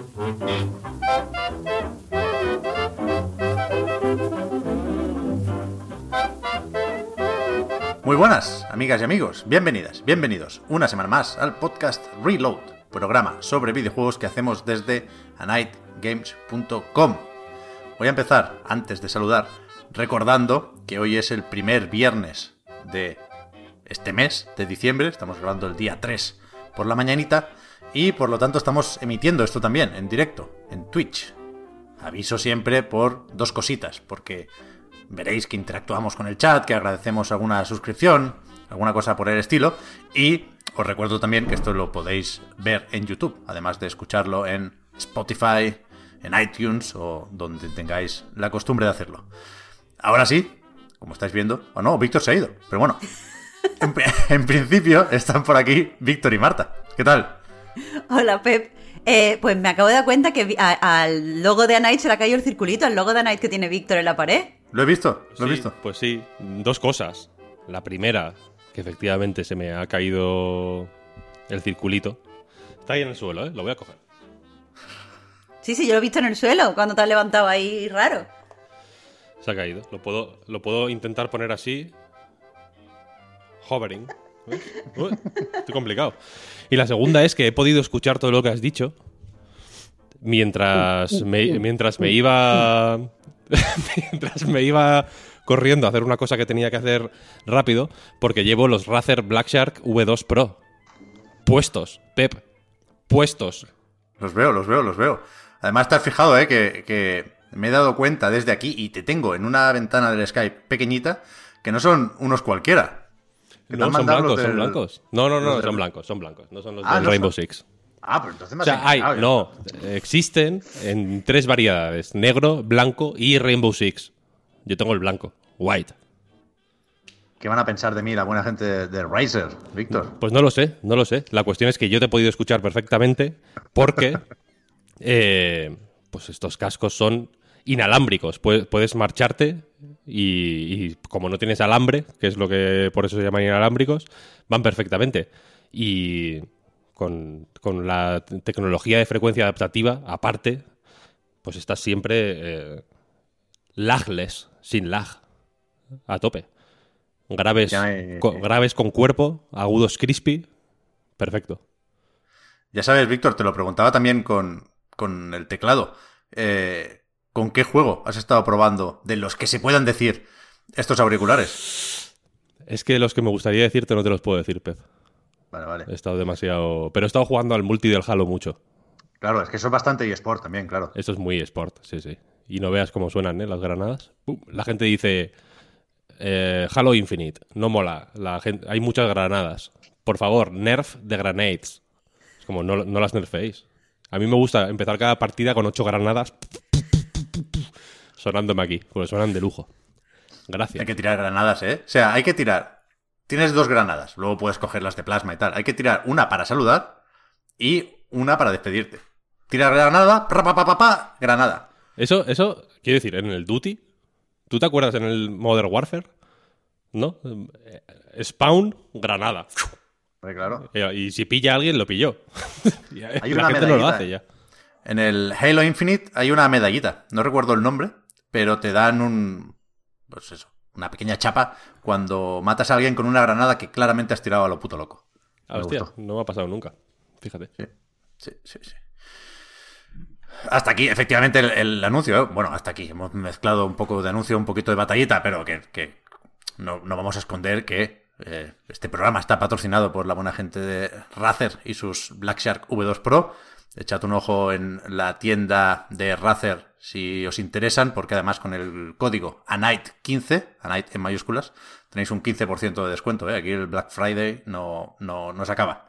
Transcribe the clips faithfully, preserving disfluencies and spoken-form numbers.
Muy buenas, amigas y amigos, bienvenidas, bienvenidos una semana más al podcast Reload, programa sobre videojuegos que hacemos desde a night games punto com. Voy a empezar, antes de saludar, recordando que hoy es el primer viernes de este mes de diciembre, estamos grabando el día tres por la mañanita, y por lo tanto estamos emitiendo esto también en directo, en Twitch. Aviso siempre por dos cositas, porque veréis que interactuamos con el chat, que agradecemos alguna suscripción, alguna cosa por el estilo, y os recuerdo también que esto lo podéis ver en YouTube, además de escucharlo en Spotify, en iTunes o donde tengáis la costumbre de hacerlo. Ahora sí, como estáis viendo, o no, Víctor se ha ido, pero bueno, en, en principio están por aquí Víctor y Marta. ¿Qué tal? Hola, Pep. Eh, pues me acabo de dar cuenta que a, al logo de A Night se le ha caído el circulito, al logo de A Night que tiene Víctor en la pared. Lo he visto, lo sí, he visto. Pues sí, dos cosas. La primera, que efectivamente se me ha caído el circulito. Está ahí en el suelo, ¿eh? Lo voy a coger. Sí, sí, yo lo he visto en el suelo, cuando te has levantado ahí raro. Se ha caído. Lo puedo, lo puedo intentar poner así. Hovering. ¿Ves? Uy, estoy complicado. Y la segunda es que he podido escuchar todo lo que has dicho mientras me, mientras me iba mientras me iba corriendo a hacer una cosa que tenía que hacer rápido, porque llevo los Razer Black Shark V dos Pro puestos, Pep, puestos. Los veo, los veo, los veo. Además te has fijado, eh, que, que me he dado cuenta desde aquí y te tengo en una ventana del Skype pequeñita que no son unos cualquiera. No, son blancos, del... son blancos. No, no, no, del... son blancos, son blancos. No son los ah, del no Rainbow son... Six. Ah, pero entonces me O sea, hay, no, existen en tres variedades: negro, blanco y Rainbow Six. Yo tengo el blanco, white. ¿Qué van a pensar de mí la buena gente de, de Razer, Víctor? Pues no lo sé, no lo sé. La cuestión es que yo te he podido escuchar perfectamente porque eh, pues estos cascos son inalámbricos. Puedes, puedes marcharte y, y como no tienes alambre, que es lo que por eso se llaman inalámbricos, van perfectamente. Y con, con la tecnología de frecuencia adaptativa, aparte, pues estás siempre eh, lagless, sin lag, a tope. Graves, me... con, graves con cuerpo, agudos crispy, perfecto. Ya sabes, Víctor, te lo preguntaba también con, con el teclado. Eh, ¿Con qué juego has estado probando de los que se puedan decir estos auriculares? Es que los que me gustaría decirte no te los puedo decir, Pep. Vale, vale. He estado demasiado... Pero he estado jugando al multi del Halo mucho. Claro, es que eso es bastante eSport también, claro. Esto es muy eSport, sí, sí. Y no veas cómo suenan, ¿eh? Las granadas. ¡Pum! La gente dice... Eh, Halo Infinite, no mola. La gente... Hay muchas granadas. Por favor, nerf de grenades. Es como, no, no las nerfeéis. A mí me gusta empezar cada partida con ocho granadas sonándome aquí, porque suenan de lujo. Gracias. Hay que tirar granadas, ¿eh? O sea, hay que tirar... Tienes dos granadas, luego puedes coger las de plasma y tal. Hay que tirar una para saludar y una para despedirte. Tira granada, pa, pa, pa, pa, pa, granada. Eso, eso, quiero decir, en el Duty, ¿tú te acuerdas en el Modern Warfare? ¿No? Spawn, granada. Pues claro. Y si pilla a alguien, lo pilló. Hay la una gente no lo hace ya. En el Halo Infinite hay una medallita. No recuerdo el nombre, pero te dan un... Pues eso, una pequeña chapa cuando matas a alguien con una granada que claramente has tirado a lo puto loco. Ah, hostia, no me ha pasado nunca. Fíjate. Sí, sí, sí, sí. Hasta aquí, efectivamente, el, el anuncio. ¿eh? Bueno, hasta aquí. Hemos mezclado un poco de anuncio, un poquito de batallita, pero que, que no, no vamos a esconder que eh, este programa está patrocinado por la buena gente de Razer y sus Black Shark V dos Pro. Echad un ojo en la tienda de Razer si os interesan, porque además con el código A Night quince, A Night en mayúsculas, tenéis un quince por ciento de descuento. ¿eh? Aquí el Black Friday no, no, no se acaba.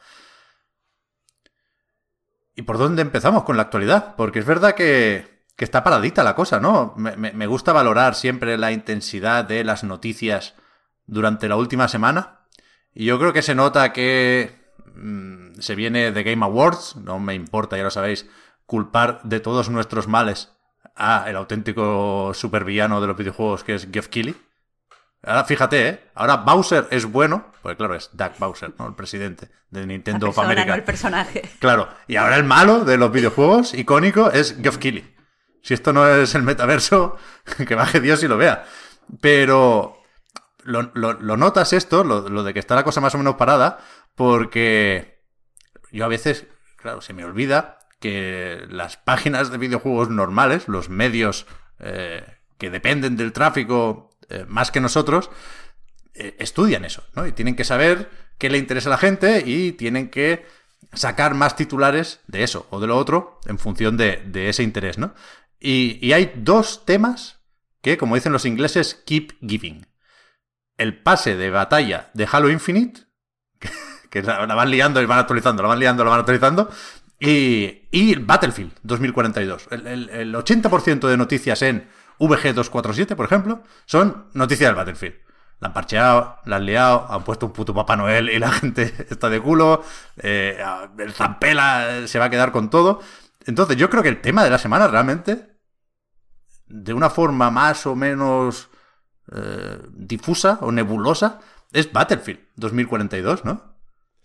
¿Y por dónde empezamos con la actualidad? Porque es verdad que, que está paradita la cosa, ¿no? Me, me, me gusta valorar siempre la intensidad de las noticias durante la última semana. Y yo creo que se nota que mmm, se viene The Game Awards. No me importa, ya lo sabéis, culpar de todos nuestros males a el auténtico supervillano de los videojuegos que es Geoff Keighley. Ahora fíjate, ¿eh? Ahora Bowser es bueno, pues claro, es Doug Bowser, ¿no? El presidente de Nintendo La of persona, America. no el personaje. Claro, y ahora el malo de los videojuegos, icónico, es Geoff Keighley. Si esto no es el metaverso, que baje Dios y lo vea. Pero lo, lo, lo notas esto, lo, lo de que está la cosa más o menos parada, porque yo a veces, claro, se me olvida que las páginas de videojuegos normales, los medios eh, que dependen del tráfico eh, más que nosotros, eh, estudian eso, ¿no? Y tienen que saber qué le interesa a la gente y tienen que sacar más titulares de eso o de lo otro en función de, de ese interés, ¿no? Y, y hay dos temas que, como dicen los ingleses, keep giving. El pase de batalla de Halo Infinite, que, que la, la van liando y van actualizando, la van liando, la van actualizando, y, y Battlefield dos mil cuarenta y dos. El, el, el ochenta por ciento de noticias en V G doscientos cuarenta y siete, por ejemplo, son noticias del Battlefield. La han parcheado, la han liado, han puesto un puto Papá Noel y la gente está de culo, eh, el Zampela se va a quedar con todo. Entonces yo creo que el tema de la semana realmente, de una forma más o menos eh, difusa o nebulosa, es Battlefield dos mil cuarenta y dos, ¿no?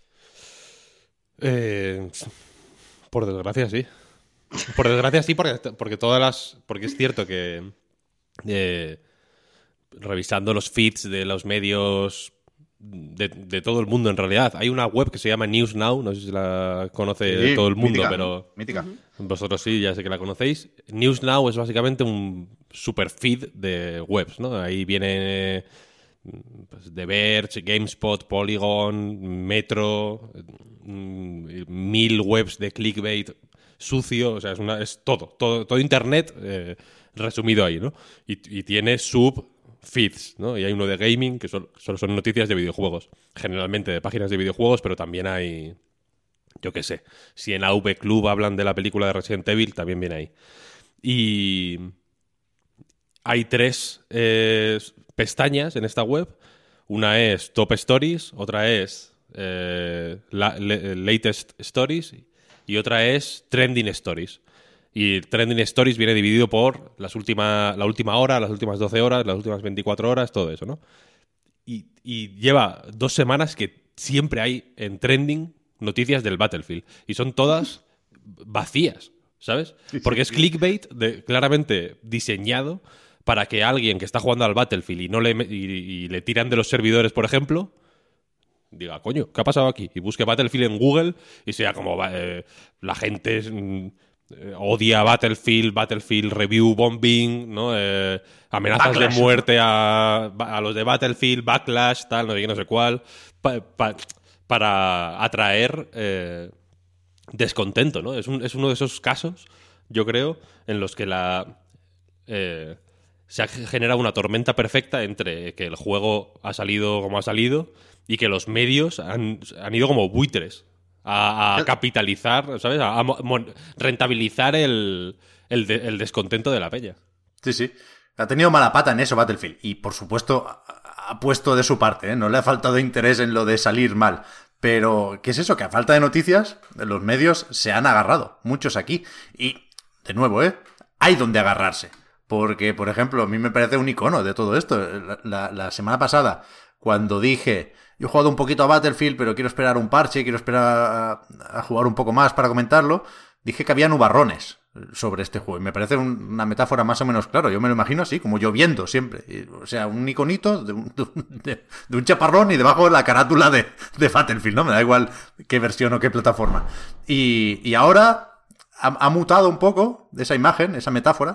Eh, por desgracia, sí. Por desgracia, sí, porque, porque todas las. Porque es cierto que. Eh, revisando los feeds de los medios de, de todo el mundo, en realidad, hay una web que se llama News Now, no sé si la conoce Sí, todo el mundo, mítica, pero mítica. vosotros sí, ya sé que la conocéis. News Now es básicamente un super feed de webs, ¿no? Ahí viene pues, The Verge, GameSpot, Polygon, Metro, mil webs de clickbait sucio, o sea, es, una, es todo, todo, todo Internet eh, resumido ahí, ¿no? Y, y tiene sub feeds, ¿no? Y hay uno de gaming, que solo, solo son noticias de videojuegos. Generalmente de páginas de videojuegos, pero también hay, yo qué sé, si en A V Club hablan de la película de Resident Evil, también viene ahí. Y hay tres eh, pestañas en esta web. Una es Top Stories, otra es eh, la, le, Latest Stories y otra es Trending Stories. Y Trending Stories viene dividido por las última, la última hora, las últimas doce horas, las últimas veinticuatro horas, todo eso, ¿no? Y, y lleva dos semanas que siempre hay en Trending noticias del Battlefield. Y son todas vacías, ¿sabes? Porque es clickbait de, claramente diseñado para que alguien que está jugando al Battlefield y, no le, y, y le tiran de los servidores, por ejemplo, diga, coño, ¿qué ha pasado aquí? Y busque Battlefield en Google y sea como eh, la gente... Eh, odia Battlefield, Battlefield Review Bombing, ¿no? Eh, amenazas Backlash, de muerte a, a los de Battlefield, Backlash, tal, no sé qué, no sé cuál, pa, pa, para atraer eh, descontento, ¿no? Es, un, es uno de esos casos, yo creo, en los que la eh, se ha generado una tormenta perfecta entre que el juego ha salido como ha salido y que los medios han, han ido como buitres A, a capitalizar, ¿sabes? A, a rentabilizar el, el, de, el descontento de la peña. Sí, sí. Ha tenido mala pata en eso Battlefield. Y, por supuesto, ha puesto de su parte, ¿eh? No le ha faltado interés en lo de salir mal. Pero, ¿qué es eso? Que a falta de noticias, los medios se han agarrado. Muchos aquí. Y, de nuevo, ¿eh? Hay donde agarrarse. Porque, por ejemplo, a mí me parece un icono de todo esto. La, la, la semana pasada, cuando dije... Yo he jugado un poquito a Battlefield, pero quiero esperar un parche, quiero esperar a, a jugar un poco más para comentarlo. Dije que había nubarrones sobre este juego. Y me parece un, una metáfora más o menos claro. Yo me lo imagino así, como lloviendo siempre. Y, o sea, un iconito de un, de, de un chaparrón y debajo la carátula de, de Battlefield, ¿no? Me da igual qué versión o qué plataforma. Y, y ahora ha, ha mutado un poco esa imagen, esa metáfora,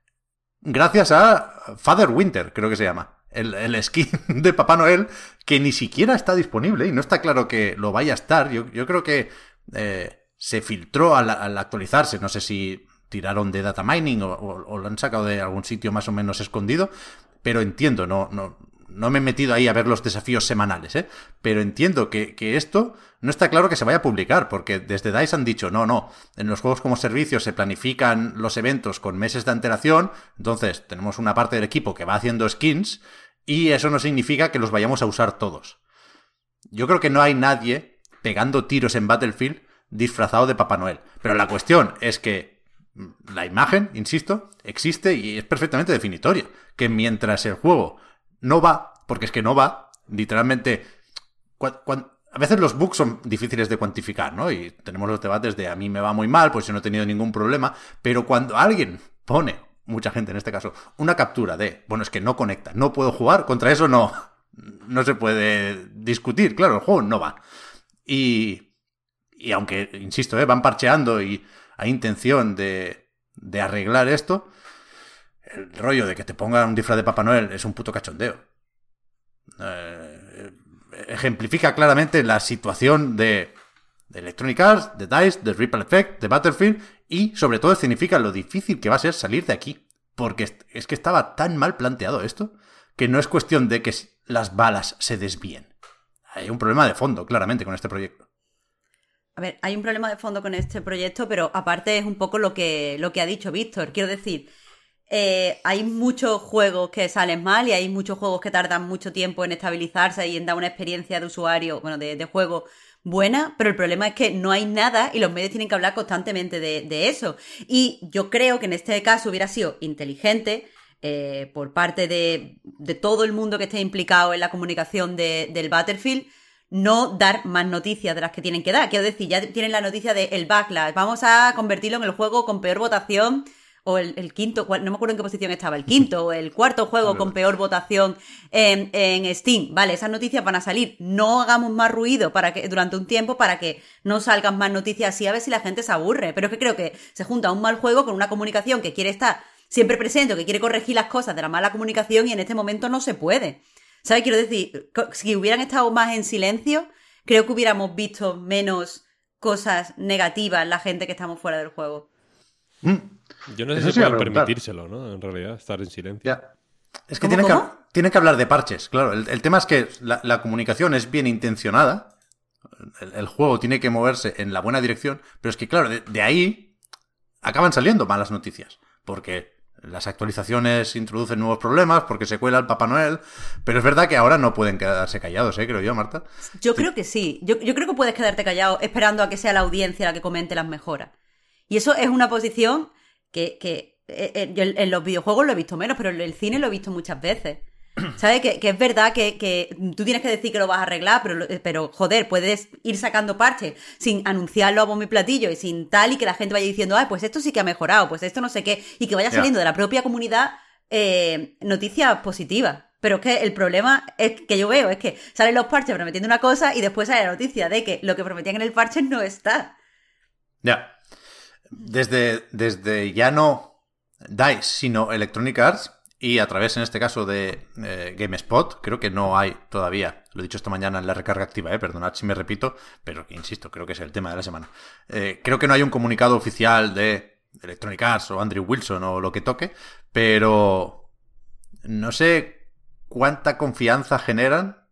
gracias a Father Winter, creo que se llama. El, el skin de Papá Noel, que ni siquiera está disponible y no está claro que lo vaya a estar. Yo, yo creo que eh, se filtró al, al actualizarse. No sé si tiraron de data mining o, o, o lo han sacado de algún sitio más o menos escondido, pero entiendo, no, no, no me he metido ahí a ver los desafíos semanales, ¿eh? Pero entiendo que, que esto no está claro que se vaya a publicar, porque desde DICE han dicho, no, no, en los juegos como servicio se planifican los eventos con meses de antelación, entonces tenemos una parte del equipo que va haciendo skins y eso no significa que los vayamos a usar todos. Yo creo que no hay nadie pegando tiros en Battlefield disfrazado de Papá Noel. Pero la cuestión es que la imagen, insisto, existe y es perfectamente definitoria. Que mientras el juego no va porque es que no va. Literalmente, cu- cu- a veces los bugs son difíciles de cuantificar, ¿no? Y tenemos los debates de a mí me va muy mal, pues yo no he tenido ningún problema, pero cuando alguien pone, mucha gente en este caso, una captura de, bueno, es que no conecta, no puedo jugar, contra eso no, no se puede discutir, claro, el juego no va. Y, y aunque, insisto, ¿eh? van parcheando y hay intención de, de arreglar esto, el rollo de que te pongan un disfraz de Papá Noel es un puto cachondeo. Eh, ejemplifica claramente la situación de, de Electronic Arts, de DICE, de Ripple Effect, de Battlefield y sobre todo significa lo difícil que va a ser salir de aquí. Porque es que estaba tan mal planteado esto que no es cuestión de que las balas se desvíen. Hay un problema de fondo, claramente, con este proyecto. A ver, hay un problema de fondo con este proyecto, pero aparte es un poco lo que, lo que ha dicho Víctor. Quiero decir, eh, hay muchos juegos que salen mal y hay muchos juegos que tardan mucho tiempo en estabilizarse y en dar una experiencia de usuario, bueno, de, de juego buena, pero el problema es que no hay nada y los medios tienen que hablar constantemente de, de eso. Y yo creo que en este caso hubiera sido inteligente eh, por parte de, de todo el mundo que esté implicado en la comunicación de, del Battlefield no dar más noticias de las que tienen que dar. Quiero decir, ya tienen la noticia de el backlash, vamos a convertirlo en el juego con peor votación, o el, el quinto, no me acuerdo en qué posición estaba, el quinto o el cuarto juego con peor votación en, en Steam. Vale, esas noticias van a salir. No hagamos más ruido para que durante un tiempo para que no salgan más noticias así, a ver si la gente se aburre. Pero es que creo que se junta un mal juego con una comunicación que quiere estar siempre presente, que quiere corregir las cosas de la mala comunicación y en este momento no se puede. ¿Sabes? Quiero decir, si hubieran estado más en silencio, creo que hubiéramos visto menos cosas negativas la gente que estamos fuera del juego. Mm. Yo no sé Eso si sí pueden permitírselo, ¿no? En realidad, estar en silencio. Ya. Es que ¿Cómo, tienen, cómo? que tienen que hablar de parches, claro. El, el tema es que la, la comunicación es bien intencionada, el, el juego tiene que moverse en la buena dirección, pero es que, claro, de, de ahí acaban saliendo malas noticias, porque las actualizaciones introducen nuevos problemas, porque se cuela el Papá Noel, pero es verdad que ahora no pueden quedarse callados, ¿eh? Creo yo, Marta. Yo sí. creo que sí. Yo, yo creo que puedes quedarte callado esperando a que sea la audiencia la que comente las mejoras. Y eso es una posición que, que eh, yo en los videojuegos lo he visto menos, pero en el cine lo he visto muchas veces. ¿Sabes? Que, que es verdad que, que tú tienes que decir que lo vas a arreglar, pero, pero joder, puedes ir sacando parches sin anunciarlo a bombo y platillo y sin tal, y que la gente vaya diciendo, ay, pues esto sí que ha mejorado, pues esto no sé qué, y que vaya saliendo yeah. de la propia comunidad eh, noticias positivas. Pero es que el problema es que yo veo es que salen los parches prometiendo una cosa y después sale la noticia de que lo que prometían en el parche no está. Ya. Desde, desde ya no DICE, sino Electronic Arts, y a través, en este caso, de eh, GameSpot, creo que no hay todavía, lo he dicho esta mañana en la recarga activa, eh, perdonad si me repito, pero que insisto, creo que es el tema de la semana. Eh, creo que no hay un comunicado oficial de Electronic Arts o Andrew Wilson o lo que toque, pero no sé cuánta confianza generan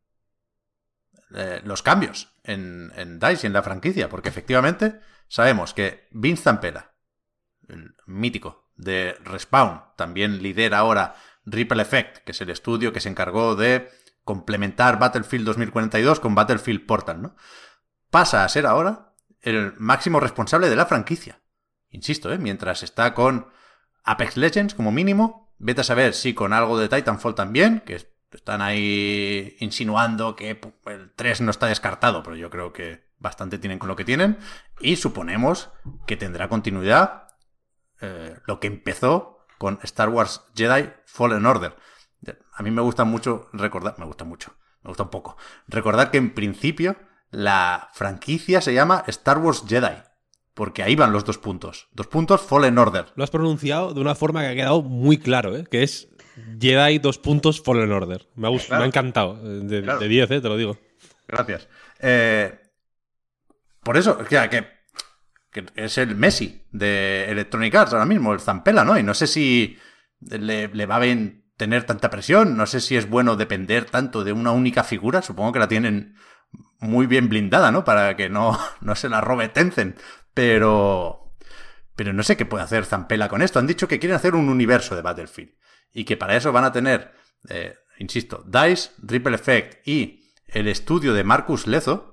eh, los cambios en, en DICE y en la franquicia, porque efectivamente sabemos que Vince Zampella, el mítico de Respawn, también lidera ahora Ripple Effect, que es el estudio que se encargó de complementar Battlefield dos mil cuarenta y dos con Battlefield Portal, ¿no? Pasa a ser ahora el máximo responsable de la franquicia. Insisto, ¿eh? Mientras está con Apex Legends como mínimo, vete a saber si con algo de Titanfall también, que están ahí insinuando que el tres no está descartado, pero yo creo que bastante tienen con lo que tienen, y suponemos que tendrá continuidad eh, lo que empezó con Star Wars Jedi Fallen Order. A mí me gusta mucho recordar, me gusta mucho, me gusta un poco, recordar que en principio la franquicia se llama Star Wars Jedi, porque ahí van los dos puntos, dos puntos Fallen Order. Lo has pronunciado de una forma que ha quedado muy claro, ¿eh? Que es Jedi dos puntos Fallen Order. Me ha, gustado, claro. Me ha encantado, de, claro. de diez, ¿eh? Te lo digo. Gracias. Eh... Por eso, que, que, que es el Messi de Electronic Arts ahora mismo, el Zampella, ¿no? Y no sé si le, le va a bien tener tanta presión, no sé si es bueno depender tanto de una única figura, supongo que la tienen muy bien blindada, ¿no? Para que no, no se la robe Tencent, pero, pero no sé qué puede hacer Zampella con esto. Han dicho que quieren hacer un universo de Battlefield y que para eso van a tener, eh, insisto, DICE, Ripple Effect y el estudio de Marcus Lezo,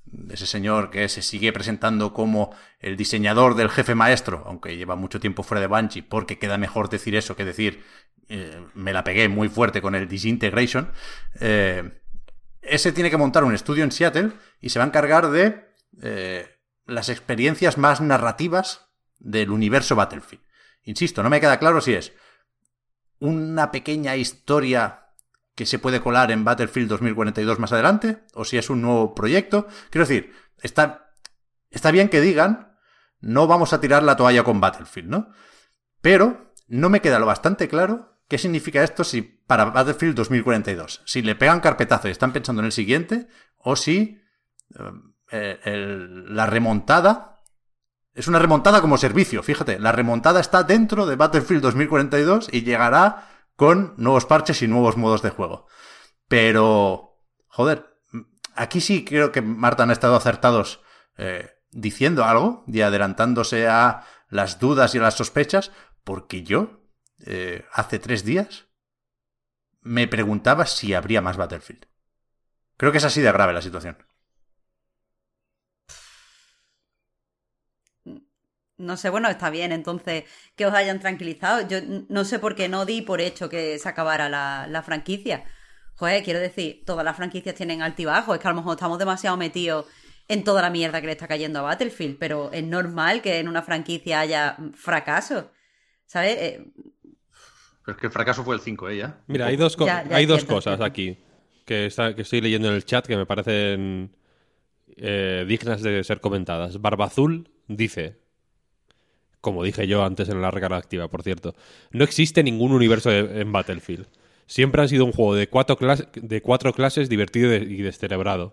ese señor que se sigue presentando como el diseñador del jefe maestro, aunque lleva mucho tiempo fuera de Bungie, porque queda mejor decir eso que decir eh, me la pegué muy fuerte con el Disintegration, eh, ese tiene que montar un estudio en Seattle y se va a encargar de eh, las experiencias más narrativas del universo Battlefield. Insisto, no me queda claro si es una pequeña historia que se puede colar en Battlefield dos mil cuarenta y dos más adelante, o si es un nuevo proyecto. Quiero decir, está, está bien que digan, no vamos a tirar la toalla con Battlefield, ¿no? Pero no me queda lo bastante claro qué significa esto si para Battlefield dos mil cuarenta y dos. Si le pegan carpetazo y están pensando en el siguiente, o si eh, el, la remontada es una remontada como servicio. Fíjate, la remontada está dentro de Battlefield dos mil cuarenta y dos y llegará con nuevos parches y nuevos modos de juego. Pero, joder, aquí sí creo que Marta han estado acertados eh, diciendo algo y adelantándose a las dudas y a las sospechas, porque yo, eh, hace tres días, me preguntaba si habría más Battlefield. Creo que es así de grave la situación. No sé, bueno, está bien, entonces, que os hayan tranquilizado. Yo no sé por qué no di por hecho que se acabara la, la franquicia. Joder, quiero decir, todas las franquicias tienen altibajos. Es que a lo mejor estamos demasiado metidos en toda la mierda que le está cayendo a Battlefield, pero es normal que en una franquicia haya fracasos, ¿sabes? Eh... Pero es que el fracaso fue el cinco, ¿eh? Ya. Mira, hay dos, co- ya, ya hay dos entiendo, cosas entiendo. aquí que, está, que estoy leyendo en el chat que me parecen eh, dignas de ser comentadas. Barbazul dice, como dije yo antes en la recarga activa, por cierto, no existe ningún universo de, en Battlefield. Siempre ha sido un juego de cuatro, clas- de cuatro clases divertido y descerebrado.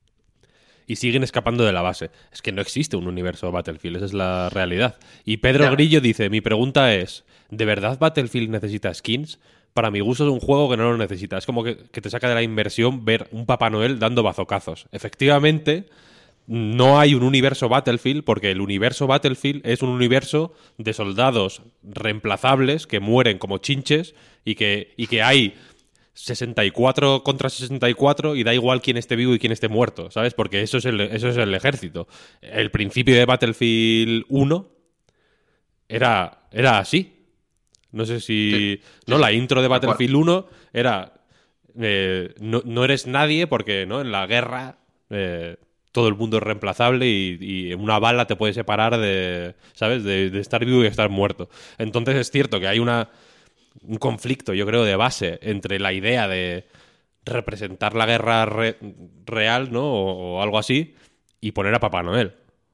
Y siguen escapando de la base. Es que no existe un universo Battlefield, esa es la realidad. Y Pedro Ya. Grillo dice, mi pregunta es, ¿de verdad Battlefield necesita skins? Para mi gusto es un juego que no lo necesita. Es como que, que te saca de la inversión ver un Papá Noel dando bazocazos. Efectivamente, no hay un universo Battlefield porque el universo Battlefield es un universo de soldados reemplazables que mueren como chinches y que, y que hay sesenta y cuatro contra sesenta y cuatro y da igual quién esté vivo y quién esté muerto, ¿sabes? Porque eso es el, eso es el ejército. El principio de Battlefield uno era, era así. No sé si... Sí, no, sí, la intro de tal cual. Battlefield uno era... eh, no, no eres nadie porque, ¿no? En la guerra eh, todo el mundo es reemplazable y, y una bala te puede separar de, ¿sabes? De, de estar vivo y estar muerto. Entonces es cierto que hay una... un conflicto, yo creo, de base entre la idea de representar la guerra re- real, ¿no? O, o algo así, y poner a Papá Noel.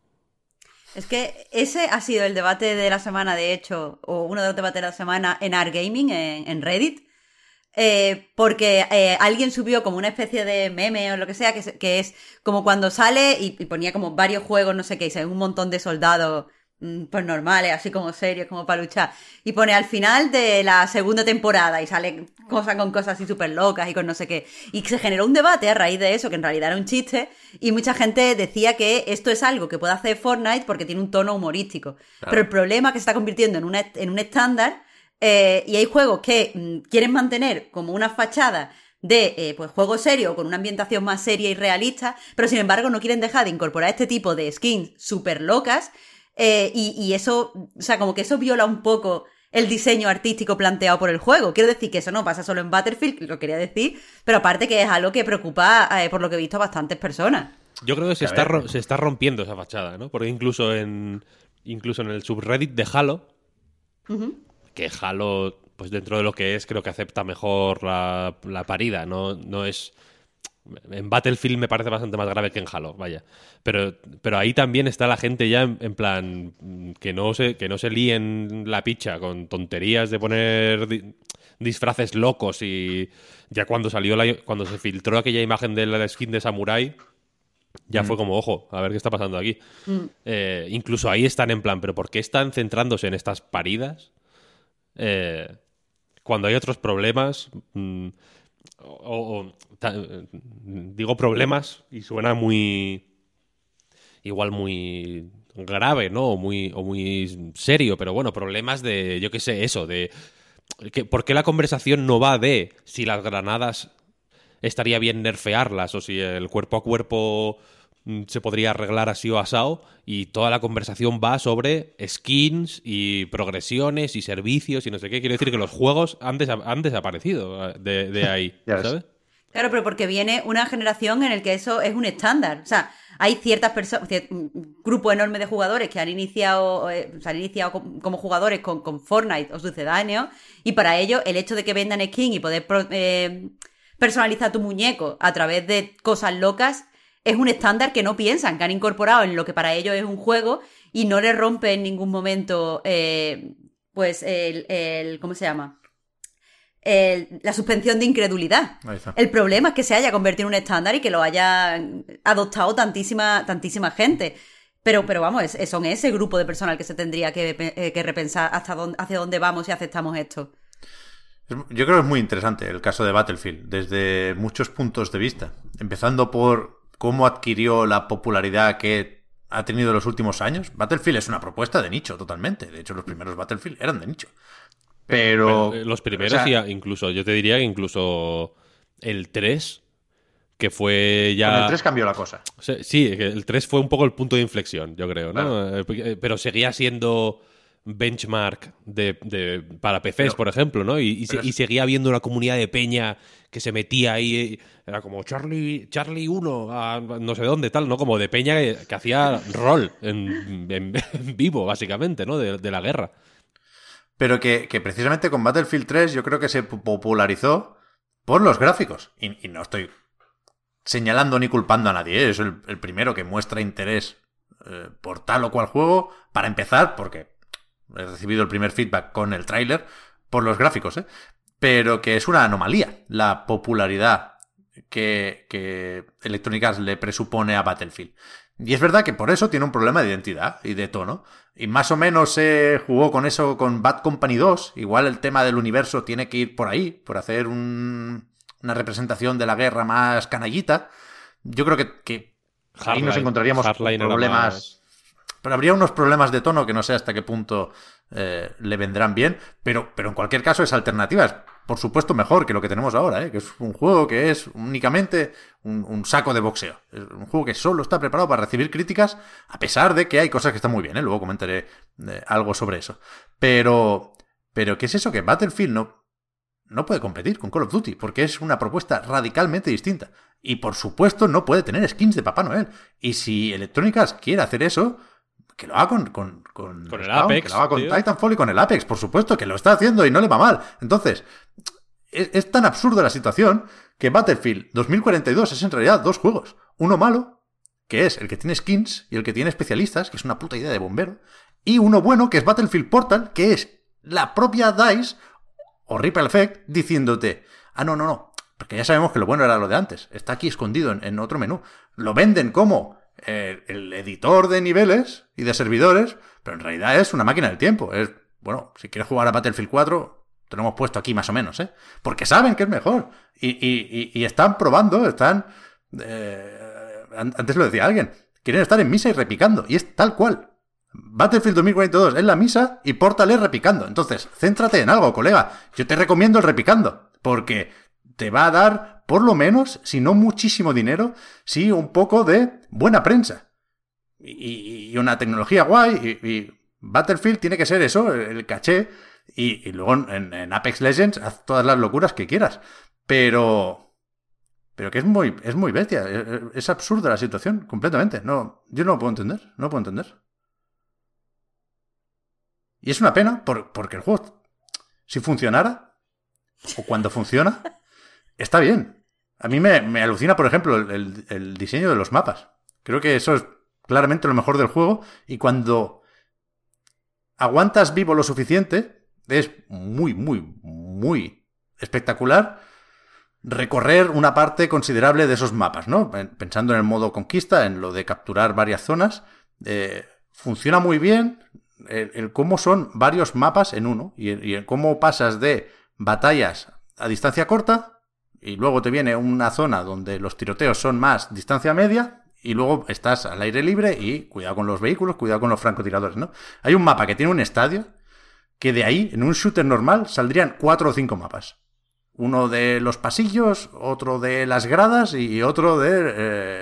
Es que ese ha sido el debate de la semana, de hecho, o uno de los debates de la semana en Art Gaming, en, en Reddit, eh, porque eh, alguien subió como una especie de meme o lo que sea, que, se- que es como cuando sale y, y ponía como varios juegos, no sé qué, y se ven un montón de soldados mm, pues normales, así como serios, como para luchar, y pone al final de la segunda temporada y sale cosas con cosas así súper locas y con no sé qué, y se generó un debate a raíz de eso, que en realidad era un chiste, y mucha gente decía que esto es algo que puede hacer Fortnite porque tiene un tono humorístico, Claro. pero el problema es que se está convirtiendo en, una, en un estándar, eh, y hay juegos que mm, quieren mantener como una fachada de eh, pues juego serio con una ambientación más seria y realista, pero sin embargo no quieren dejar de incorporar este tipo de skins súper locas, eh, y, y eso, o sea, como que eso viola un poco el diseño artístico planteado por el juego. Quiero decir que eso no pasa solo en Battlefield, lo quería decir, pero aparte que es algo que preocupa, eh, por lo que he visto, a bastantes personas. Yo creo que se A está, ver. ro- se está rompiendo esa fachada, ¿no? Porque incluso en, incluso en el subreddit de Halo, Ujú. que Halo, pues dentro de lo que es, creo que acepta mejor la, la parida, no, no es... En Battlefield me parece bastante más grave que en Halo, vaya. Pero, pero ahí también está la gente ya en, en plan mm, que no se, que no se líen la picha con tonterías de poner di- disfraces locos y ya cuando salió la, cuando se filtró aquella imagen de la skin de Samurai, ya fue como, ojo, a ver qué está pasando aquí. Mm. Eh, incluso ahí están en plan, pero ¿por qué están centrándose en estas paridas? Eh, cuando hay otros problemas, mm, o, o- ta- digo problemas y suena muy, igual muy grave, ¿no? O muy, o muy serio, pero bueno, problemas de, yo qué sé, eso, de que, ¿por qué la conversación no va de si las granadas estaría bien nerfearlas o si el cuerpo a cuerpo se podría arreglar así o asao, y toda la conversación va sobre skins y progresiones y servicios y no sé qué. Quiero decir que los juegos han, desa- han desaparecido de, de ahí, ¿sabes? Claro, pero porque viene una generación en el que eso es un estándar. O sea, hay ciertas personas, un grupo enorme de jugadores que han iniciado, eh, se han iniciado com- como jugadores con, con Fortnite o sucedáneos, y para ellos el hecho de que vendan skin y poder pro- eh, personalizar tu muñeco a través de cosas locas es un estándar que no piensan, que han incorporado en lo que para ellos es un juego, y no les rompe en ningún momento, eh, pues, el, el, ¿cómo se llama? El, la suspensión de incredulidad. El problema es que se haya convertido en un estándar y que lo haya adoptado tantísima, tantísima gente. Pero, pero vamos, es, son ese grupo de personal que se tendría que, eh, que repensar hasta dónde, hacia dónde vamos si aceptamos esto. Yo creo que es muy interesante el caso de Battlefield, desde muchos puntos de vista. Empezando por cómo adquirió la popularidad que ha tenido en los últimos años. Battlefield es una propuesta de nicho, totalmente. De hecho, los primeros Battlefield eran de nicho. Pero... Pero los primeros, o sea, y incluso, yo te diría que incluso el tres, que fue ya... Con el tres cambió la cosa. O sea, sí, el tres fue un poco el punto de inflexión, yo creo, ¿no? Claro. Eh, Pero seguía siendo benchmark de, de, para P Cs, Pero- por ejemplo, ¿no? Y, y, se- pero es- y seguía habiendo una comunidad de peña que se metía ahí, era como Charlie Charlie uno, a no sé dónde, tal, ¿no? Como de peña que, que hacía rol en, en- en vivo, básicamente, ¿no? De, de la guerra. Pero que, que precisamente con Battlefield tres yo creo que se popularizó por los gráficos. Y, y no estoy señalando ni culpando a nadie, ¿eh? Es el, el primero que muestra interés eh, por tal o cual juego, para empezar, porque he recibido el primer feedback con el tráiler, por los gráficos, ¿eh? Pero que es una anomalía la popularidad que, que Electronic Arts le presupone a Battlefield. Y es verdad que por eso tiene un problema de identidad y de tono. Y más o menos se jugó con eso con Bad Company dos. Igual el tema del universo tiene que ir por ahí, por hacer un, una representación de la guerra más canallita. Yo creo que, que ahí nos encontraríamos Hardline era problemas... más- Pero habría unos problemas de tono que no sé hasta qué punto eh, le vendrán bien, pero, pero en cualquier caso es alternativa. Es, por supuesto, mejor que lo que tenemos ahora, ¿eh? Que es un juego que es únicamente un, un saco de boxeo. Es un juego que solo está preparado para recibir críticas, a pesar de que hay cosas que están muy bien, ¿eh? Luego comentaré eh, algo sobre eso. Pero, pero ¿qué es eso? Que Battlefield no, no puede competir con Call of Duty, porque es una propuesta radicalmente distinta. Y, por supuesto, no puede tener skins de Papá Noel. Y si Electronic Arts quiere hacer eso... Que lo haga con, con, con, Con el Spawn, Apex, que lo haga con tío. Titanfall y con el Apex, por supuesto, que lo está haciendo y no le va mal. Entonces, es, es tan absurda la situación que Battlefield dos mil cuarenta y dos es en realidad dos juegos. Uno malo, que es el que tiene skins y el que tiene especialistas, que es una puta idea de bombero. Y uno bueno, que es Battlefield Portal, que es la propia DICE o Ripple Effect diciéndote, ah, no, no, no, porque ya sabemos que lo bueno era lo de antes. Está aquí escondido en, en otro menú. Lo venden como... El, el editor de niveles y de servidores, pero en realidad es una máquina del tiempo. Es, bueno, si quieres jugar a Battlefield cuatro, te lo hemos puesto aquí más o menos, ¿eh? Porque saben que es mejor. Y, y, y, y están probando, están... Eh, antes lo decía alguien, quieren estar en misa y repicando. Y es tal cual. Battlefield dos mil cuarenta y dos es la misa y Portal es repicando. Entonces, céntrate en algo, colega. Yo te recomiendo el repicando, porque te va a dar... por lo menos, si no muchísimo dinero, sí un poco de buena prensa. Y, y una tecnología guay. Y, y Battlefield tiene que ser eso, el caché. Y, y luego en, en Apex Legends haz todas las locuras que quieras. Pero... Pero que es muy, es muy bestia. Es, es absurda la situación, completamente. No, yo no lo puedo entender. No lo puedo entender. Y es una pena por, porque el juego, si funcionara, o cuando funciona... Está bien. A mí me, me alucina, por ejemplo, el, el, el diseño de los mapas. Creo que eso es claramente lo mejor del juego. Y cuando aguantas vivo lo suficiente, es muy, muy, muy espectacular recorrer una parte considerable de esos mapas, ¿no? Pensando en el modo conquista, en lo de capturar varias zonas. Eh, funciona muy bien el, el cómo son varios mapas en uno. Y el, y el cómo pasas de batallas a distancia corta... Y luego te viene una zona donde los tiroteos son más distancia media y luego estás al aire libre y cuidado con los vehículos, cuidado con los francotiradores, ¿no? Hay un mapa que tiene un estadio que de ahí, en un shooter normal, saldrían cuatro o cinco mapas. Uno de los pasillos, otro de las gradas y otro de eh,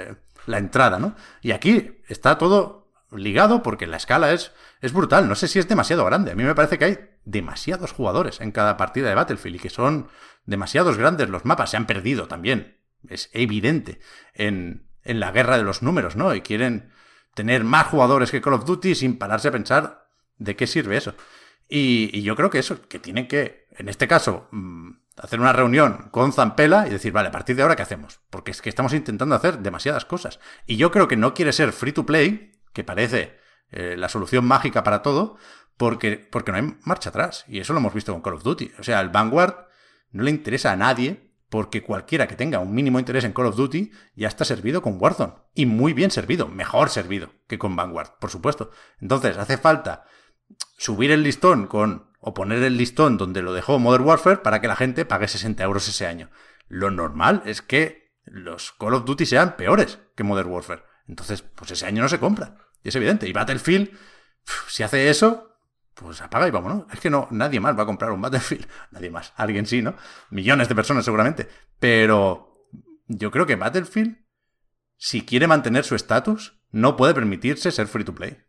la entrada, ¿no? Y aquí está todo ligado porque la escala es, es brutal. No sé si es demasiado grande. A mí me parece que hay demasiados jugadores en cada partida de Battlefield y que son demasiados grandes los mapas. Se han perdido también. Es evidente en, en la guerra de los números, ¿no? Y quieren tener más jugadores que Call of Duty sin pararse a pensar de qué sirve eso. Y, y yo creo que eso, que tienen que, en este caso, mmm, hacer una reunión con Zampella y decir, vale, a partir de ahora, ¿qué hacemos? Porque es que estamos intentando hacer demasiadas cosas. Y yo creo que no quiere ser free to play, que parece eh, la solución mágica para todo, porque, porque no hay marcha atrás. Y eso lo hemos visto con Call of Duty. O sea, al Vanguard no le interesa a nadie, porque cualquiera que tenga un mínimo interés en Call of Duty ya está servido con Warzone. Y muy bien servido, mejor servido que con Vanguard, por supuesto. Entonces, hace falta subir el listón con, o poner el listón donde lo dejó Modern Warfare para que la gente pague sesenta euros ese año. Lo normal es que los Call of Duty sean peores que Modern Warfare. Entonces, pues ese año no se compra. Y es evidente. Y Battlefield, si hace eso, pues apaga y vámonos. Es que no, nadie más va a comprar un Battlefield. Nadie más. Alguien sí, ¿no? Millones de personas seguramente. Pero yo creo que Battlefield, si quiere mantener su estatus, no puede permitirse ser free to play.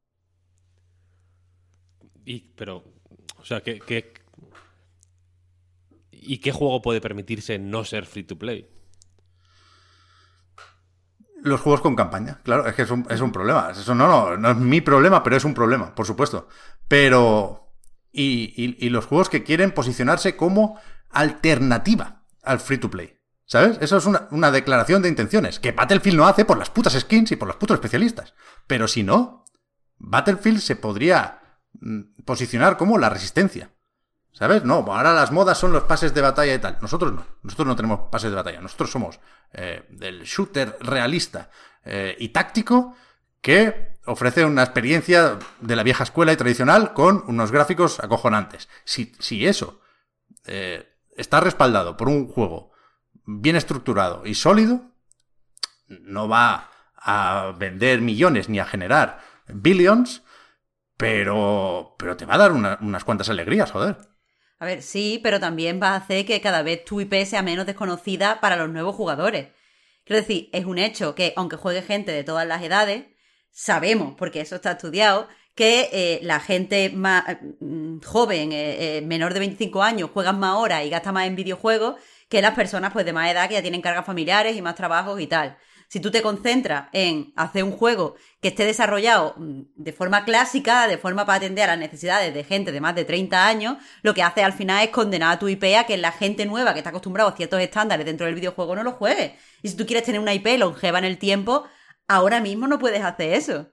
Y, pero, o sea, ¿qué, qué, ¿y qué juego puede permitirse no ser free to play? Los juegos con campaña, claro, es que es un, es un problema. Eso no, no, no es mi problema, pero es un problema, por supuesto. Pero, y, y, y los juegos que quieren posicionarse como alternativa al free to play, ¿sabes? Eso es una, una declaración de intenciones, que Battlefield no hace por las putas skins y por los putos especialistas. Pero si no, Battlefield se podría posicionar como la resistencia, ¿sabes? No, ahora las modas son los pases de batalla y tal. Nosotros no, nosotros no tenemos pases de batalla. Nosotros somos eh, del shooter realista eh, y táctico que ofrece una experiencia de la vieja escuela y tradicional con unos gráficos acojonantes. Si, si eso eh, está respaldado por un juego bien estructurado y sólido, no va a vender millones ni a generar billions, Pero, pero te va a dar una, unas cuantas alegrías, joder. A ver, sí, pero también va a hacer que cada vez tu I P sea menos desconocida para los nuevos jugadores. Quiero decir, es un hecho que, aunque juegue gente de todas las edades, sabemos, porque eso está estudiado, que eh, la gente más eh, joven, eh, eh, menor de veinticinco años, juegan más horas y gasta más en videojuegos que las personas pues de más edad que ya tienen cargas familiares y más trabajos y tal. Si tú te concentras en hacer un juego que esté desarrollado de forma clásica, de forma para atender a las necesidades de gente de más de treinta años, lo que hace al final es condenar a tu I P a que la gente nueva que está acostumbrada a ciertos estándares dentro del videojuego no lo juegue. Y si tú quieres tener una I P longeva en el tiempo, ahora mismo no puedes hacer eso.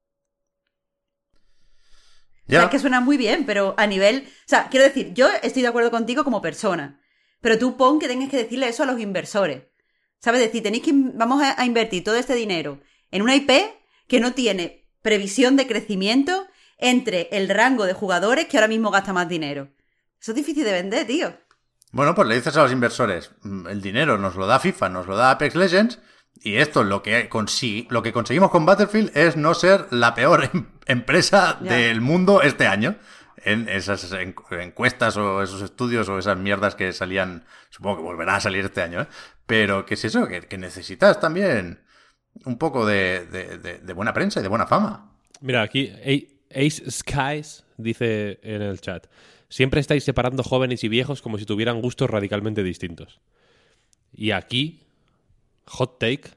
Ya. O sea, es que suena muy bien, pero a nivel... O sea, quiero decir, yo estoy de acuerdo contigo como persona, pero tú pon que tengas que decirle eso a los inversores. ¿Sabes? Es decir, tenéis que... Vamos a, a invertir todo este dinero en una I P que no tiene previsión de crecimiento entre el rango de jugadores que ahora mismo gasta más dinero. Eso es difícil de vender, tío. Bueno, pues le dices a los inversores, el dinero nos lo da FIFA, nos lo da Apex Legends, y esto lo que, consi- lo que conseguimos con Battlefield es no ser la peor em- empresa ya. del mundo este año. En esas encuestas o esos estudios o esas mierdas que salían, supongo que volverá a salir este año, ¿eh? Pero ¿qué es eso? Que, que necesitas también un poco de, de, de, de buena prensa y de buena fama. Mira, aquí Ace Skies dice en el chat: siempre estáis separando jóvenes y viejos como si tuvieran gustos radicalmente distintos. Y aquí, hot take,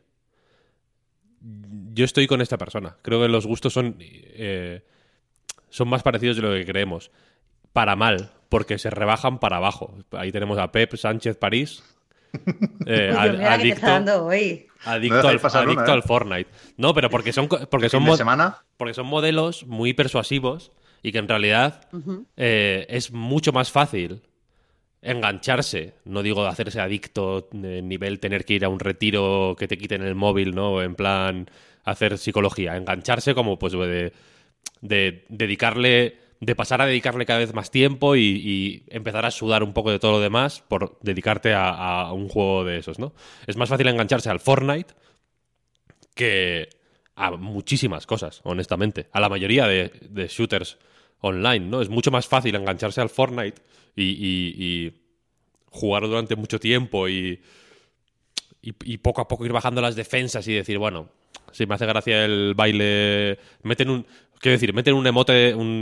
yo estoy con esta persona. Creo que los gustos son... Eh, son más parecidos de lo que creemos. Para mal, porque se rebajan para abajo. Ahí tenemos a Pep Sánchez París, eh, ad, mira adicto, que te está dando hoy. adicto, al, adicto una, ¿eh? al Fortnite. No, pero porque son porque son, mod- semana? porque son modelos muy persuasivos y que en realidad uh-huh. eh, es mucho más fácil engancharse. No digo hacerse adicto, eh, nivel tener que ir a un retiro que te quiten el móvil, ¿no? En plan hacer psicología. Engancharse como pues de... de dedicarle, de pasar a dedicarle cada vez más tiempo y, y empezar a sudar un poco de todo lo demás por dedicarte a, a un juego de esos, ¿no? Es más fácil engancharse al Fortnite que a muchísimas cosas, honestamente. A la mayoría de, de shooters online, ¿no? Es mucho más fácil engancharse al Fortnite y, y, y jugar durante mucho tiempo y, y, y poco a poco ir bajando las defensas y decir, bueno, si me hace gracia el baile, meten un, quiero decir, meten un emote, un,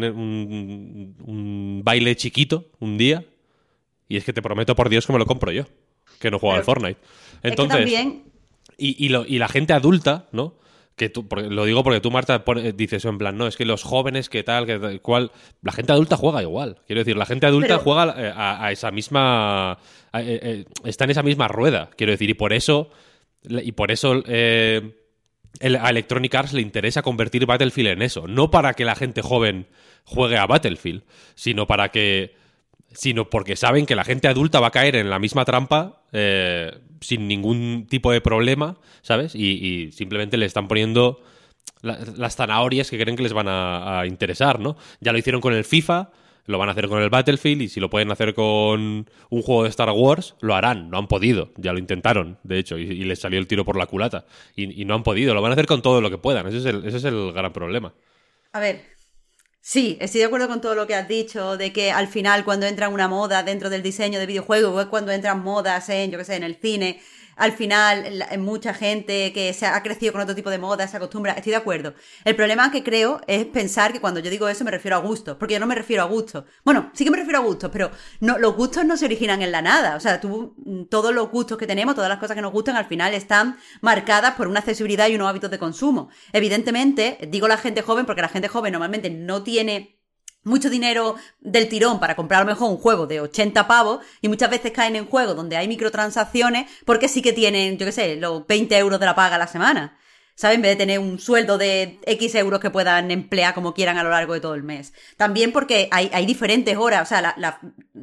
un, un baile chiquito un día y es que te prometo por Dios que me lo compro yo, que no juego al Fortnite. Entonces, es que también... y, y, lo, y la gente adulta, ¿no? Que tú, porque, lo digo porque tú, Marta, pone, dices en plan, no, es que los jóvenes, que tal, que tal, cual... La gente adulta juega igual. Quiero decir, la gente adulta Pero... juega a, a esa misma... A, a, a, está en esa misma rueda, quiero decir, y por eso... Y por eso... Eh, el, a Electronic Arts le interesa convertir Battlefield en eso. No para que la gente joven juegue a Battlefield, sino para que... sino porque saben que la gente adulta va a caer en la misma trampa eh, sin ningún tipo de problema, ¿sabes? Y, y simplemente le están poniendo la, las zanahorias que creen que les van a, a interesar, ¿no? Ya lo hicieron con el FIFA, lo van a hacer con el Battlefield, y si lo pueden hacer con un juego de Star Wars, lo harán. No han podido, ya lo intentaron, de hecho, y, y les salió el tiro por la culata. Y, y no han podido, lo van a hacer con todo lo que puedan. Ese es el, ese es el gran problema. A ver... Sí, estoy de acuerdo con todo lo que has dicho, de que al final cuando entra una moda dentro del diseño de videojuegos, o cuando entran modas en, yo qué sé, en el cine, al final la, mucha gente que se ha crecido con otro tipo de modas se acostumbra, estoy de acuerdo. El problema que creo es pensar que cuando yo digo eso me refiero a gustos, porque yo no me refiero a gustos. Bueno, sí que me refiero a gustos, pero no, los gustos no se originan en la nada. O sea, tú, todos los gustos que tenemos, todas las cosas que nos gustan, al final están marcadas por una accesibilidad y unos hábitos de consumo. Evidentemente, digo la gente joven porque la gente joven normalmente no tiene mucho dinero del tirón para comprar a lo mejor un juego de ochenta pavos, y muchas veces caen en juegos donde hay microtransacciones porque sí que tienen, yo qué sé, los veinte euros de la paga a la semana, ¿sabes? En vez de tener un sueldo de X euros que puedan emplear como quieran a lo largo de todo el mes. También porque hay, hay diferentes horas, o sea, la, la,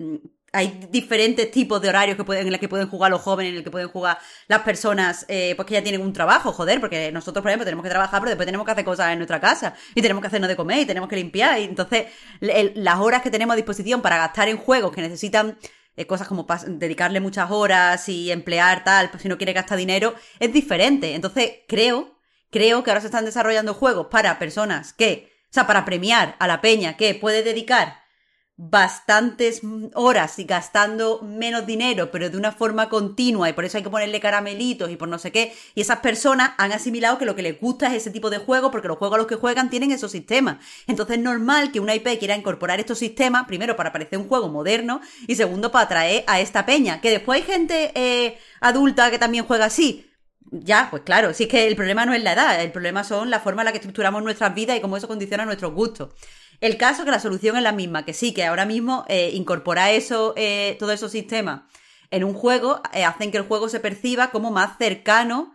hay diferentes tipos de horarios que pueden, en los que pueden jugar los jóvenes, en los que pueden jugar las personas eh, pues que ya tienen un trabajo, joder, porque nosotros, por ejemplo, tenemos que trabajar, pero después tenemos que hacer cosas en nuestra casa, y tenemos que hacernos de comer, y tenemos que limpiar, y entonces el, las horas que tenemos a disposición para gastar en juegos que necesitan eh, cosas como pas- dedicarle muchas horas y emplear tal, pues si no quiere gastar dinero, es diferente. Entonces creo, creo que ahora se están desarrollando juegos para personas que, o sea, para premiar a la peña que puede dedicar bastantes horas y gastando menos dinero, pero de una forma continua, y por eso hay que ponerle caramelitos y por no sé qué, y esas personas han asimilado que lo que les gusta es ese tipo de juego, porque los juegos a los que juegan tienen esos sistemas. Entonces es normal que una I P quiera incorporar estos sistemas, primero para parecer un juego moderno, y segundo para atraer a esta peña. Que después hay gente eh, adulta que también juega así. Ya, pues claro, si es que el problema no es la edad, el problema son la forma en la que estructuramos nuestras vidas y cómo eso condiciona nuestros gustos. El caso es que la solución es la misma, que sí, que ahora mismo eh, incorporar eso, eh, todos esos sistemas en un juego eh, hacen que el juego se perciba como más cercano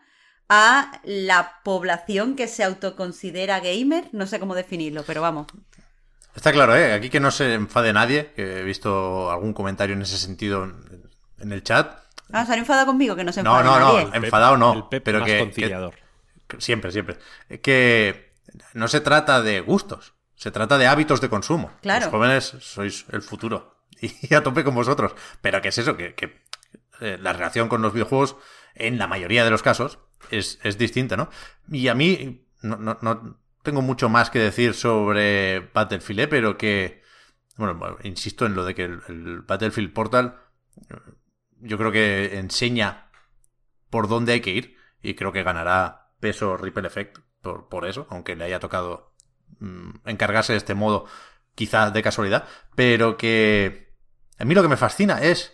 a la población que se autoconsidera gamer. No sé cómo definirlo, pero vamos. Está claro, ¿eh? Aquí que no se enfade nadie, que he visto algún comentario en ese sentido en, en el chat. Ah, se han enfadado conmigo, que no se No, enfade no, nadie. no, enfadado no, El Pep pero más que, conciliador. que siempre, siempre. Que no se trata de gustos, se trata de hábitos de consumo. Claro. Los jóvenes sois el futuro y a tope con vosotros. Pero ¿qué es eso? Que, que eh, la relación con los videojuegos, en la mayoría de los casos, es, es distinta, ¿no? Y a mí no, no, no tengo mucho más que decir sobre Battlefield, ¿eh? Pero que, bueno, insisto en lo de que el, el Battlefield Portal, yo creo que enseña por dónde hay que ir, y creo que ganará peso Ripple Effect por, por eso, aunque le haya tocado mmm, encargarse de este modo quizá de casualidad, pero que a mí lo que me fascina es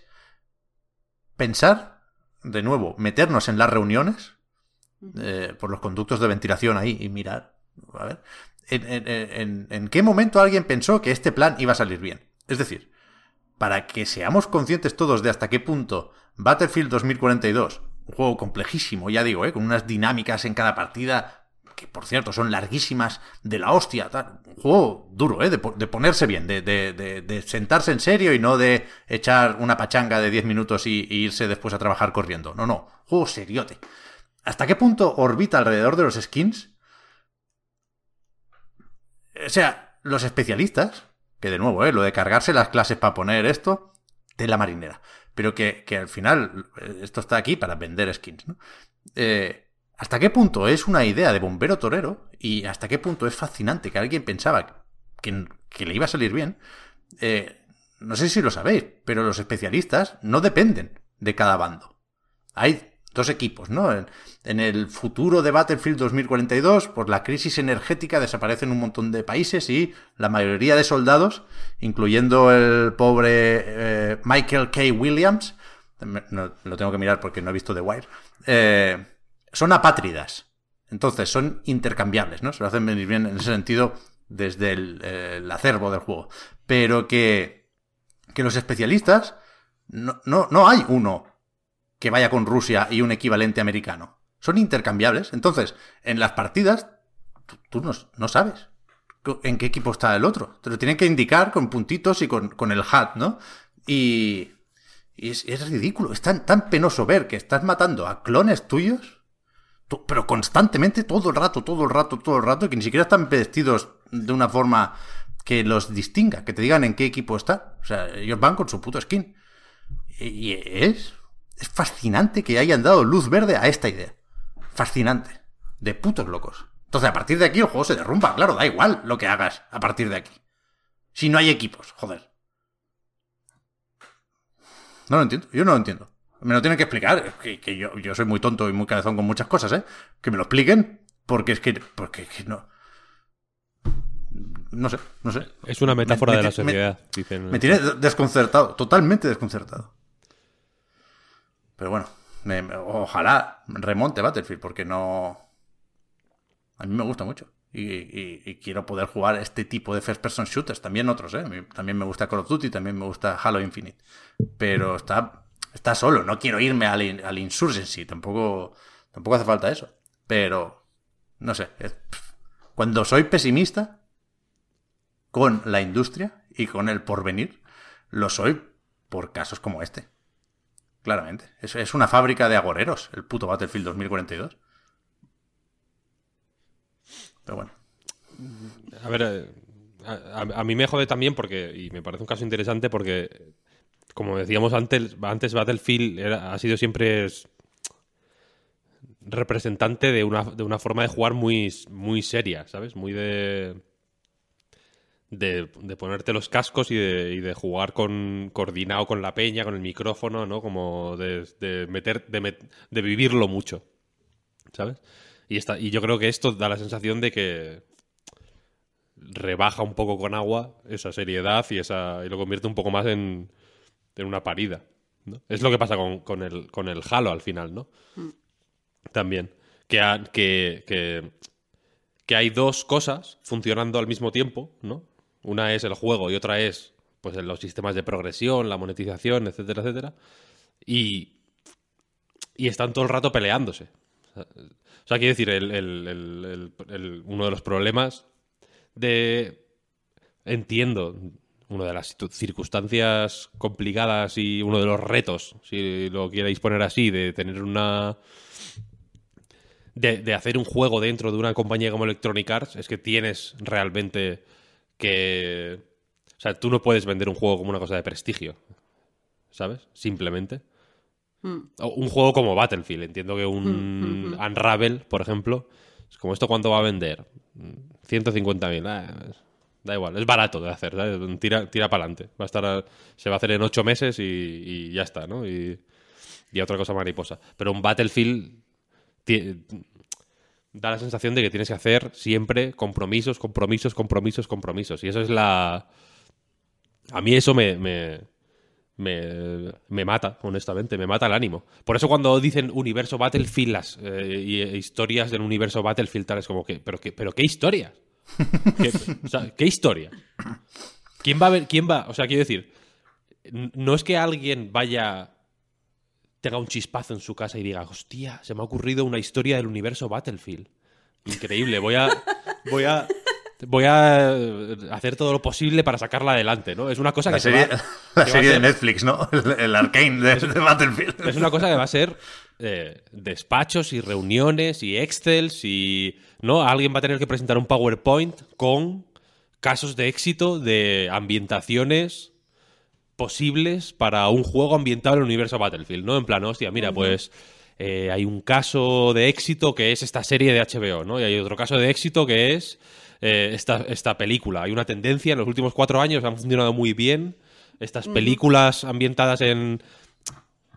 pensar, de nuevo, meternos en las reuniones eh, por los conductos de ventilación ahí y mirar, a ver, en, en, en, en qué momento alguien pensó que este plan iba a salir bien. Es decir, para que seamos conscientes todos de hasta qué punto Battlefield dos mil cuarenta y dos, un juego complejísimo, ya digo, ¿eh? Con unas dinámicas en cada partida que, por cierto, son larguísimas de la hostia, tal. Un juego duro, ¿eh? De, de ponerse bien, de, de, de, de sentarse en serio y no de echar una pachanga de diez minutos y, y irse después a trabajar corriendo. No, no, juego seriote. ¿Hasta qué punto orbita alrededor de los skins? O sea, los especialistas, que de nuevo, ¿eh? Lo de cargarse las clases para poner esto, tela marinera. Pero que, que al final, esto está aquí para vender skins, ¿no? Eh, ¿Hasta qué punto es una idea de bombero torero? Y hasta qué punto es fascinante que alguien pensaba que, que le iba a salir bien. Eh, no sé si lo sabéis, pero los especialistas no dependen de cada bando. Hay dos equipos, ¿no? En, en el futuro de Battlefield dos mil cuarenta y dos, por la crisis energética desaparecen un montón de países y la mayoría de soldados, incluyendo el pobre eh, Michael K. Williams, no, lo tengo que mirar porque no he visto The Wire, eh, son apátridas. Entonces son intercambiables, ¿no? Se lo hacen venir bien en ese sentido desde el, eh, el acervo del juego. Pero que, que los especialistas, no, no, no hay uno que vaya con Rusia y un equivalente americano. Son intercambiables. Entonces, en las partidas, tú, tú no, no sabes en qué equipo está el otro. Te lo tienen que indicar con puntitos y con, con el hat, ¿no? Y, y es, es ridículo. Es tan, tan penoso ver que estás matando a clones tuyos, tú, pero constantemente, todo el rato, todo el rato, todo el rato, que ni siquiera están vestidos de una forma que los distinga, que te digan en qué equipo está. O sea, ellos van con su puto skin. Y es... Es fascinante que hayan dado luz verde a esta idea. Fascinante. De putos locos. Entonces, a partir de aquí el juego se derrumba. Claro, da igual lo que hagas a partir de aquí. Si no hay equipos, joder. No lo entiendo. Yo no lo entiendo. Me lo tienen que explicar. Que, que yo, yo soy muy tonto y muy cabezón con muchas cosas, ¿eh? Que me lo expliquen. Porque es que... Porque es que no... No sé, no sé. Es una metáfora me, de me, la sociedad, me, dicen. Me tiene desconcertado. Totalmente desconcertado. Pero bueno, me, me, ojalá remonte Battlefield, porque no... A mí me gusta mucho. Y, y, y quiero poder jugar este tipo de first person shooters. También otros, ¿eh? También me gusta Call of Duty, también me gusta Halo Infinite. Pero está, está solo. No quiero irme al, al Insurgency. Tampoco, tampoco hace falta eso. Pero, no sé. Es, cuando soy pesimista con la industria y con el porvenir, lo soy por casos como este. Claramente. Es, es una fábrica de agoreros, el puto Battlefield dos mil cuarenta y dos. Pero bueno. A ver, a, a mí me jode también porque, y me parece un caso interesante porque, como decíamos antes, antes Battlefield era, ha sido siempre representante de una, de una forma de jugar muy, muy seria, ¿sabes? Muy de... De, de ponerte los cascos y de, y de jugar con coordinado con la peña, con el micrófono, ¿no? Como de, de meter, de, met, de vivirlo mucho, ¿sabes? Y, esta, y yo creo que esto da la sensación de que rebaja un poco con agua esa seriedad y esa y lo convierte un poco más en, en una parida, ¿no? Es lo que pasa con, con, el, con el Halo al final, ¿no? Mm. También. Que, ha, que, que, que hay dos cosas funcionando al mismo tiempo, ¿no? Una es el juego y otra es pues los sistemas de progresión, la monetización, etcétera, etcétera. Y, y están todo el rato peleándose. O sea, quiero decir, el, el, el, el, el, uno de los problemas de... Entiendo, una de las circunstancias complicadas y uno de los retos, si lo queréis poner así, de tener una... De, de hacer un juego dentro de una compañía como Electronic Arts, es que tienes realmente... que... O sea, tú no puedes vender un juego como una cosa de prestigio, ¿sabes? Simplemente. Mm. Un juego como Battlefield. Entiendo que un mm-hmm. Unravel, por ejemplo, es como esto, ¿cuánto va a vender? ciento cincuenta mil. Ah, da igual, es barato de hacer, ¿sabes? Tira, tira para adelante. Va a estar a, se va a hacer en ocho meses y, y ya está, ¿no? Y, y otra cosa mariposa. Pero un Battlefield... T- da la sensación de que tienes que hacer siempre compromisos, compromisos, compromisos, compromisos. Y eso es la... A mí eso me, me, me, me mata, honestamente. Me mata el ánimo. Por eso cuando dicen universo Battlefield, las eh, y, e historias del universo Battlefield, tal, es como que... ¿Pero qué, pero qué historias? ¿Qué, o sea, ¿qué historia? ¿Quién va a ver? ¿Quién va? O sea, quiero decir... No es que alguien vaya... tenga un chispazo en su casa y diga, hostia, se me ha ocurrido una historia del universo Battlefield. Increíble, voy a voy a voy a hacer todo lo posible para sacarla adelante, ¿no? Es una cosa la que serie, se va, la que serie va a ser, de Netflix, ¿no? El, el Arcane de, es, de Battlefield. Es una cosa que va a ser eh, despachos y reuniones y Excels y no, alguien va a tener que presentar un PowerPoint con casos de éxito de ambientaciones posibles para un juego ambientado en el universo Battlefield, ¿no? En plan, hostia, mira, uh-huh. pues eh, hay un caso de éxito que es esta serie de H B O, ¿no? Y hay otro caso de éxito que es eh, esta, esta película. Hay una tendencia, en los últimos cuatro años han funcionado muy bien estas uh-huh. películas ambientadas en...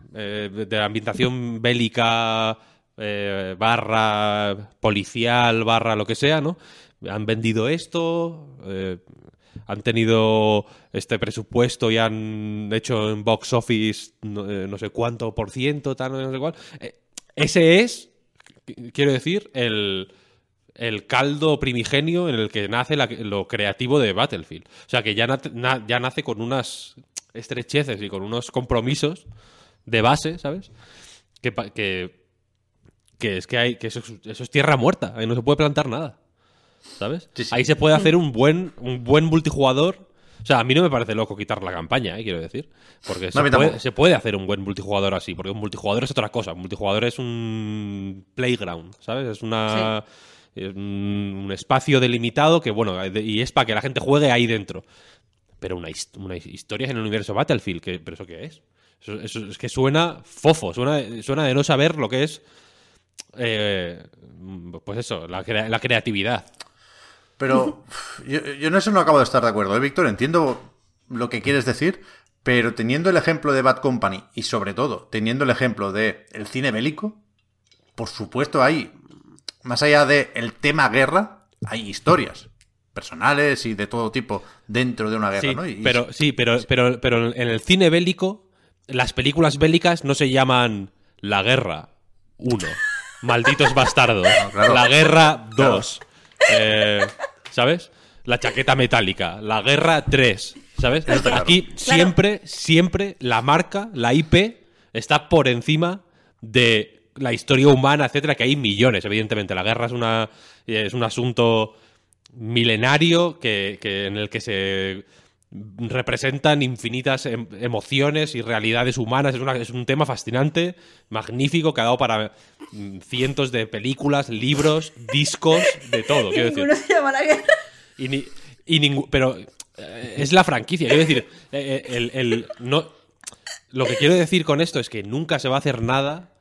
eh, de ambientación bélica eh, barra policial barra lo que sea, ¿no? Han vendido esto, eh, han tenido este presupuesto y han hecho en box office no, eh, no sé cuánto por ciento, tal, no sé cuál. Eh, ese es, quiero decir, el, el caldo primigenio en el que nace la, lo creativo de Battlefield. O sea, que ya, na, na, ya nace con unas estrecheces y con unos compromisos de base, ¿sabes? Que, que, que es que hay que eso, eso es tierra muerta, ahí no se puede plantar nada. ¿Sabes? Sí, sí. Ahí se puede hacer un buen, un buen multijugador. O sea, a mí no me parece loco quitar la campaña, ¿eh? Quiero decir. Porque no, se, puede, se puede hacer un buen multijugador así. Porque un multijugador es otra cosa. Un multijugador es un playground, ¿sabes? Es una sí. es un, un espacio delimitado que, bueno, y es para que la gente juegue ahí dentro. Pero una, una historia en el universo Battlefield, que, ¿pero eso qué es? Eso, eso es que suena fofo. Suena, suena de no saber lo que es... Eh, pues eso, la, crea- la creatividad. Pero yo, yo en eso no acabo de estar de acuerdo, ¿eh, Víctor? Entiendo lo que quieres decir, pero teniendo el ejemplo de Bad Company y sobre todo teniendo el ejemplo de el cine bélico, por supuesto hay, más allá del tema guerra, hay historias personales y de todo tipo dentro de una guerra, sí, ¿no? Y, pero, sí, pero, pero, pero en el cine bélico, las películas bélicas no se llaman La Guerra uno. Malditos bastardos. No, claro. La Guerra dos. Claro. Eh, ¿Sabes? La chaqueta metálica. La Guerra tres. ¿Sabes? Claro. Aquí siempre, claro. siempre la marca, la I P, está por encima de la historia humana, etcétera, que hay millones, evidentemente. La guerra es una es un asunto milenario que, que en el que se representan infinitas em- emociones y realidades humanas. Es, una, es un tema fascinante, magnífico, que ha dado para mm, cientos de películas, libros, discos, de todo. Quiero Ninguno decir. se llama La Guerra. Y, ni, y ningún, pero eh, es la franquicia. Quiero decir, eh, el, el, no, lo que quiero decir con esto es que nunca se va a hacer nada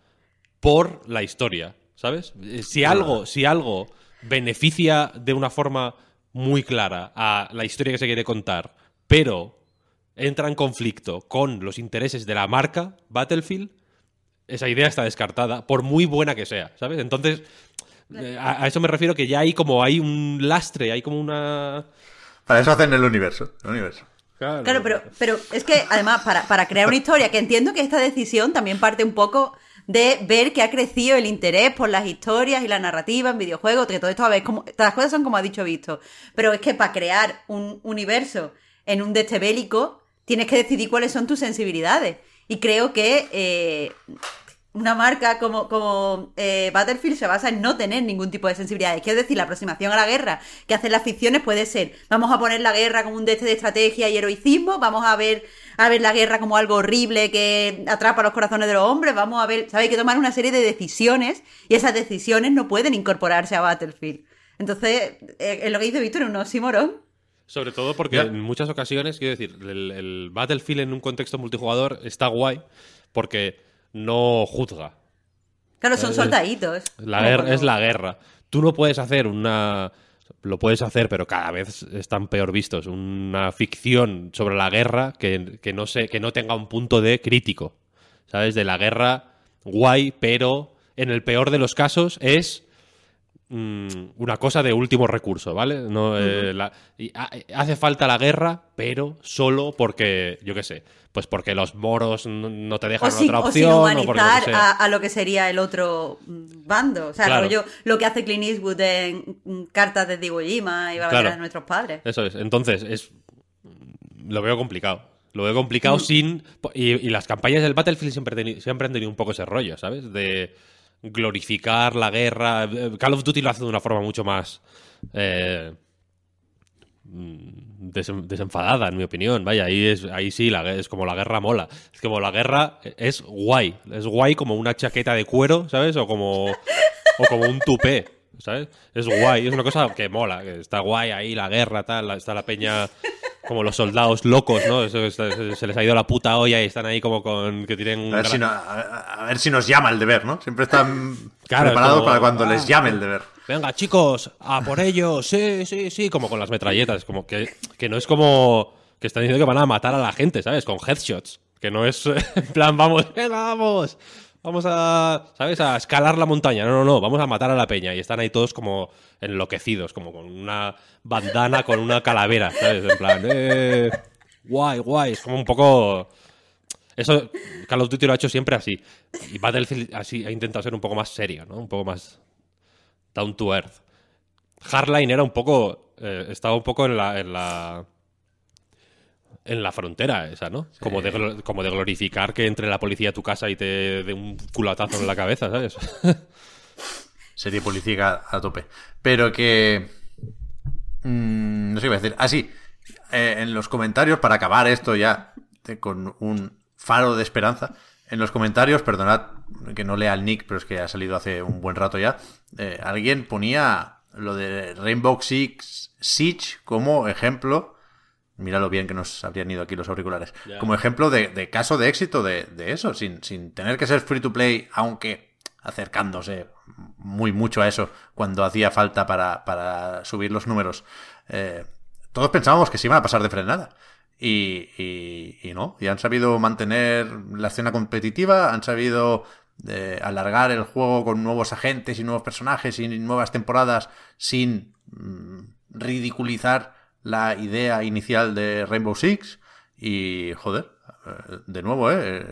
por la historia, ¿sabes? Si algo, si algo beneficia de una forma muy clara a la historia que se quiere contar, pero entra en conflicto con los intereses de la marca Battlefield, esa idea está descartada, por muy buena que sea, ¿sabes? Entonces, a, a eso me refiero, que ya hay como hay un lastre, hay como una... Para eso hacen el universo, el universo. Claro, claro pero, pero es que además para, para crear una historia, que entiendo que esta decisión también parte un poco de ver que ha crecido el interés por las historias y la narrativa en videojuegos, que todo esto, a ver, como, todas las cosas son como ha dicho Víctor, pero es que para crear un universo en un de este bélico, tienes que decidir cuáles son tus sensibilidades. Y creo que eh, una marca como, como eh, Battlefield se basa en no tener ningún tipo de sensibilidades. Quiero decir, la aproximación a la guerra que hacen las ficciones puede ser, vamos a poner la guerra como un de este de estrategia y heroicismo, vamos a ver, a ver la guerra como algo horrible que atrapa los corazones de los hombres, vamos a ver, ¿sabes? Hay que tomar una serie de decisiones y esas decisiones no pueden incorporarse a Battlefield. Entonces, eh, es lo que dice Víctor, un oxímoron. Sobre todo porque yeah. en muchas ocasiones, quiero decir, el, el Battlefield en un contexto multijugador está guay porque no juzga. Claro, son soldaditos. La guerra, cuando... Es la guerra. Tú no puedes hacer una... Lo puedes hacer, pero cada vez están peor vistos. Una ficción sobre la guerra que, que, no, se, que no tenga un punto de crítico. ¿Sabes? De la guerra, guay, pero en el peor de los casos es... una cosa de último recurso, ¿vale? No, uh-huh. eh, la, y ha, hace falta la guerra, pero solo porque, yo qué sé, pues porque los moros no, no te dejan o sin, otra opción. O sin humanizar o porque lo que sea. A, a lo que sería el otro bando. O sea, claro. rollo, lo que hace Clint Eastwood en Cartas de Iwo Jima y Batallas claro. de nuestros padres. Eso es. Entonces, es lo veo complicado. Lo veo complicado mm. sin... Y, y las campañas del Battlefield siempre, teni, siempre han tenido un poco ese rollo, ¿sabes? De... glorificar la guerra. Call of Duty lo hace de una forma mucho más eh, des, desenfadada, en mi opinión. Vaya, ahí es ahí sí, la, es como la guerra mola. Es como la guerra es guay. Es guay como una chaqueta de cuero, ¿sabes? O como, o como un tupé, ¿sabes? Es guay, es una cosa que mola. Que está guay ahí la guerra, tal. Está la peña... Como los soldados locos, ¿no? Eso, se les ha ido la puta olla y están ahí como con... que tienen... A ver, gran... si, no, a, a ver si nos llama el deber, ¿no? Siempre están claro, preparados como... para cuando ah, les llame el deber. Venga, chicos, a por ellos. Sí, sí, sí. Como con las metralletas. Como que, que no es como... que están diciendo que van a matar a la gente, ¿sabes? Con headshots. Que no es en plan, vamos, venga, vamos. Vamos a, ¿sabes? A escalar la montaña. No, no, no. Vamos a matar a la peña. Y están ahí todos como enloquecidos, como con una bandana, con una calavera, ¿sabes? En plan, eh, guay, guay. Es como un poco... Eso Call of Duty lo ha hecho siempre así. Y Battlefield así ha intentado ser un poco más serio, ¿no? Un poco más down to earth. Hardline era un poco... Eh, estaba un poco en la... En la En la frontera esa, ¿no? Sí. Como, de, como de glorificar que entre la policía a tu casa y te dé un culatazo en la cabeza, ¿sabes? Serie policía a tope. Pero que... Mmm, no sé qué iba a decir. Ah, sí. Eh, en los comentarios, para acabar esto ya de, con un faro de esperanza, en los comentarios, perdonad que no lea el nick, pero es que ha salido hace un buen rato ya, eh, alguien ponía lo de Rainbow Six Siege como ejemplo... Míralo bien que nos habrían ido aquí los auriculares. Yeah. Como ejemplo de, de caso de éxito de, de eso, sin, sin tener que ser free to play, aunque acercándose muy mucho a eso cuando hacía falta para, para subir los números. Eh, todos pensábamos que se iban a pasar de frenada. Y, y, y no, y han sabido mantener la escena competitiva, han sabido eh, alargar el juego con nuevos agentes y nuevos personajes y nuevas temporadas sin mm, ridiculizar la idea inicial de Rainbow Six y, joder, de nuevo, ¿eh?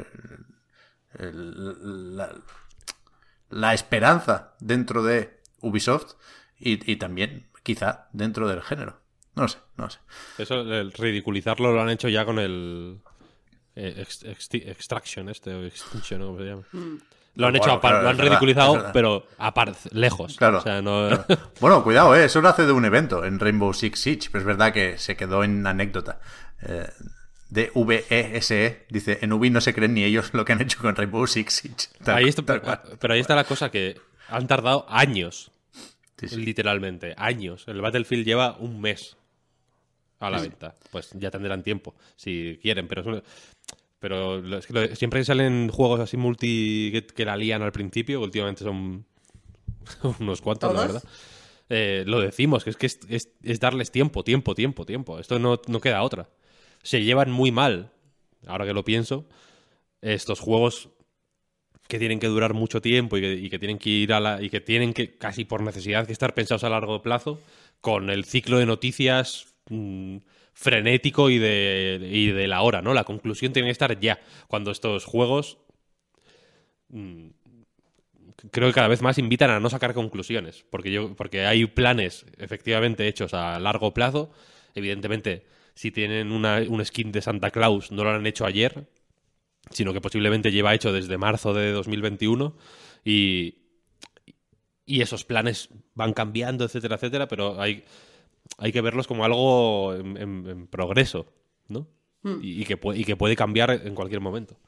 La, la esperanza dentro de Ubisoft y, y también, quizá, dentro del género. No sé, no sé. Eso, el ridiculizarlo lo han hecho ya con el eh, ex, ex, Extraction este, o Extinction, ¿no? ¿Cómo se llama? Mm. Lo han bueno, hecho, claro, lo han ridiculizado, verdad, pero aparte, lejos. Claro, o sea, no... claro. Bueno, cuidado, ¿eh? Eso nace de un evento en Rainbow Six Siege, pero es verdad que se quedó en anécdota. Eh, de V E S E dice, en Ubi no se creen ni ellos lo que han hecho con Rainbow Six Siege. Tal, ahí está, pero, pero ahí está la cosa, que han tardado años, sí, sí. literalmente, años. El Battlefield lleva un mes a la sí. venta. Pues ya tendrán tiempo, si quieren, pero... Eso... Pero es que lo, siempre salen juegos así multi que, que la lían al principio, últimamente son unos cuantos, ¿todos? La verdad. Eh, lo decimos, que es que es, es, es darles tiempo, tiempo, tiempo, tiempo. Esto no, no queda otra. Se llevan muy mal, ahora que lo pienso, estos juegos que tienen que durar mucho tiempo y que, y que tienen que ir a la, y que tienen que, casi por necesidad, que estar pensados a largo plazo, con el ciclo de noticias... Mmm, frenético y de, y de la hora, ¿no? La conclusión tiene que estar ya. Cuando estos juegos mmm, creo que cada vez más invitan a no sacar conclusiones. Porque yo, porque hay planes efectivamente hechos a largo plazo. Evidentemente, si tienen una, un skin de Santa Claus, no lo han hecho ayer, sino que posiblemente lleva hecho desde marzo de dos mil veintiuno y, y esos planes van cambiando, etcétera, etcétera, pero hay... hay que verlos como algo en, en, en progreso, ¿no? Mm. Y, y, que puede, y que puede cambiar en cualquier momento.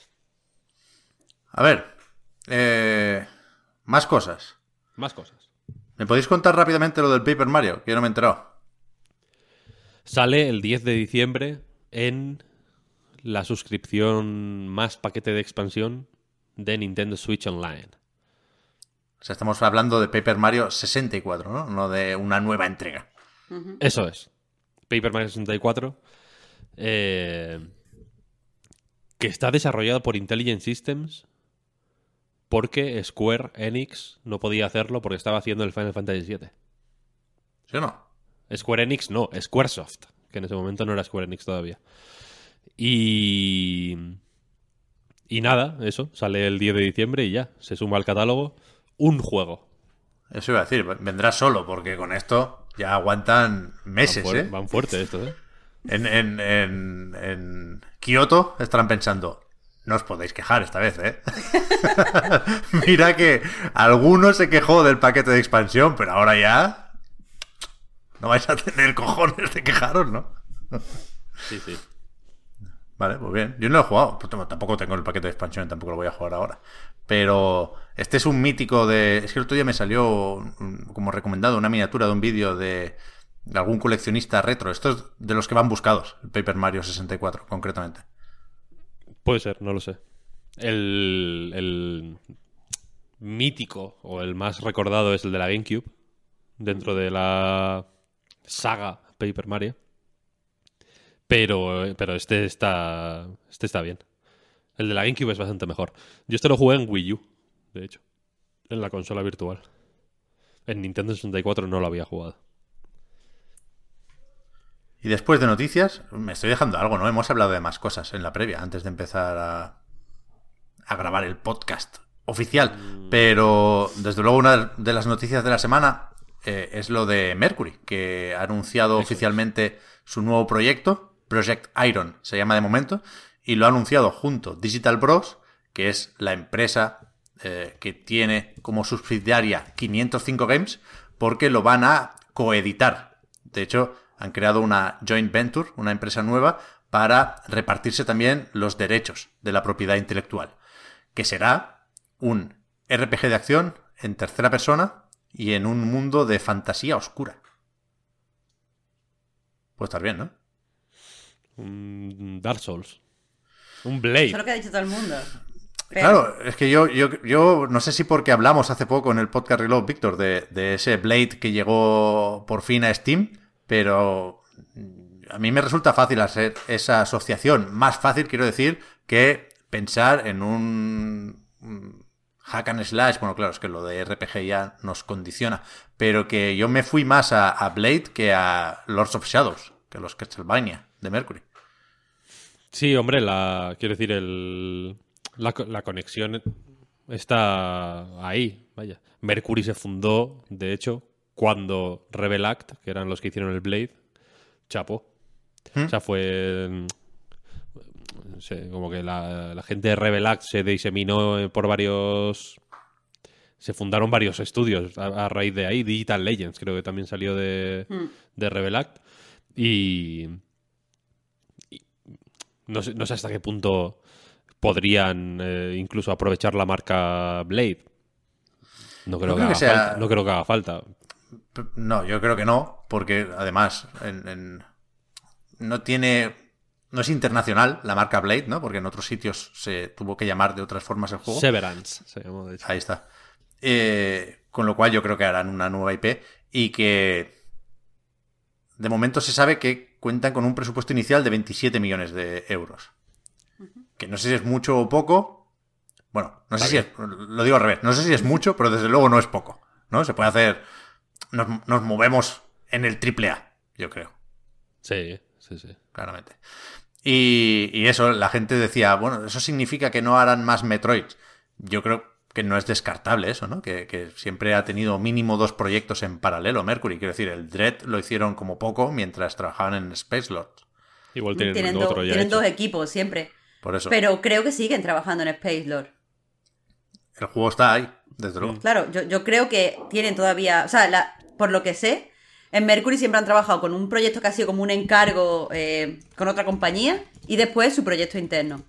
A ver, eh, más cosas. Más cosas. ¿Me podéis contar rápidamente lo del Paper Mario? Que yo no me he enterado. Sale el diez de diciembre en la suscripción más paquete de expansión de Nintendo Switch Online. O sea, estamos hablando de Paper Mario sesenta y cuatro, ¿no? No de una nueva entrega. Uh-huh. Eso es. Paper Mario sesenta y cuatro. Eh, que está desarrollado por Intelligent Systems porque Square Enix no podía hacerlo porque estaba haciendo el Final Fantasy siete. ¿Sí o no? Square Enix no, Squaresoft, que en ese momento no era Square Enix todavía. Y... Y nada, eso, sale el diez de diciembre y ya, se suma al catálogo un juego. Eso iba a decir, vendrá solo, porque con esto ya aguantan meses, van fu- ¿eh? Van fuerte estos, ¿eh? En, en, en, en Kioto estarán pensando, no os podéis quejar esta vez, ¿eh? Mira que alguno se quejó del paquete de expansión, pero ahora ya no vais a tener cojones de quejaros, ¿no? Sí, sí. Vale, pues bien. Yo no lo he jugado. Pues tampoco tengo el paquete de expansión, tampoco lo voy a jugar ahora. Pero este es un mítico de... Es que el otro día me salió como recomendado una miniatura de un vídeo de, de algún coleccionista retro. Esto es de los que van buscados, el Paper Mario sesenta y cuatro, concretamente. Puede ser, no lo sé. El, el mítico, o el más recordado, es el de la GameCube, dentro de la saga Paper Mario. Pero, pero este está. Este está bien. El de la GameCube es bastante mejor. Yo este lo jugué en Wii U, de hecho. En la consola virtual. En Nintendo sesenta y cuatro no lo había jugado. Y después de noticias, me estoy dejando algo, ¿no? Hemos hablado de más cosas en la previa, antes de empezar a, a grabar el podcast oficial. Mm. Pero, desde luego, una de las noticias de la semana eh, es lo de Mercury, que ha anunciado Eso. oficialmente su nuevo proyecto, Project Iron se llama de momento, y lo ha anunciado junto Digital Bros, que es la empresa eh, que tiene como subsidiaria quinientos cinco Games, porque lo van a coeditar. De hecho, han creado una joint venture, una empresa nueva, para repartirse también los derechos de la propiedad intelectual, que será un R P G de acción en tercera persona y en un mundo de fantasía oscura. Puede estar bien, ¿no? Un Dark Souls. Un Blade. Eso es lo que ha dicho todo el mundo. Pero... Claro, es que yo, yo, yo no sé si porque hablamos hace poco en el podcast Reload, Víctor, de, de ese Blade que llegó por fin a Steam, pero a mí me resulta fácil hacer esa asociación. Más fácil, quiero decir, que pensar en un hack and slash. Bueno, claro, es que lo de R P G ya nos condiciona. Pero que yo me fui más a, a Blade que a Lords of Shadows, que a los Castlevania de Mercury. Sí, hombre, la quiero decir, el la, la conexión está ahí, vaya. Mercury se fundó, de hecho, cuando Rebel Act, que eran los que hicieron el Blade, chapó. ¿Mm? O sea, fue... No sé, como que la, la gente de Rebel Act se diseminó por varios... Se fundaron varios estudios a, a raíz de ahí. Digital Legends creo que también salió de, mm. de Rebel Act. Y... y no sé, no sé hasta qué punto podrían eh, incluso aprovechar la marca Blade. No creo, no que, creo que sea... falta, no creo que haga falta. No, yo creo que no, porque además en, en... no tiene, no es internacional la marca Blade, ¿no? Porque en otros sitios se tuvo que llamar de otras formas el juego. Severance se llamó, de hecho. Ahí está. Eh, con lo cual yo creo que harán una nueva I P y que de momento se sabe que cuentan con un presupuesto inicial de veintisiete millones de euros. Que no sé si es mucho o poco. Bueno, no sé Está si bien. es, lo digo al revés, no sé si es mucho, pero desde luego no es poco, ¿no? Se puede hacer, nos, nos movemos en el triple A, yo creo. Sí, sí, sí. Claramente. Y, y eso, la gente decía, bueno, eso significa que no harán más Metroids. Yo creo que no es descartable eso, ¿no? Que, que siempre ha tenido mínimo dos proyectos en paralelo, Mercury. Quiero decir, el Dread lo hicieron como poco mientras trabajaban en Spacelord. Igual tienen, tienen, otro do, ya tienen hecho. dos equipos siempre. Por eso. Pero creo que siguen trabajando en Spacelord. El juego está ahí, desde luego. Claro, yo, yo creo que tienen todavía... O sea, la, por lo que sé, en Mercury siempre han trabajado con un proyecto que ha sido como un encargo eh, con otra compañía y después su proyecto interno.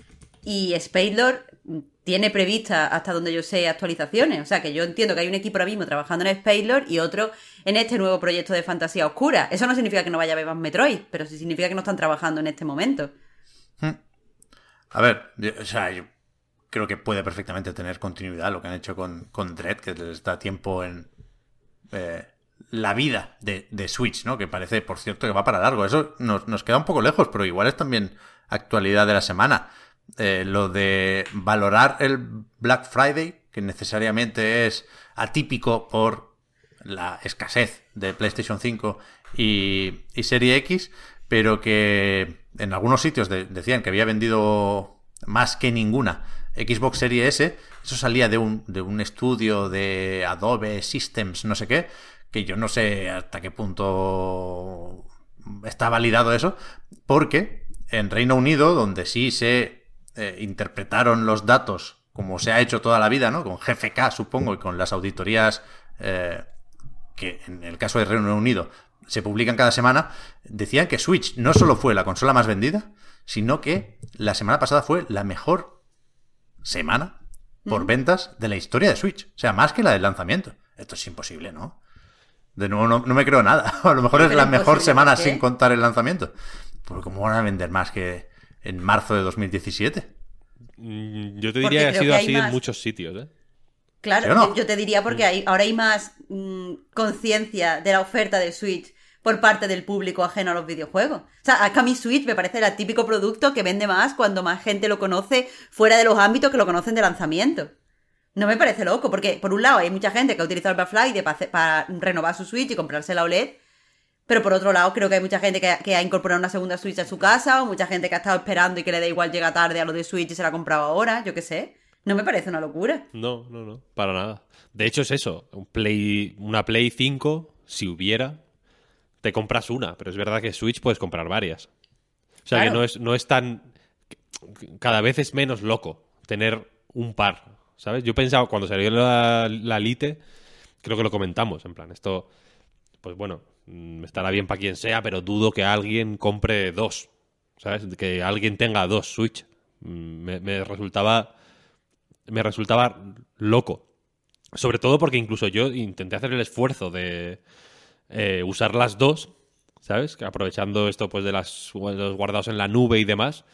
Y Spacelord tiene prevista, hasta donde yo sé, actualizaciones. O sea, que yo entiendo que hay un equipo ahora mismo trabajando en Spacelord y otro en este nuevo proyecto de fantasía oscura. Eso no significa que no vaya a haber más Metroid, pero sí significa que no están trabajando en este momento. Hmm. A ver, yo, o sea, yo creo que puede perfectamente tener continuidad lo que han hecho con, con Dread, que les da tiempo en eh, la vida de, de Switch, ¿no? Que parece, por cierto, que va para largo. Eso nos, nos queda un poco lejos, pero igual es también actualidad de la semana. Eh, lo de valorar el Black Friday, que necesariamente es atípico por la escasez de PlayStation cinco y, y Serie X, pero que en algunos sitios de, decían que había vendido más que ninguna Xbox Series S. Eso salía de un, de un estudio de Adobe Systems, no sé qué, que yo no sé hasta qué punto está validado eso, porque en Reino Unido, donde sí se eh, interpretaron los datos como se ha hecho toda la vida, ¿no? Con G F K, supongo, y con las auditorías eh, que en el caso de Reino Unido se publican cada semana, decían que Switch no solo fue la consola más vendida, sino que la semana pasada fue la mejor semana por mm. ventas de la historia de Switch. O sea, más que la del lanzamiento. Esto es imposible, ¿no? De nuevo, no, no me creo nada. A lo mejor es la mejor semana sin contar el lanzamiento. Porque ¿cómo van a vender más que en marzo de dos mil diecisiete? Yo te diría que ha sido así más... en muchos sitios, ¿eh? Claro, ¿sí no? yo te diría porque hay, ahora hay más mmm, conciencia de la oferta de Switch por parte del público ajeno a los videojuegos. O sea, es que a mí Switch me parece el típico producto que vende más cuando más gente lo conoce fuera de los ámbitos que lo conocen de lanzamiento. No me parece loco, porque por un lado hay mucha gente que ha utilizado el Black Friday para, para renovar su Switch y comprarse la O L E D, pero por otro lado creo que hay mucha gente que, que ha incorporado una segunda Switch a su casa, o mucha gente que ha estado esperando y que le da igual llega tarde a lo de Switch y se la ha comprado ahora, yo qué sé. No me parece una locura. No, no, no, para nada. De hecho es eso, un Play, una Play cinco, si hubiera, te compras una, pero es verdad que Switch puedes comprar varias. O sea, claro. que no es, no es tan... Cada vez es menos loco tener un par, ¿sabes? Yo pensaba, cuando salió la, la Lite, creo que lo comentamos, en plan, esto, pues bueno, estará bien para quien sea, pero dudo que alguien compre dos, ¿sabes? Que alguien tenga dos Switch. Me, me resultaba... Me resultaba loco. Sobre todo porque incluso yo intenté hacer el esfuerzo de eh, usar las dos, ¿sabes? Que aprovechando esto pues de las los guardados en la nube y demás.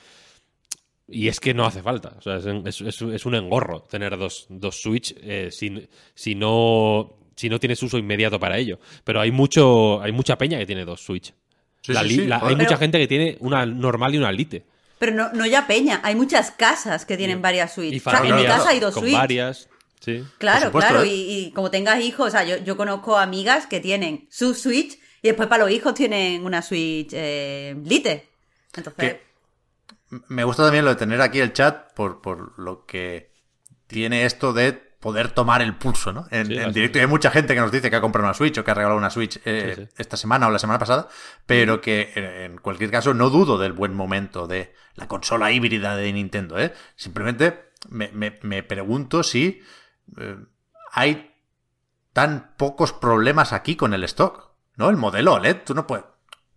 Y es que no hace falta. O sea, es, es, es un engorro tener dos, dos Switch eh, si, si, no, si no tienes uso inmediato para ello. Pero hay mucho hay mucha peña que tiene dos Switch. Sí, la, sí, sí, la, joder. hay mucha Pero- gente que tiene una normal y una Lite. Pero no, no ya peña, hay muchas casas que tienen varias Switch. Y O sea, en mi familias casa hay dos con Switch. varias. Sí. Claro, Por supuesto, claro, ¿eh? y, y como tengas hijos, o sea, yo, yo conozco amigas que tienen su Switch y después para los hijos tienen una Switch eh, Lite. Entonces, Que- Me gusta también lo de tener aquí el chat por, por lo que tiene esto de poder tomar el pulso, ¿no? En, Sí, en así directo es. y hay mucha gente que nos dice que ha comprado una Switch o que ha regalado una Switch eh, Sí, sí. esta semana o la semana pasada, pero que eh, en cualquier caso no dudo del buen momento de la consola híbrida de Nintendo, ¿eh? Simplemente me, me, me pregunto si eh, hay tan pocos problemas aquí con el stock, ¿no? El modelo O L E D, tú no puedes...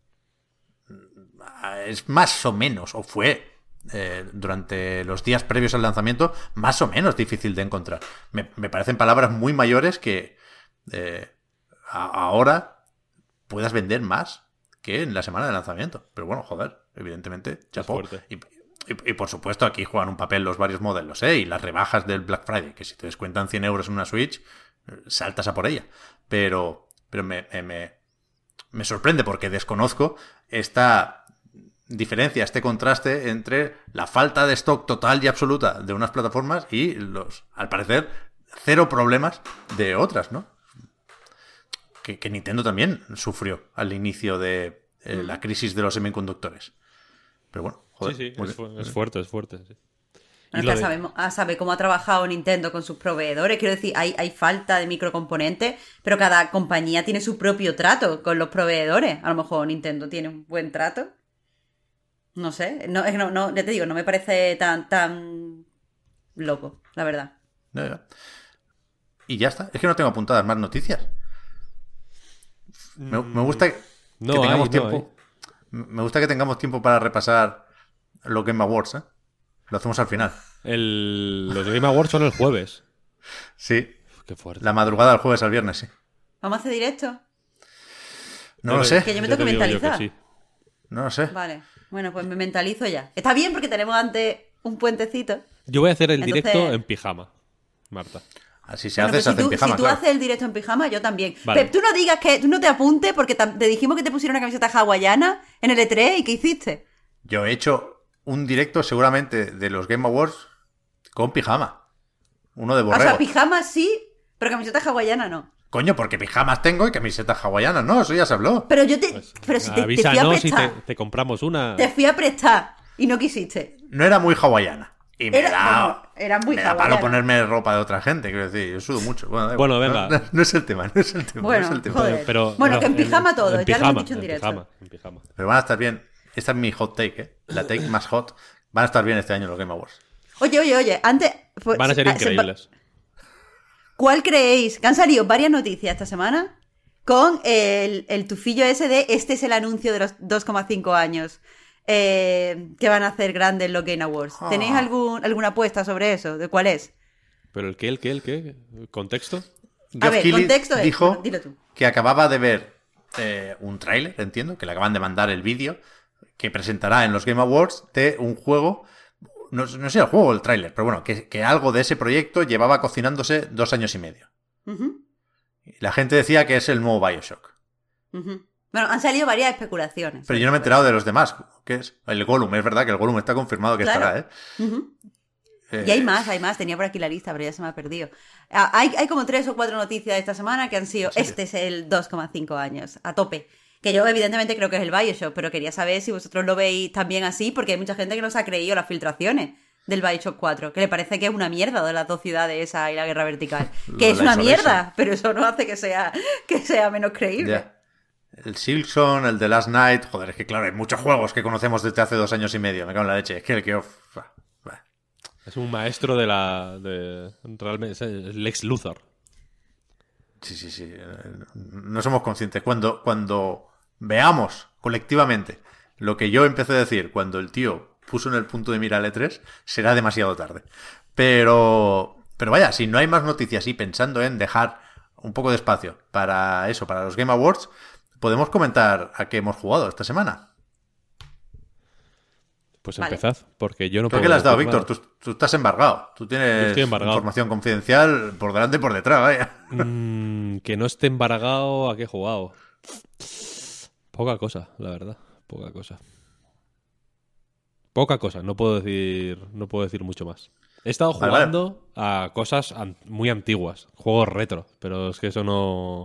Es más o menos, o fue eh, durante los días previos al lanzamiento, más o menos difícil de encontrar. Me, me parecen palabras muy mayores que eh, a- ahora puedas vender más que en la semana de lanzamiento. Pero bueno, joder, evidentemente, chapó. fuerte. Y, y, y por supuesto aquí juegan un papel los varios modelos, ¿eh? Y las rebajas del Black Friday, que si te descuentan cien euros en una Switch, eh, saltas a por ella. Pero, pero me, me, me, me sorprende porque desconozco esta diferencia, este contraste entre la falta de stock total y absoluta de unas plataformas y los, al parecer, cero problemas de otras, ¿no? Que, que Nintendo también sufrió al inicio de eh, la crisis de los semiconductores. Pero bueno, joder. Sí, sí, muy es, bien. fu- es fuerte, es fuerte. Sí. Y bueno, lo ya de- sabemos, ah, sabe cómo ha trabajado Nintendo con sus proveedores. Quiero decir, hay, hay falta de microcomponentes, pero cada compañía tiene su propio trato con los proveedores. A lo mejor Nintendo tiene un buen trato. No sé, no, es que no, no, ya te digo, no me parece tan, tan loco, la verdad. Ya, ya. Y ya está. Es que no tengo apuntadas más noticias. Me, me gusta que, No que tengamos hay, no tiempo. Me gusta que tengamos tiempo para repasar los Game Awards, ¿eh? Lo hacemos al final. El- los Game Awards son el jueves. Sí. Qué fuerte. La madrugada del jueves al viernes, sí. ¿Vamos a hacer directo? No lo sé. Que yo me Ya tengo te que digo yo mentalizar. sí. No lo sé. Vale, bueno, pues me mentalizo ya. Está bien porque tenemos antes un puentecito. Yo voy a hacer el Entonces- directo en pijama, Marta. Así se Bueno, hace, pues se si hace en tú, pijama, si tú claro. haces el directo en pijama, yo también. Vale. Pep, tú no digas que tú no te apuntes porque tam- te dijimos que te pusieron una camiseta hawaiana en el E tres y ¿qué hiciste? Yo he hecho un directo seguramente de los Game Awards con pijama. Uno de O borrego. sea, pijama sí, pero camiseta hawaiana no. Coño, porque pijamas tengo y camisetas hawaianas, no, eso ya se habló. Pero yo te. Pues, pero si te, te fui a avísanos y te, prestar. te compramos una. Te fui a prestar y no quisiste. No era muy hawaiana. Y me Era- da, bueno, era muy me da hawaiana. palo ponerme ropa de otra gente, quiero decir, yo sudo mucho. Bueno, da Bueno, igual. venga. No, no- no es el tema, no es el tema. Bueno, no es el tema. joder. Pero, Bueno, no, que en pijama todo, ya lo hemos dicho en directo. Pijama, en pijama. Pero van a estar bien. Esta es mi hot take, ¿eh? La take más hot. Van a estar bien este año los Game Awards. Oye, oye, oye, antes. pues, Van a ser ah, se- increíbles. ¿Cuál creéis? Que han salido varias noticias esta semana con el, el tufillo ese de este es el anuncio de los dos coma cinco años eh, que van a hacer grandes los Game Awards. Ah. ¿Tenéis algún, alguna apuesta sobre eso? ¿De cuál es? ¿Pero el qué, el qué, el qué? ¿Contexto? A Geoff ver, Keighley contexto es- dijo bueno, dilo tú. que acababa de ver eh, un tráiler, entiendo, que le acaban de mandar el vídeo que presentará en los Game Awards de un juego, no, no sé el juego o el tráiler, pero bueno, que, que algo de ese proyecto llevaba cocinándose dos años y medio. Ujú, Y la gente decía que es el nuevo Bioshock. ujú. Bueno, han salido varias especulaciones. Pero yo no me he enterado de los demás. ¿Qué es? El Gollum, es verdad que el Gollum está confirmado que Claro. estará, ¿eh? Uh-huh. Eh, Y hay más, hay más. Tenía por aquí la lista, pero ya se me ha perdido. Ah, Hay, hay como tres o cuatro noticias de esta semana que han sido... ¿En serio? Este es el dos coma cinco años, a tope. Que yo evidentemente creo que es el Bioshock, pero quería saber si vosotros lo veis también así, porque hay mucha gente que no se ha creído las filtraciones del Bioshock cuatro, que le parece que es una mierda de las dos ciudades esa y la guerra vertical. Que es La una Isolation. mierda, pero eso no hace que sea, que sea menos creíble. Ya. El Silksong, el The Last Night... Joder, es que claro, hay muchos juegos que conocemos desde hace dos años y medio. Me cago en la leche. Es que el que... uf, va, va. Es un maestro de la... De, realmente, es el Lex Luthor. Sí, sí, sí. Eh, No somos conscientes. Cuando, cuando veamos colectivamente lo que yo empecé a decir cuando el tío puso en el punto de mira el E tres, será demasiado tarde. Pero, pero vaya, si no hay más noticias y pensando en dejar un poco de espacio para eso, para los Game Awards, podemos comentar a qué hemos jugado esta semana. Pues Vale. empezad, porque yo no ¿Tú a puedo qué le has dado, decir Víctor? nada. Tú, tú estás embargado. Tú Yo tienes estoy embargado. información confidencial por delante y por detrás, vaya. Mm, que no esté embargado, ¿a qué he jugado? Poca cosa, la verdad. Poca cosa. Poca cosa, no puedo decir, no puedo decir mucho más. He estado Vale, jugando a cosas an- muy antiguas, juegos retro, pero es que eso no...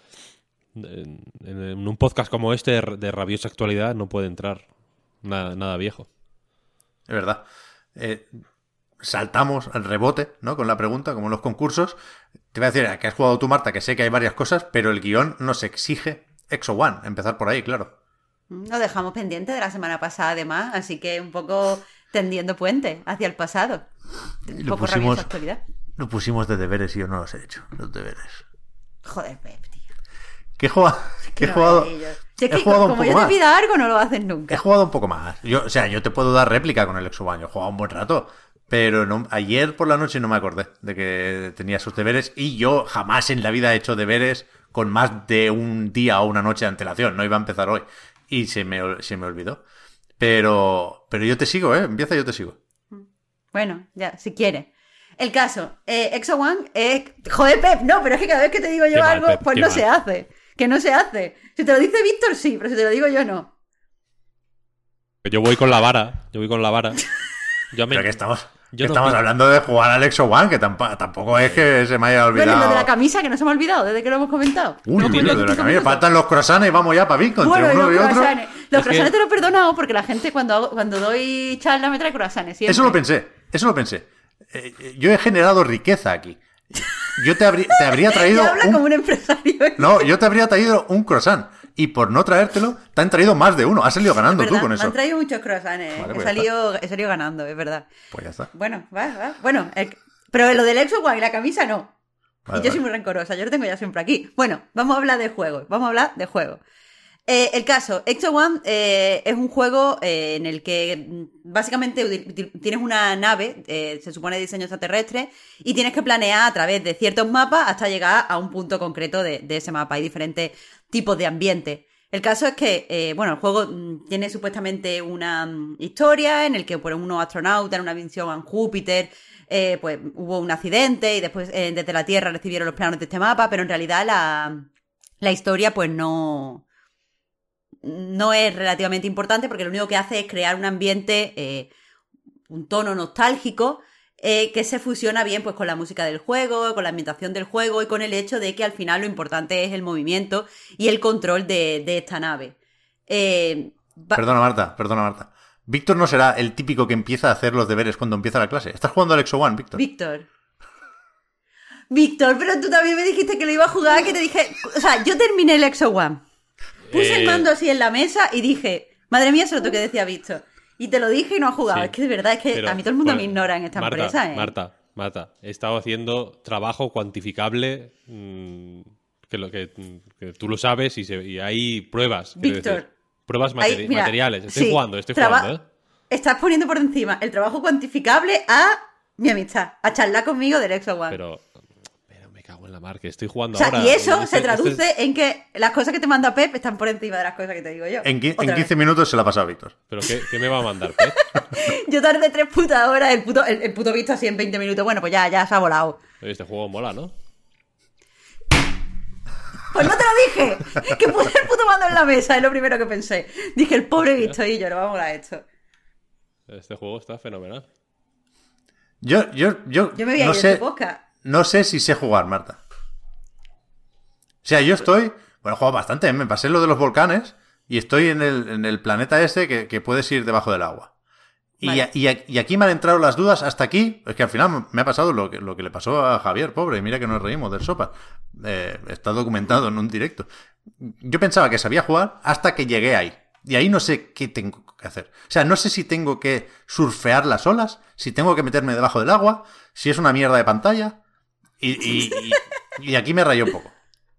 En, en un podcast como este de, de rabiosa actualidad no puede entrar nada, nada viejo. Es verdad. Eh, saltamos al rebote, ¿no? Con la pregunta, como en los concursos. Te voy a decir, ¿a qué has jugado tú, Marta? Que sé que hay varias cosas, pero el guión nos exige Exo One. Empezar por ahí, claro. Lo dejamos pendiente de la semana pasada, además, así que un poco tendiendo puente hacia el pasado. Un Lo poco pusimos- rabiosa actualidad. Lo pusimos de deberes y yo no los he hecho, los deberes. Joder, Pep, tío. ¿Qué he jugado? ¿Qué he No, jugado? ellos. Si es he que jugado un como poco yo te más. pida algo, no lo haces He nunca. jugado un poco más. Yo, o sea, yo te puedo dar réplica con el Exo One. Yo he jugado un buen rato. Pero no, ayer por la noche no me acordé de que tenía esos deberes. Y yo jamás en la vida he hecho deberes con más de un día o una noche de antelación. No iba a empezar hoy. Y se me, se me olvidó. Pero, pero yo te sigo, ¿eh? Empieza y yo te sigo. Bueno, ya, si quieres. El caso, eh, Exo One es... Joder, Pep, no, pero es que cada vez que te digo yo Qué mal, algo, Pep, pues qué no mal. se hace. Que no se hace. Si te lo dice Víctor, sí, pero si te lo digo yo, no. Yo voy con la vara, yo voy con la vara. Yo me- Pero que estamos, yo que no estamos pi- hablando de jugar al Exo One, que tampa- tampoco es que se me haya Bueno, y olvidado. lo de la camisa, que no se me ha olvidado desde que lo hemos comentado. Uy, No, uy, pues lo los de la cinco camisa. minutos. Faltan los croissants y vamos ya para Bitcoin. Bueno, Entre y uno los y otro. croissants. Los Es croissants que- te lo he perdonado porque la gente cuando, hago- cuando doy charla me trae croissants. siempre. Eso lo pensé, eso lo pensé. Eh, yo he generado riqueza aquí. Yo te, habrí- te habría traído Y habla un... como un empresario. No, yo te habría traído un croissant. Y por no traértelo, te han traído más de uno. Has salido ganando Es tú verdad, con me eso. han traído muchos croissants. eh. Vale, he, pues ya salido, he salido ganando, es verdad. Pues ya está. Bueno, va, va. Bueno, el- pero lo del Exo One y la camisa no. Vale, y yo vale. soy muy rencorosa, yo lo tengo ya siempre aquí. Bueno, vamos a hablar de juegos. Vamos a hablar de juegos. Eh, el caso, Exo One eh, es un juego eh, en el que mm, básicamente uti- tienes una nave, eh, se supone de diseño extraterrestre, y tienes que planear a través de ciertos mapas hasta llegar a un punto concreto de, de ese mapa. Hay diferentes tipos de ambientes. El caso es que, eh, bueno, el juego mm, tiene supuestamente una mm, historia en el que, pues, unos astronautas en una misión a Júpiter, eh, pues hubo un accidente y después eh, desde la Tierra recibieron los planos de este mapa, pero en realidad la, la historia, pues, no... no es relativamente importante porque lo único que hace es crear un ambiente, eh, un tono nostálgico, eh, que se fusiona bien pues con la música del juego, con la ambientación del juego y con el hecho de que al final lo importante es el movimiento y el control de, de esta nave. Eh, va- Perdona, Marta, perdona, Marta. Víctor no será el típico que empieza a hacer los deberes cuando empieza la clase. ¿Estás jugando al Exo One, Víctor? Víctor. Víctor, pero tú también me dijiste que lo iba a jugar, que te dije... O sea, yo terminé el Exo One. Puse Eh, el mando así en la mesa y dije, madre mía, eso es lo que decía Víctor. Y te lo dije y no has jugado. Sí. Es que de verdad es que Pero, a mí todo el mundo pues, me ignora en esta Marta, empresa. ¿eh? Marta, Marta, he estado haciendo trabajo cuantificable, mmm, que, lo, que, que tú lo sabes y, se- y hay pruebas. quiero Víctor, decir. Pruebas Ahí, materi- mira, materiales. Estoy sí, jugando, estoy traba- jugando, ¿eh? Estás poniendo por encima el trabajo cuantificable a mi amistad, a charlar conmigo del Exo One. Pero, pero me cago en la mar, que estoy jugando o sea, ahora. y eso Este- se traduce este- en que las cosas que te manda Pep están por encima de las cosas que te digo yo. En, qui- en Otra quince vez. minutos se la ha pasado Víctor. ¿Pero qué, qué me va a mandar, Pep? Yo tardé tres putas horas, el puto, el, el puto visto así en veinte minutos. Bueno, pues ya, ya se ha volado. Oye, este juego mola, ¿no? Pues no te lo dije. Que puse el puto mando en la mesa, es lo primero que pensé. Dije, el pobre Víctor y yo, no vamos a esto. Este juego está fenomenal. Yo, yo, yo, yo me voy a no ir sé, de este podcast. No sé si sé jugar, Marta. O sea, yo estoy... Bueno, he jugado bastante, ¿eh? Me pasé lo de los volcanes y estoy en el, en el planeta este que, que puedes ir debajo del agua. Y, vale. y, y aquí me han entrado las dudas hasta aquí. Es que al final me ha pasado lo que, lo que le pasó a Javier, pobre. Y mira que nos reímos del sopa. Eh, está documentado en un directo. Yo pensaba que sabía jugar hasta que llegué ahí. Y ahí no sé qué tengo que hacer. O sea, no sé si tengo que surfear las olas, si tengo que meterme debajo del agua, si es una mierda de pantalla. Y, y, y, y aquí me rayó un poco.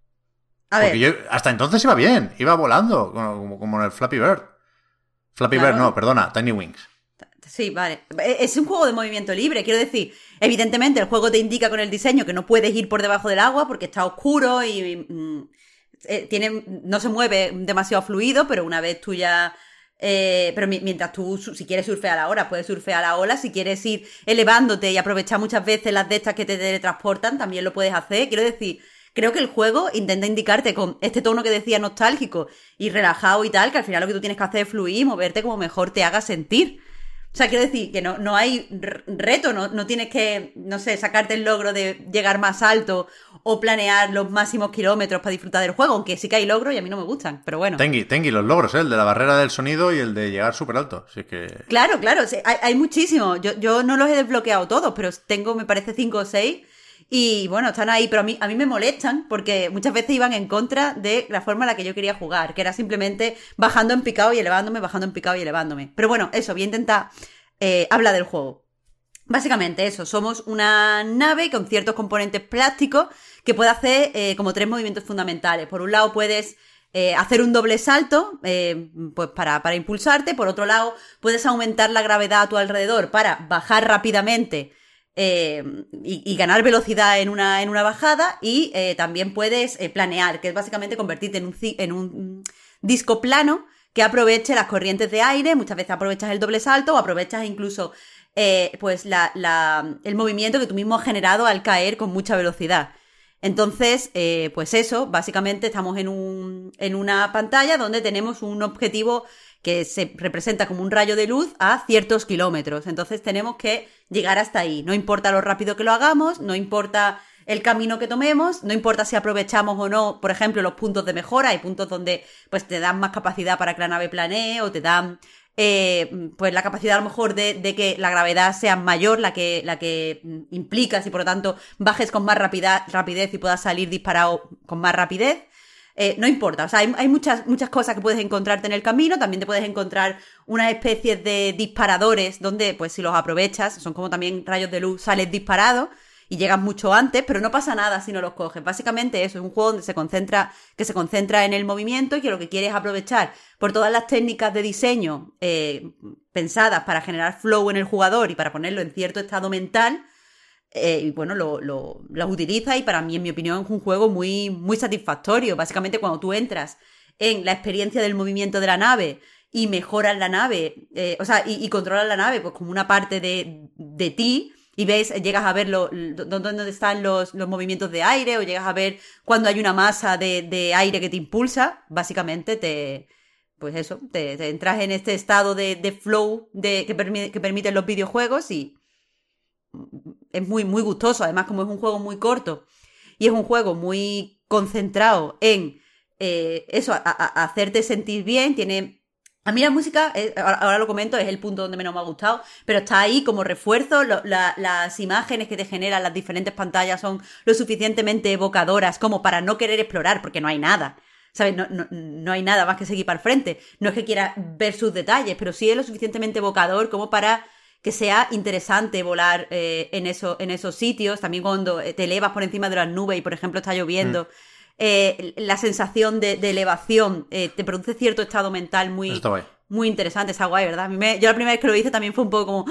A Porque ver. yo hasta entonces iba bien. Iba volando, como, como en el Flappy Bird. Flappy Claro. Bird no, perdona, Tiny Wings. Sí, vale. Es un juego de movimiento libre, quiero decir. Evidentemente, el juego te indica con el diseño que no puedes ir por debajo del agua porque está oscuro y mm, eh, tiene, no se mueve demasiado fluido, pero una vez tú ya... Eh, pero mientras tú, si quieres surfear la ola, puedes surfear la ola. Si quieres ir elevándote y aprovechar muchas veces las de estas que te teletransportan, también lo puedes hacer. Quiero decir, creo que el juego intenta indicarte con este tono que decía nostálgico y relajado y tal, que al final lo que tú tienes que hacer es fluir y moverte como mejor te haga sentir. O sea, quiero decir que no, no hay reto, no, no tienes que, no sé, sacarte el logro de llegar más alto o planear los máximos kilómetros para disfrutar del juego, aunque sí que hay logros y a mí no me gustan, pero bueno. Tengi, Tengi, los logros, ¿eh? El de la barrera del sonido y el de llegar súper alto. Así que... Claro, claro, sí, hay, hay muchísimos. Yo, yo no los he desbloqueado todos, pero tengo, me parece, cinco o seis. Y bueno, están ahí, pero a mí, a mí me molestan porque muchas veces iban en contra de la forma en la que yo quería jugar, que era simplemente bajando en picado y elevándome, bajando en picado y elevándome. Pero bueno, eso, voy a intentar eh, hablar del juego. Básicamente eso, somos una nave con ciertos componentes plásticos que puede hacer eh, como tres movimientos fundamentales. Por un lado puedes eh, hacer un doble salto eh, pues para, para impulsarte. Por otro lado puedes aumentar la gravedad a tu alrededor para bajar rápidamente Eh, y, y ganar velocidad en una, en una bajada y eh, también puedes eh, planear, que es básicamente convertirte en un, en un disco plano que aproveche las corrientes de aire. Muchas veces aprovechas el doble salto o aprovechas incluso eh, pues la, la, el movimiento que tú mismo has generado al caer con mucha velocidad. Entonces, eh, pues eso, básicamente estamos en, un, en una pantalla donde tenemos un objetivo que se representa como un rayo de luz a ciertos kilómetros. Entonces tenemos que llegar hasta ahí. No importa lo rápido que lo hagamos, no importa el camino que tomemos, no importa si aprovechamos o no, por ejemplo, los puntos de mejora. Hay puntos donde pues te dan más capacidad para que la nave planee o te dan eh, pues la capacidad a lo mejor de, de que la gravedad sea mayor, la que, la que implicas y por lo tanto bajes con más rapidez, rapidez y puedas salir disparado con más rapidez. Eh, no importa, o sea, hay, hay muchas, muchas cosas que puedes encontrarte en el camino. También te puedes encontrar unas especies de disparadores donde, pues si los aprovechas, son como también rayos de luz, sales disparado y llegas mucho antes, pero no pasa nada si no los coges. Básicamente eso, es un juego donde se concentra, que se concentra en el movimiento y que lo que quiere es aprovechar por todas las técnicas de diseño eh, pensadas para generar flow en el jugador y para ponerlo en cierto estado mental. Eh, y bueno, lo, lo, lo utiliza y para mí, en mi opinión, es un juego muy, muy satisfactorio. Básicamente, cuando tú entras en la experiencia del movimiento de la nave y mejoras la nave, eh, o sea, y, y controlas la nave pues como una parte de, de ti, y ves, llegas a ver lo, lo, dónde están los, los movimientos de aire, o llegas a ver cuando hay una masa de, de aire que te impulsa, básicamente te... Pues eso, te, te entras en este estado de, de flow de, que, permi- que permiten los videojuegos y es muy, muy gustoso. Además, como es un juego muy corto y es un juego muy concentrado en eh, eso, a, a hacerte sentir bien, tiene... A mí la música, eh, ahora, ahora lo comento, es el punto donde menos me ha gustado, pero está ahí como refuerzo. Lo, la, las imágenes que te generan las diferentes pantallas son lo suficientemente evocadoras como para no querer explorar, porque no hay nada. ¿Sabes? No, no, no hay nada más que seguir para el frente. No es que quiera ver sus detalles, pero sí es lo suficientemente evocador como para que sea interesante volar eh, en, eso, en esos sitios. También cuando te elevas por encima de las nubes y, por ejemplo, está lloviendo, mm. eh, la sensación de, de elevación eh, te produce cierto estado mental muy, muy interesante. Está guay, ¿verdad? A mí me, yo la primera vez que lo hice también fue un poco como...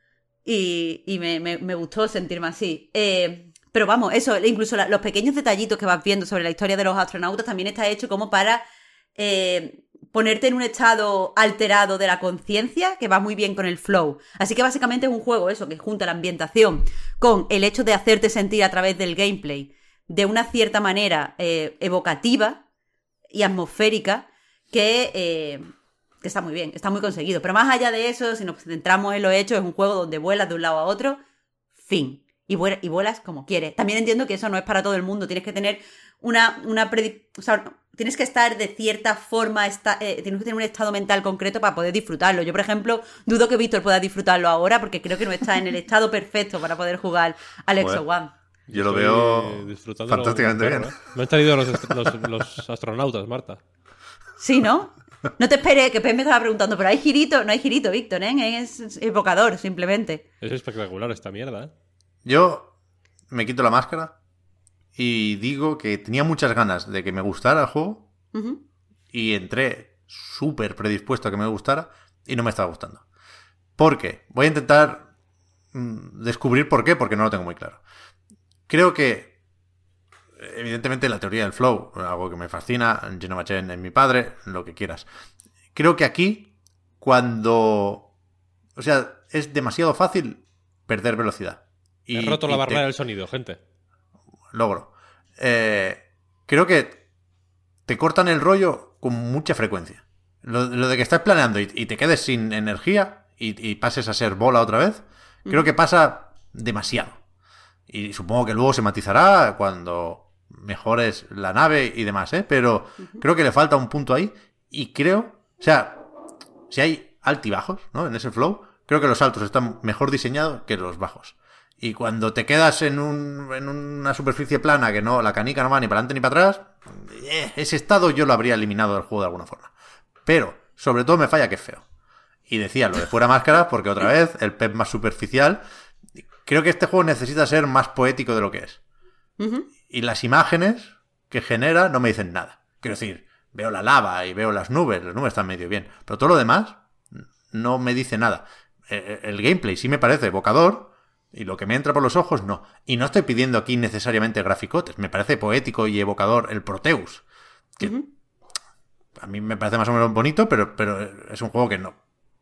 Y, y me, me, me gustó sentirme así. Eh, pero vamos, eso, incluso la, los pequeños detallitos que vas viendo sobre la historia de los astronautas también está hecho como para... Eh, ponerte en un estado alterado de la conciencia que va muy bien con el flow. Así que básicamente es un juego eso, que junta la ambientación con el hecho de hacerte sentir a través del gameplay de una cierta manera eh, evocativa y atmosférica que, eh, que está muy bien, está muy conseguido. Pero más allá de eso, si nos centramos en lo hecho, es un juego donde vuelas de un lado a otro, fin. Y, vuelas, y vuelas como quieres. También entiendo que eso no es para todo el mundo. Tienes que tener una... una predi- o sea, tienes que estar de cierta forma, esta, eh, tienes que tener un estado mental concreto para poder disfrutarlo. Yo, por ejemplo, dudo que Víctor pueda disfrutarlo ahora porque creo que no está en el estado perfecto para poder jugar al Exo One. Yo lo Estoy veo disfrutándolo fantásticamente como un bien. perro, ¿eh? Me han traído los, est- los, los astronautas, Marta. Sí, ¿no? No te esperes, que Pep me estaba preguntando, pero hay girito, no hay girito, Víctor, ¿eh? Es evocador, simplemente. Es espectacular esta mierda, ¿eh? Yo me quito la máscara y digo que tenía muchas ganas de que me gustara el juego Uh-huh. y entré súper predispuesto a que me gustara y no me estaba gustando. ¿Por qué? Voy a intentar mm, descubrir por qué, porque no lo tengo muy claro. Creo que, evidentemente, la teoría del flow, algo que me fascina, Genova Chen es mi padre, lo que quieras. Creo que aquí, cuando... O sea, es demasiado fácil perder velocidad. He roto la y barrera te- del sonido, gente. Logro. Eh, creo que te cortan el rollo con mucha frecuencia. Lo, lo de que estás planeando y, y te quedes sin energía y, y pases a ser bola otra vez, creo que pasa demasiado. Y supongo que luego se matizará cuando mejores la nave y demás, ¿eh? Pero creo que le falta un punto ahí y creo... O sea, si hay altibajos, ¿no? En ese flow, creo que los altos están mejor diseñados que los bajos. Y cuando te quedas en, un, en una superficie plana que no, la canica no va ni para adelante ni para atrás, eh, ese estado yo lo habría eliminado del juego de alguna forma. Pero, sobre todo me falla que es feo. Y decía lo de fuera máscaras porque otra vez, el Pep más superficial. Creo que este juego necesita ser más poético de lo que es. Uh-huh. Y las imágenes que genera no me dicen nada. Quiero decir, veo la lava y veo las nubes, las nubes están medio bien. Pero todo lo demás no me dice nada. El, el gameplay sí me parece evocador. Y lo que me entra por los ojos, no. Y no estoy pidiendo aquí necesariamente graficotes. Me parece poético y evocador el Proteus. Que Uh-huh. a mí me parece más o menos bonito, pero, pero es un juego que no,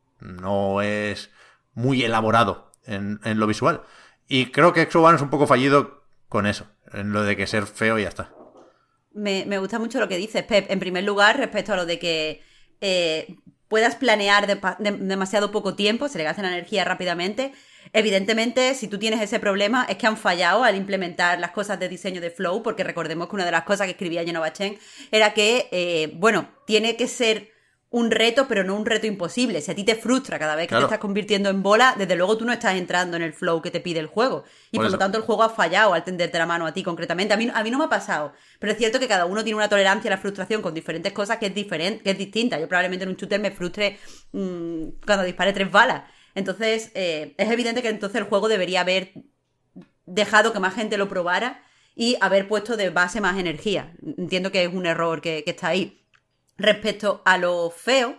no es muy elaborado en, en lo visual. Y creo que Exo One es un poco fallido con eso. En lo de que ser feo y ya está. Me, me gusta mucho lo que dices, Pep. En primer lugar, respecto a lo de que eh, puedas planear de, de, demasiado poco tiempo, se le gasta la energía rápidamente. Evidentemente, si tú tienes ese problema, es que han fallado al implementar las cosas de diseño de Flow, porque recordemos que una de las cosas que escribía Genova Chen era que, eh, bueno, tiene que ser un reto, pero no un reto imposible. Si a ti te frustra cada vez que Claro. te estás convirtiendo en bola, desde luego tú no estás entrando en el flow que te pide el juego. Y Por por, eso. lo tanto el juego ha fallado al tenderte la mano a ti concretamente. A mí, a mí no me ha pasado. Pero es cierto que cada uno tiene una tolerancia a la frustración con diferentes cosas que es diferente, que es distinta. Yo probablemente en un shooter me frustre mmm, cuando dispare tres balas. Entonces, eh, es evidente que entonces el juego debería haber dejado que más gente lo probara y haber puesto de base más energía. Entiendo que es un error que, que está ahí. Respecto a lo feo,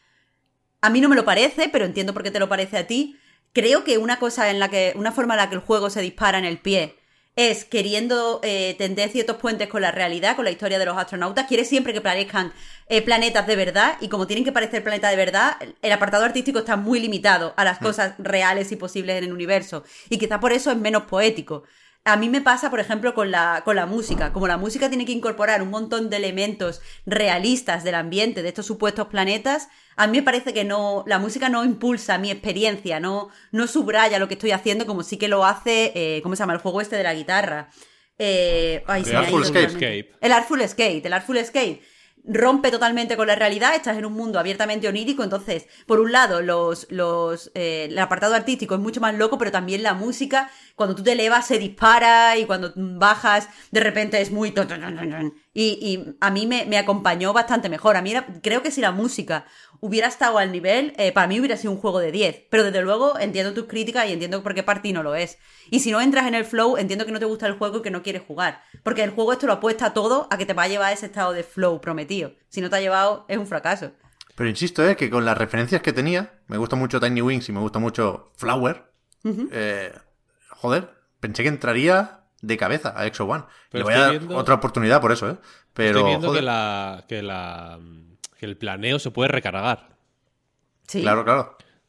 a mí no me lo parece, pero entiendo por qué te lo parece a ti. Creo que una cosa en la que, una forma en la que el juego se dispara en el pie es queriendo eh, tender ciertos puentes con la realidad, con la historia de los astronautas. Quiere siempre que parezcan eh, planetas de verdad, y como tienen que parecer planetas de verdad, el apartado artístico está muy limitado a las cosas reales y posibles en el universo. Y quizá por eso es menos poético. A mí me pasa, por ejemplo, con la, con la música. Como la música tiene que incorporar un montón de elementos realistas del ambiente de estos supuestos planetas, a mí me parece que no, la música no impulsa mi experiencia, no, no subraya lo que estoy haciendo como sí que lo hace, eh, ¿cómo se llama? El juego este de la guitarra. Eh, ay, The se me ha Artful ido Escape. totalmente. El Artful Escape. El Artful Escape rompe totalmente con la realidad, estás en un mundo abiertamente onírico, entonces, por un lado, los, los, eh, el apartado artístico es mucho más loco, pero también la música, cuando tú te elevas se dispara y cuando bajas de repente es muy... Y, y a mí me, me acompañó bastante mejor. A mí era, creo que si la música hubiera estado al nivel, eh, para mí hubiera sido un juego de diez. Pero desde luego entiendo tus críticas y entiendo por qué para ti no lo es. Y si no entras en el flow, entiendo que no te gusta el juego y que no quieres jugar. Porque el juego esto lo apuesta todo a que te va a llevar a ese estado de flow prometido. Si no te ha llevado, es un fracaso. Pero insisto, eh, que con las referencias que tenía, me gusta mucho Tiny Wings y me gusta mucho Flower, Uh-huh. eh, joder, pensé que entraría de cabeza a Exo One. Y le Pero voy a estoy dar viendo- otra oportunidad por eso, ¿eh? Pero, Estoy viendo joder, que, la, que, la, que el planeo se puede recargar. Sí. claro, claro.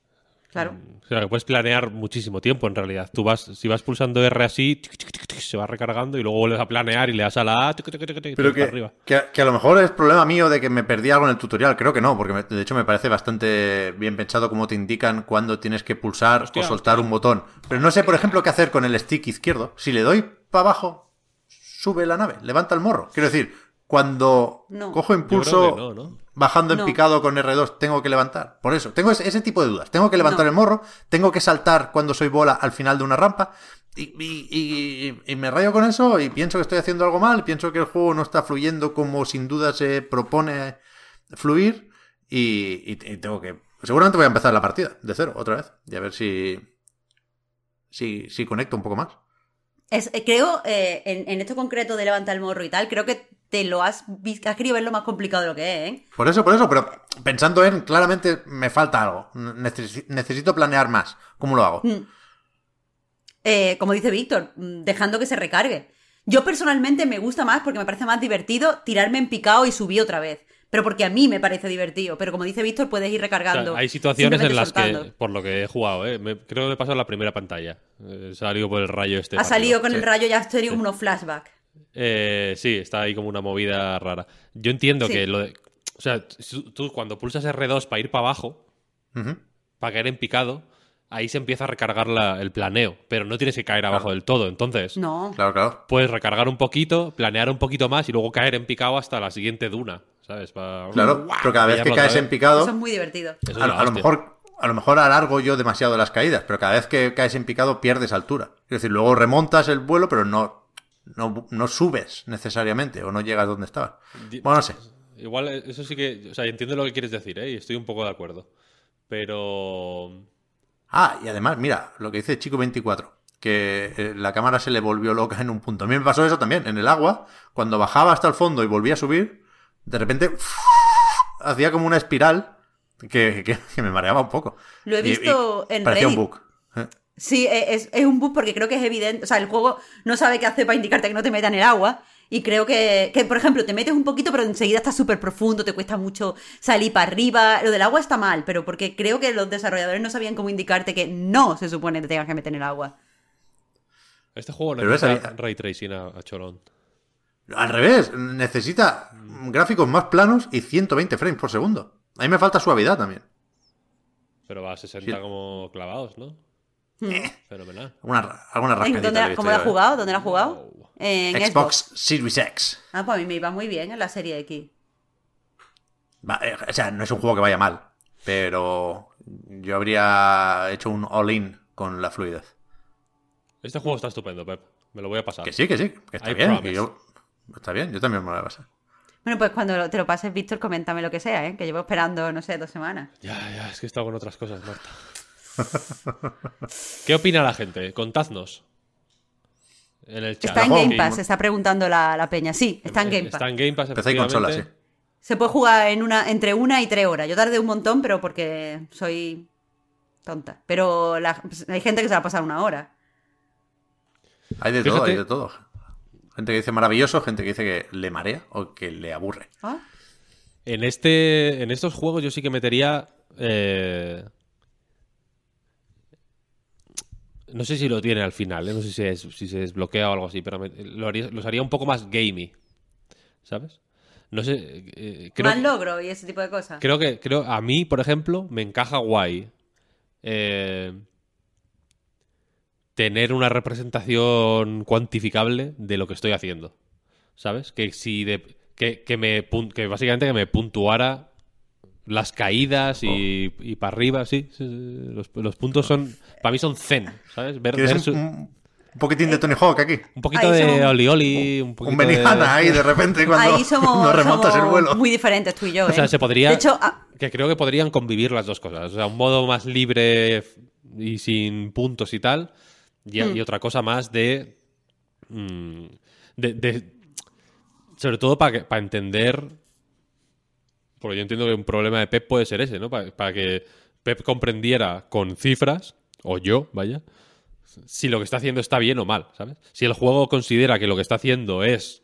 Claro. O sea, que puedes planear muchísimo tiempo en realidad. Tú vas, si vas pulsando R así, tic, tic, tic, tic, se va recargando y luego vuelves a planear y le das a la A, tic, tic, tic, tic, Pero para que, arriba. que, que a lo mejor es problema mío de que me perdí algo en el tutorial. Creo que no, porque me- de hecho me parece bastante bien pensado cómo te indican cuándo tienes que pulsar Hostia, o soltar hostia. un botón. Pero no sé, por ejemplo, qué hacer con el stick izquierdo. Si le doy para abajo, sube la nave, levanta el morro. Quiero decir, cuando No. cojo Yo impulso creo que no, ¿no? bajando en No. picado con R dos, tengo que levantar. Por eso, tengo ese, ese tipo de dudas. Tengo que levantar No. el morro, tengo que saltar cuando soy bola al final de una rampa. Y, y- y- y me rayo con eso y pienso que estoy haciendo algo mal, pienso que el juego no está fluyendo como sin duda se propone fluir y, y- y tengo que... Seguramente voy a empezar la partida de cero otra vez y a ver si, si, si conecto un poco más. Es, eh, creo, eh, en, en esto concreto de levantar el morro y tal, creo que te lo has, vis- has querido ver lo más complicado de lo que es, ¿eh? Por eso, por eso, pero pensando en, claramente me falta algo. Necesi- necesito planear más. ¿Cómo lo hago? Mm. Eh, como dice Víctor, mm, dejando que se recargue. Yo personalmente me gusta más porque me parece más divertido tirarme en picado y subir otra vez. Pero porque a mí me parece divertido. Pero como dice Víctor, puedes ir O recargando. sea, hay situaciones en simplemente las soltando. que, por lo que he jugado, ¿eh? me- creo que me he pasado la primera pantalla. He salido por el rayo este. Ha para salido arriba. con sí. el rayo, ya has tenido Sí. como unos flashbacks. Eh, sí, está ahí como una movida rara. Yo entiendo Sí. que lo de... O sea, si tú cuando pulsas R dos para ir para abajo, Ujú. para caer en picado, ahí se empieza a recargar la- el planeo, pero no tienes que caer abajo Claro. del todo. Entonces, No. Claro, claro. puedes recargar un poquito, planear un poquito más y luego caer en picado hasta la siguiente duna, ¿sabes? Pa- Claro, pero cada vez que pillarlo caes otra en vez. picado... Eso es muy divertido. Eso es A, la a lo hostia. mejor a lo mejor alargo yo demasiado las caídas, pero cada vez que caes en picado pierdes altura. Es decir, luego remontas el vuelo, pero no, no, no subes necesariamente o no llegas donde estabas. Di- Bueno, no sé. Igual, eh, eso sí que... O sea, entiendo lo que quieres decir, ¿eh? Y estoy un poco de acuerdo. Pero... Ah, y además, mira, lo que dice Chico veinticuatro, que eh, la cámara se le volvió loca en un punto. A mí me pasó eso también, en el agua, cuando bajaba hasta el fondo y volvía a subir, de repente hacía como una espiral que, que- que me mareaba un poco. Lo he Y- y visto en parecía un Reddit. bug. Eh, Sí, e- es, es un bug porque creo que es evidente. O sea, el juego no sabe qué hacer para indicarte que no te meta en el agua. Y creo que, que, por ejemplo, te metes un poquito, pero enseguida estás súper profundo, te cuesta mucho salir para arriba. Lo del agua está mal, pero porque creo que los desarrolladores no sabían cómo indicarte que no se supone que te tengas que meter en el agua. Este juego Pero necesita esa- ray tracing a, a cholón. Al revés, necesita gráficos más planos y ciento veinte frames por segundo. A mí me falta suavidad también. Pero va a sesenta Sí. como clavados, ¿no? Fenomenal. Alguna, alguna ¿En rascadita. dónde, le he visto ¿Cómo lo has yo, ¿eh? jugado? ¿Dónde lo has jugado? Wow. En Xbox. Xbox Series X. Ah, pues a mí me iba muy bien en la serie X. Va, eh, o sea, no es un juego que vaya mal, pero yo habría hecho un all-in con la fluidez. Este juego está estupendo, Pep. Me lo voy a pasar. Que sí, que sí, que está I bien. promise. Que yo, está bien, yo también me lo voy a pasar. Bueno, pues cuando lo- te lo pases, Víctor, coméntame lo que sea, ¿eh? Que llevo esperando, no sé, dos semanas. Ya, ya, es que he estado con otras cosas, Marta. ¿Qué opina la gente? Contadnos. En el chat. Está en juego. Game Pass, se está preguntando la, la peña. Sí, está en Game Pass. Está en Game Pass, P C y consola, sí. efectivamente. Se puede jugar en una, entre una y tres horas. Yo tardé un montón, pero porque soy tonta. Pero la- pues, hay gente que se va a pasar una hora. Hay de todo, Fíjate- hay de todo. Gente que dice maravilloso, gente que dice que le marea o que le aburre. ¿Ah? En este, en estos juegos yo sí que metería. eh, No sé si lo tiene al final, ¿eh? No sé si, es- si se desbloquea o algo así, pero me- lo haría- los haría un poco más gamey, ¿sabes? No sé, eh, creo, Más logro y ese tipo de cosas. creo que creo a mí, por ejemplo, me encaja guay eh, tener una representación cuantificable de lo que estoy haciendo, ¿sabes? Que si de, que, que me pun- que básicamente que me puntuara las caídas y, y para arriba, sí, sí, sí, los, los puntos son para mí son zen, ¿sabes? Ver, ¿Quieres ver un, su- un- un poquitín de Tony Hawk aquí? un poquito Ahí de somos- oli oli, un poquito Un Benihana de... ahí de repente cuando, Ahí somos, cuando remontas somos el vuelo. muy diferentes tú y yo, ¿eh? O sea, se podría... De hecho, ah, Que creo que podrían convivir las dos cosas. O sea, un modo más libre f- y sin puntos y tal. Y, Hmm. y otra cosa más de... mm, de, de- sobre todo para para entender... Porque yo entiendo que un problema de Pep puede ser ese, ¿no? Para que Pep comprendiera con cifras, o yo, vaya, si lo que está haciendo está bien o mal, ¿sabes? Si el juego considera que lo que está haciendo es...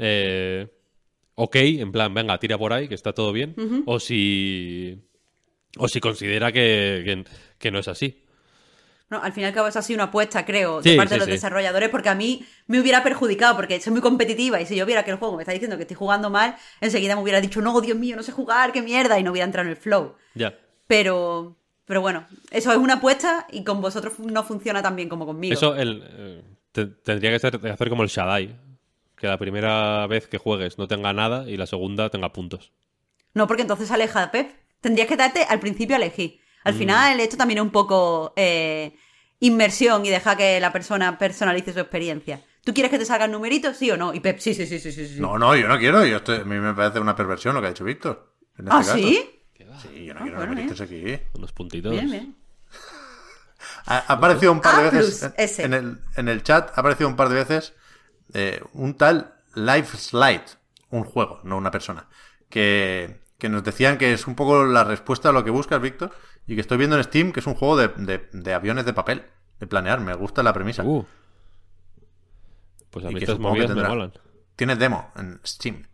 eh, ok, en plan, venga, tira por ahí, que está todo bien. O si O si considera que, que, que no es así. No, al fin y al cabo es así una apuesta, creo, Sí, de parte sí, de los sí. desarrolladores, porque a mí me hubiera perjudicado, porque soy muy competitiva y si yo viera que el juego me está diciendo que estoy jugando mal, enseguida me hubiera dicho, no, Dios mío, no sé jugar, qué mierda, y no hubiera entrado en el flow. Ya. Pero, pero bueno, eso es una apuesta y con vosotros no funciona tan bien como conmigo. Eso el, eh, te- tendría que ser, hacer como el Shaddai. Que la primera vez que juegues no tenga nada y la segunda tenga puntos. No, porque entonces aleja, Pep. Tendrías que darte al principio a elegir. Al Mm. final, esto también es un poco eh, inmersión y deja que la persona personalice su experiencia. ¿Tú quieres que te salgan numeritos, sí o no? Y Pep, sí, sí, sí, sí, sí. sí. No, no, yo no quiero. Yo estoy- a mí me parece una perversión lo que ha dicho Víctor. En este ¿Ah, caso. sí? Sí, yo no Ah, quiero bueno, numeritos aquí. Unos puntitos. Bien, bien. Ha, ha aparecido un par de A veces plus, en, ese. en el, en el chat, ha aparecido un par de veces eh, un tal Life Slide, un juego, no una persona, que, que nos decían que es un poco la respuesta a lo que buscas, Víctor, y que estoy viendo en Steam que es un juego de, de, de aviones de papel, de planear. Me gusta la premisa. Uh. Pues a Y mí que estas supongo que movidas me tendrá- molan. Tiene demo en Steam.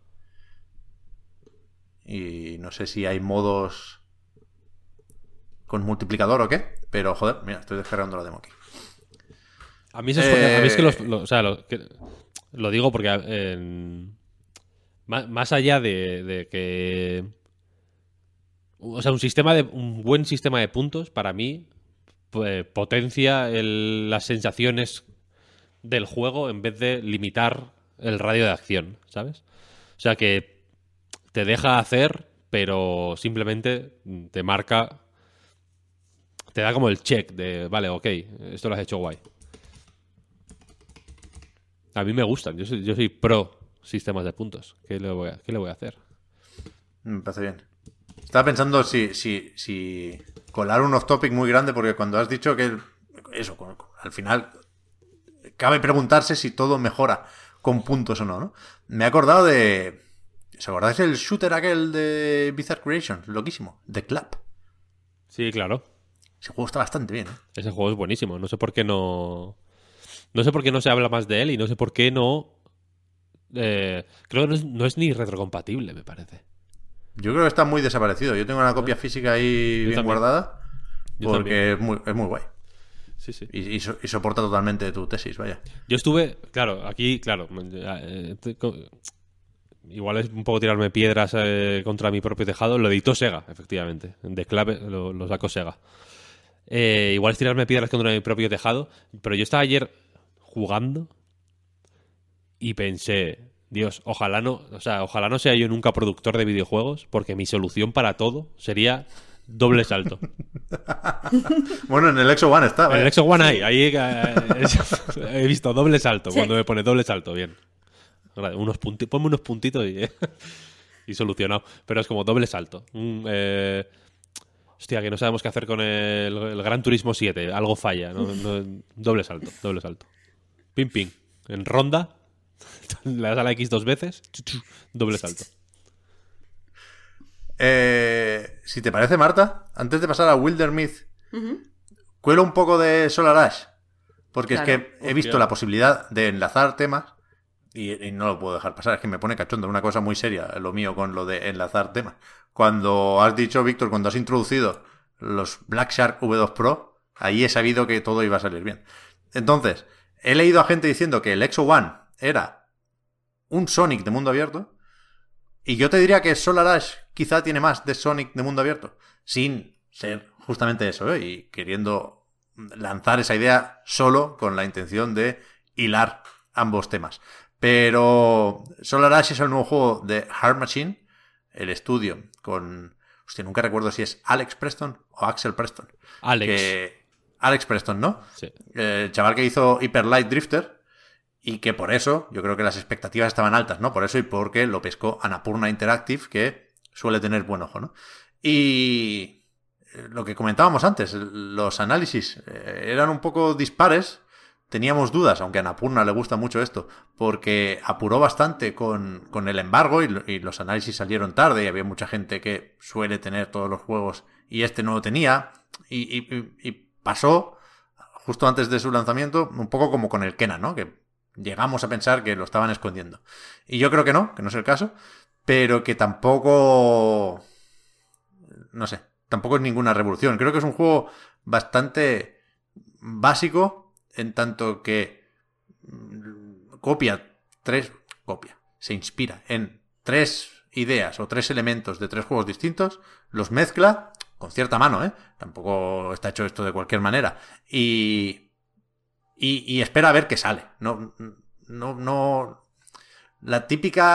Y no sé si hay modos con multiplicador o qué, pero joder, mira, estoy descargando la demo aquí. A mí, esos- Eh, a mí es que los, lo- o sea, lo, que- lo digo porque eh, más, más allá de, de que, o sea, un sistema de un buen sistema de puntos para mí pues, potencia el- las sensaciones del juego en vez de limitar el radio de acción, ¿sabes? O sea que te deja hacer, pero simplemente te marca, te da como el check de, vale, ok, esto lo has hecho guay. A mí me gustan, yo soy, yo soy pro sistemas de puntos. ¿Qué le voy a, qué le voy a hacer? Me parece bien. Estaba pensando si, si, si colar un off-topic muy grande, porque cuando has dicho que eso, con- con- al final cabe preguntarse si todo mejora con puntos o no, ¿no? Me he acordado de... ¿Os acordáis del shooter aquel de Bizarre Creations? Loquísimo. The Club. Sí, claro. Ese juego está bastante bien, ¿eh? Ese juego es buenísimo. No sé por qué no... No sé por qué no se habla más de él y no sé por qué no... eh, creo que no es, no es ni retrocompatible, me parece. Yo creo que está muy desaparecido. Yo tengo una copia física ahí Yo bien también. guardada. Yo Porque es muy, es muy guay. Sí, sí. Y, y so- y soporta totalmente tu tesis, vaya. Yo estuve, claro, aquí, claro, eh, te- co- igual es un poco tirarme piedras eh, contra mi propio tejado. Lo editó Sega, efectivamente. De clave lo, lo sacó Sega. Eh, igual es tirarme piedras contra mi propio tejado. Pero yo estaba ayer jugando y pensé, Dios, ojalá no, o sea, ojalá no sea yo nunca productor de videojuegos, porque mi solución para todo sería doble salto. Bueno, en el Exo One está, En vaya. el Exo One hay, ahí eh, he visto doble salto, Sí. cuando me pone doble salto, bien. Unos punti- ponme unos puntitos y, y solucionado. Pero es como doble salto. Un, eh, hostia, que no sabemos qué hacer con el, el Gran Turismo siete. Algo falla. ¿no? No, doble salto, doble salto. Ping, ping. En ronda, le das a la X dos veces, chu, chu, doble salto. Eh, si te parece, Marta, antes de pasar a Wildermyth, cuelo un poco de Solar Ash. Porque Claro. es que he visto Hostia. la posibilidad de enlazar temas y, y no lo puedo dejar pasar. Es que me pone cachondo. Una cosa muy seria, lo mío con lo de enlazar temas. Cuando has dicho, Víctor, cuando has introducido los Black Shark V dos Pro, ahí he sabido que todo iba a salir bien. Entonces, he leído a gente diciendo que el Exo One era un Sonic de mundo abierto. Y yo te diría que Solar Ash quizá tiene más de Sonic de mundo abierto, sin ser justamente eso, ¿eh? Y queriendo lanzar esa idea solo con la intención de hilar ambos temas. Pero Solar Ash es el nuevo juego de Hard Machine, el estudio con... Hostia, nunca recuerdo si es Alex Preston o Axel Preston. Alex. Que... Alex Preston, ¿no? Sí. El chaval que hizo Hyper Light Drifter. Y que por eso, yo creo que las expectativas estaban altas, ¿no? Por eso y porque lo pescó Annapurna Interactive, que suele tener buen ojo, ¿no? Y lo que comentábamos antes, los análisis eh, eran un poco dispares. Teníamos dudas, aunque a Annapurna le gusta mucho esto, porque apuró bastante con, con el embargo y, y los análisis salieron tarde y había mucha gente que suele tener todos los juegos y este no lo tenía. Y, y, y pasó, justo antes de su lanzamiento, un poco como con el Kenan, ¿no? Que llegamos a pensar que lo estaban escondiendo. Y yo creo que no, que no es el caso, pero que tampoco... No sé. tampoco es ninguna revolución. Creo que es un juego bastante básico en tanto que copia tres... Copia. Se inspira en tres ideas o tres elementos de tres juegos distintos, los mezcla con cierta mano, ¿eh? Tampoco está hecho esto de cualquier manera. Y, y, y espera a ver qué sale. No, no, no. La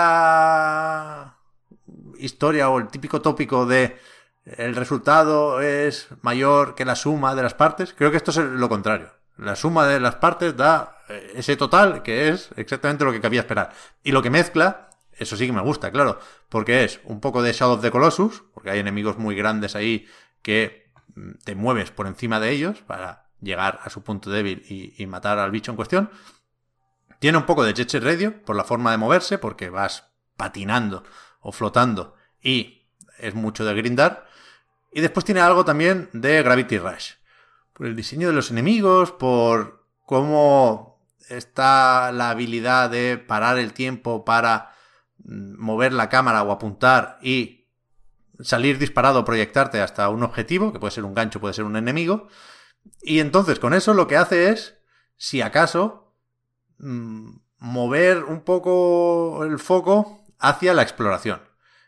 típica historia o el típico tópico de el resultado es mayor que la suma de las partes. Creo que esto es lo contrario. La suma de las partes da ese total que es exactamente lo que cabía esperar. Y lo que mezcla... Eso sí que me gusta, claro, porque es un poco de Shadow of the Colossus, porque hay enemigos muy grandes ahí que te mueves por encima de ellos para llegar a su punto débil y, y matar al bicho en cuestión. Tiene un poco de Jet Set Radio por la forma de moverse, porque vas patinando o flotando y es mucho de grindar. Y después tiene algo también de Gravity Rush, por el diseño de los enemigos, por cómo está la habilidad de parar el tiempo para mover la cámara o apuntar y salir disparado o proyectarte hasta un objetivo, que puede ser un gancho, puede ser un enemigo. Y entonces con eso lo que hace es, si acaso, mmm, mover un poco el foco hacia la exploración.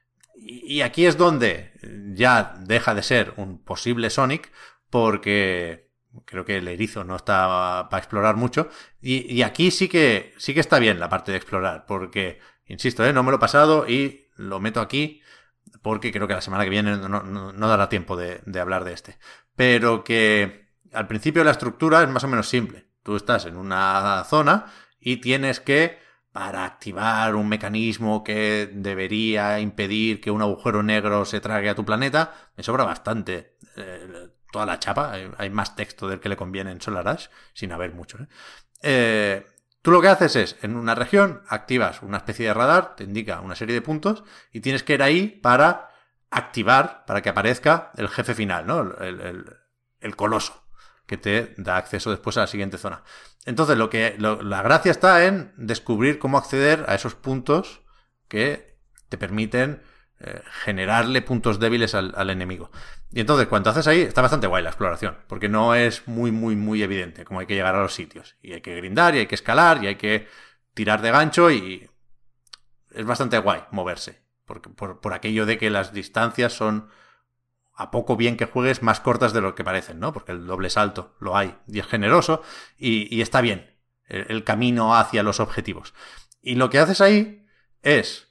Y aquí es donde ya deja de ser un posible Sonic, porque creo que el erizo no está para explorar mucho. Y, y aquí sí que, sí que está bien la parte de explorar, porque... Insisto, ¿eh? No me lo he pasado y lo meto aquí porque creo que la semana que viene no, no, no dará tiempo de, de hablar de este. Pero que al principio la estructura es más o menos simple. Tú estás en una zona y tienes que, para activar un mecanismo que debería impedir que un agujero negro se trague a tu planeta, me sobra bastante eh, toda la chapa. Hay, hay más texto del que le conviene en Solar Ash, sin haber mucho. ¿eh? Eh, Tú lo que haces es, en una región, activas una especie de radar, te indica una serie de puntos, y tienes que ir ahí para activar, para que aparezca el jefe final, ¿no? El, el, el coloso, que te da acceso después a la siguiente zona. Entonces, lo que lo, la gracia está en descubrir cómo acceder a esos puntos que te permiten eh, generarle puntos débiles al, al enemigo. Y entonces, cuando haces ahí, está bastante guay la exploración, porque no es muy, muy, muy evidente cómo hay que llegar a los sitios. Y hay que grindar, y hay que escalar, y hay que tirar de gancho, y es bastante guay moverse. Porque, por, por aquello de que las distancias son, a poco bien que juegues, más cortas de lo que parecen, ¿no? Porque el doble salto lo hay, y es generoso, y, y está bien el, el camino hacia los objetivos. Y lo que haces ahí es...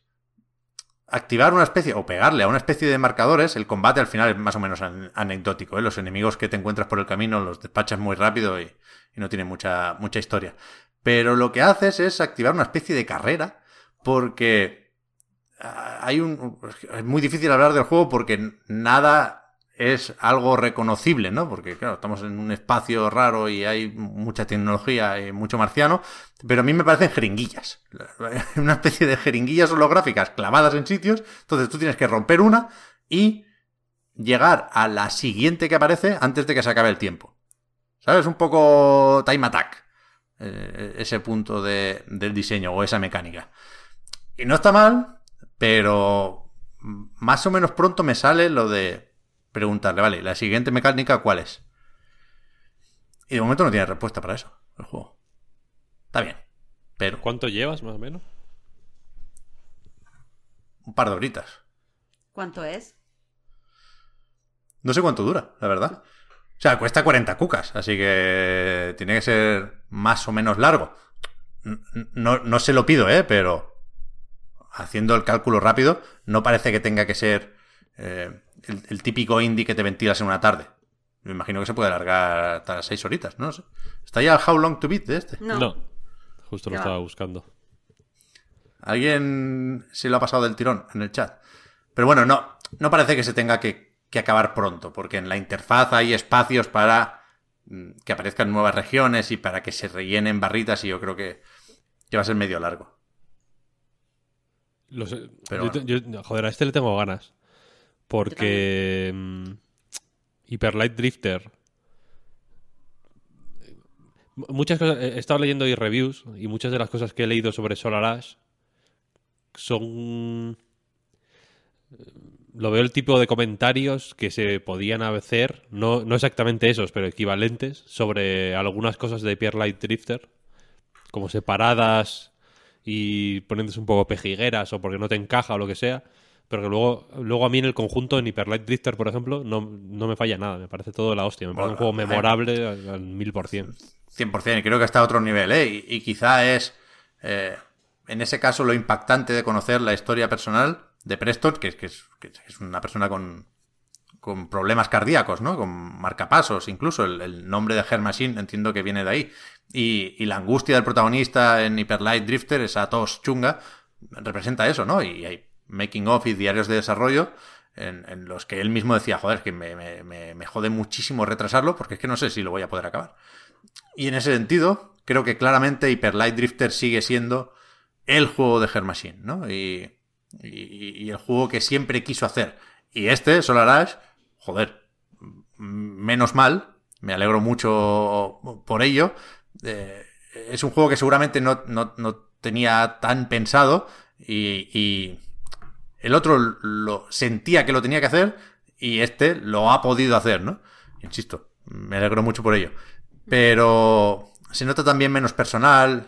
activar una especie, o pegarle a una especie de marcadores. El combate al final es más o menos an- anecdótico, ¿eh? Los enemigos que te encuentras por el camino los despachas muy rápido y, y no tiene mucha, mucha historia. Pero lo que haces es activar una especie de carrera, porque hay un... es muy difícil hablar del juego porque nada es algo reconocible, ¿no? Porque, claro, estamos en un espacio raro y hay mucha tecnología y mucho marciano, pero a mí me parecen jeringuillas. Una especie de jeringuillas holográficas clavadas en sitios, entonces tú tienes que romper una y llegar a la siguiente que aparece antes de que se acabe el tiempo. ¿Sabes? Un poco time attack, eh, ese punto de, del diseño o esa mecánica. Y no está mal, pero más o menos pronto me sale lo de preguntarle, vale, la siguiente mecánica, ¿cuál es? Y de momento no tiene respuesta para eso, el juego. Está bien, pero... ¿Cuánto llevas, más o menos? Un par de horitas. ¿Cuánto es? No sé cuánto dura, la verdad. O sea, cuesta cuarenta cucas, así que tiene que ser más o menos largo. No, no se lo pido, ¿eh? Pero haciendo el cálculo rápido, no parece que tenga que ser eh, el, el típico indie que te ventilas en una tarde. Me imagino que se puede alargar hasta seis horitas, no sé. ¿Está ya el How Long to Beat de este? No. No, justo lo Ya. estaba buscando. ¿Alguien se lo ha pasado del tirón en el chat? Pero bueno, no, no parece que se tenga que, que acabar pronto, porque en la interfaz hay espacios para mm, que aparezcan nuevas regiones y para que se rellenen barritas, y yo creo que, que va a ser medio largo. Lo sé. Pero Yo te- yo- joder, a este le tengo ganas. Porque mm, Hyper Light Drifter. M- Muchas cosas. He estado leyendo hoy reviews y muchas de las cosas que he leído sobre Solar Ash son. lo veo el tipo de comentarios que se podían hacer, no, no exactamente esos, pero equivalentes, sobre algunas cosas de Hyper Light Drifter, como separadas y poniéndose un poco pejigueras o porque no te encaja o lo que sea, pero que luego, luego a mí en el conjunto, en Hyper Light Drifter, por ejemplo, no, no me falla nada, me parece todo la hostia, me parece Bueno, un juego memorable al, al mil por cien. cien por cien, y creo que está a otro nivel, ¿eh? Y, y quizá es, eh, en ese caso, lo impactante de conocer la historia personal de Preston, que, que, es, que es una persona con, con problemas cardíacos, ¿no? Con marcapasos, incluso el, el nombre de Her Machine entiendo que viene de ahí. Y, y la angustia del protagonista en Hyper Light Drifter, esa tos chunga, representa eso, ¿no? Y hay making of y diarios de desarrollo en, en los que él mismo decía, joder, que me, me, me, me jode muchísimo retrasarlo porque es que no sé si lo voy a poder acabar. Y en ese sentido, creo que claramente Hyper Light Drifter sigue siendo el juego de Her Machine, ¿no? Y, y, y el juego que siempre quiso hacer. Y este, Solar Ash, joder, menos mal, me alegro mucho por ello. Eh, es un juego que seguramente no, no, no tenía tan pensado y, y el otro lo sentía que lo tenía que hacer y este lo ha podido hacer, ¿no? Insisto, me alegro mucho por ello. Pero se nota también menos personal.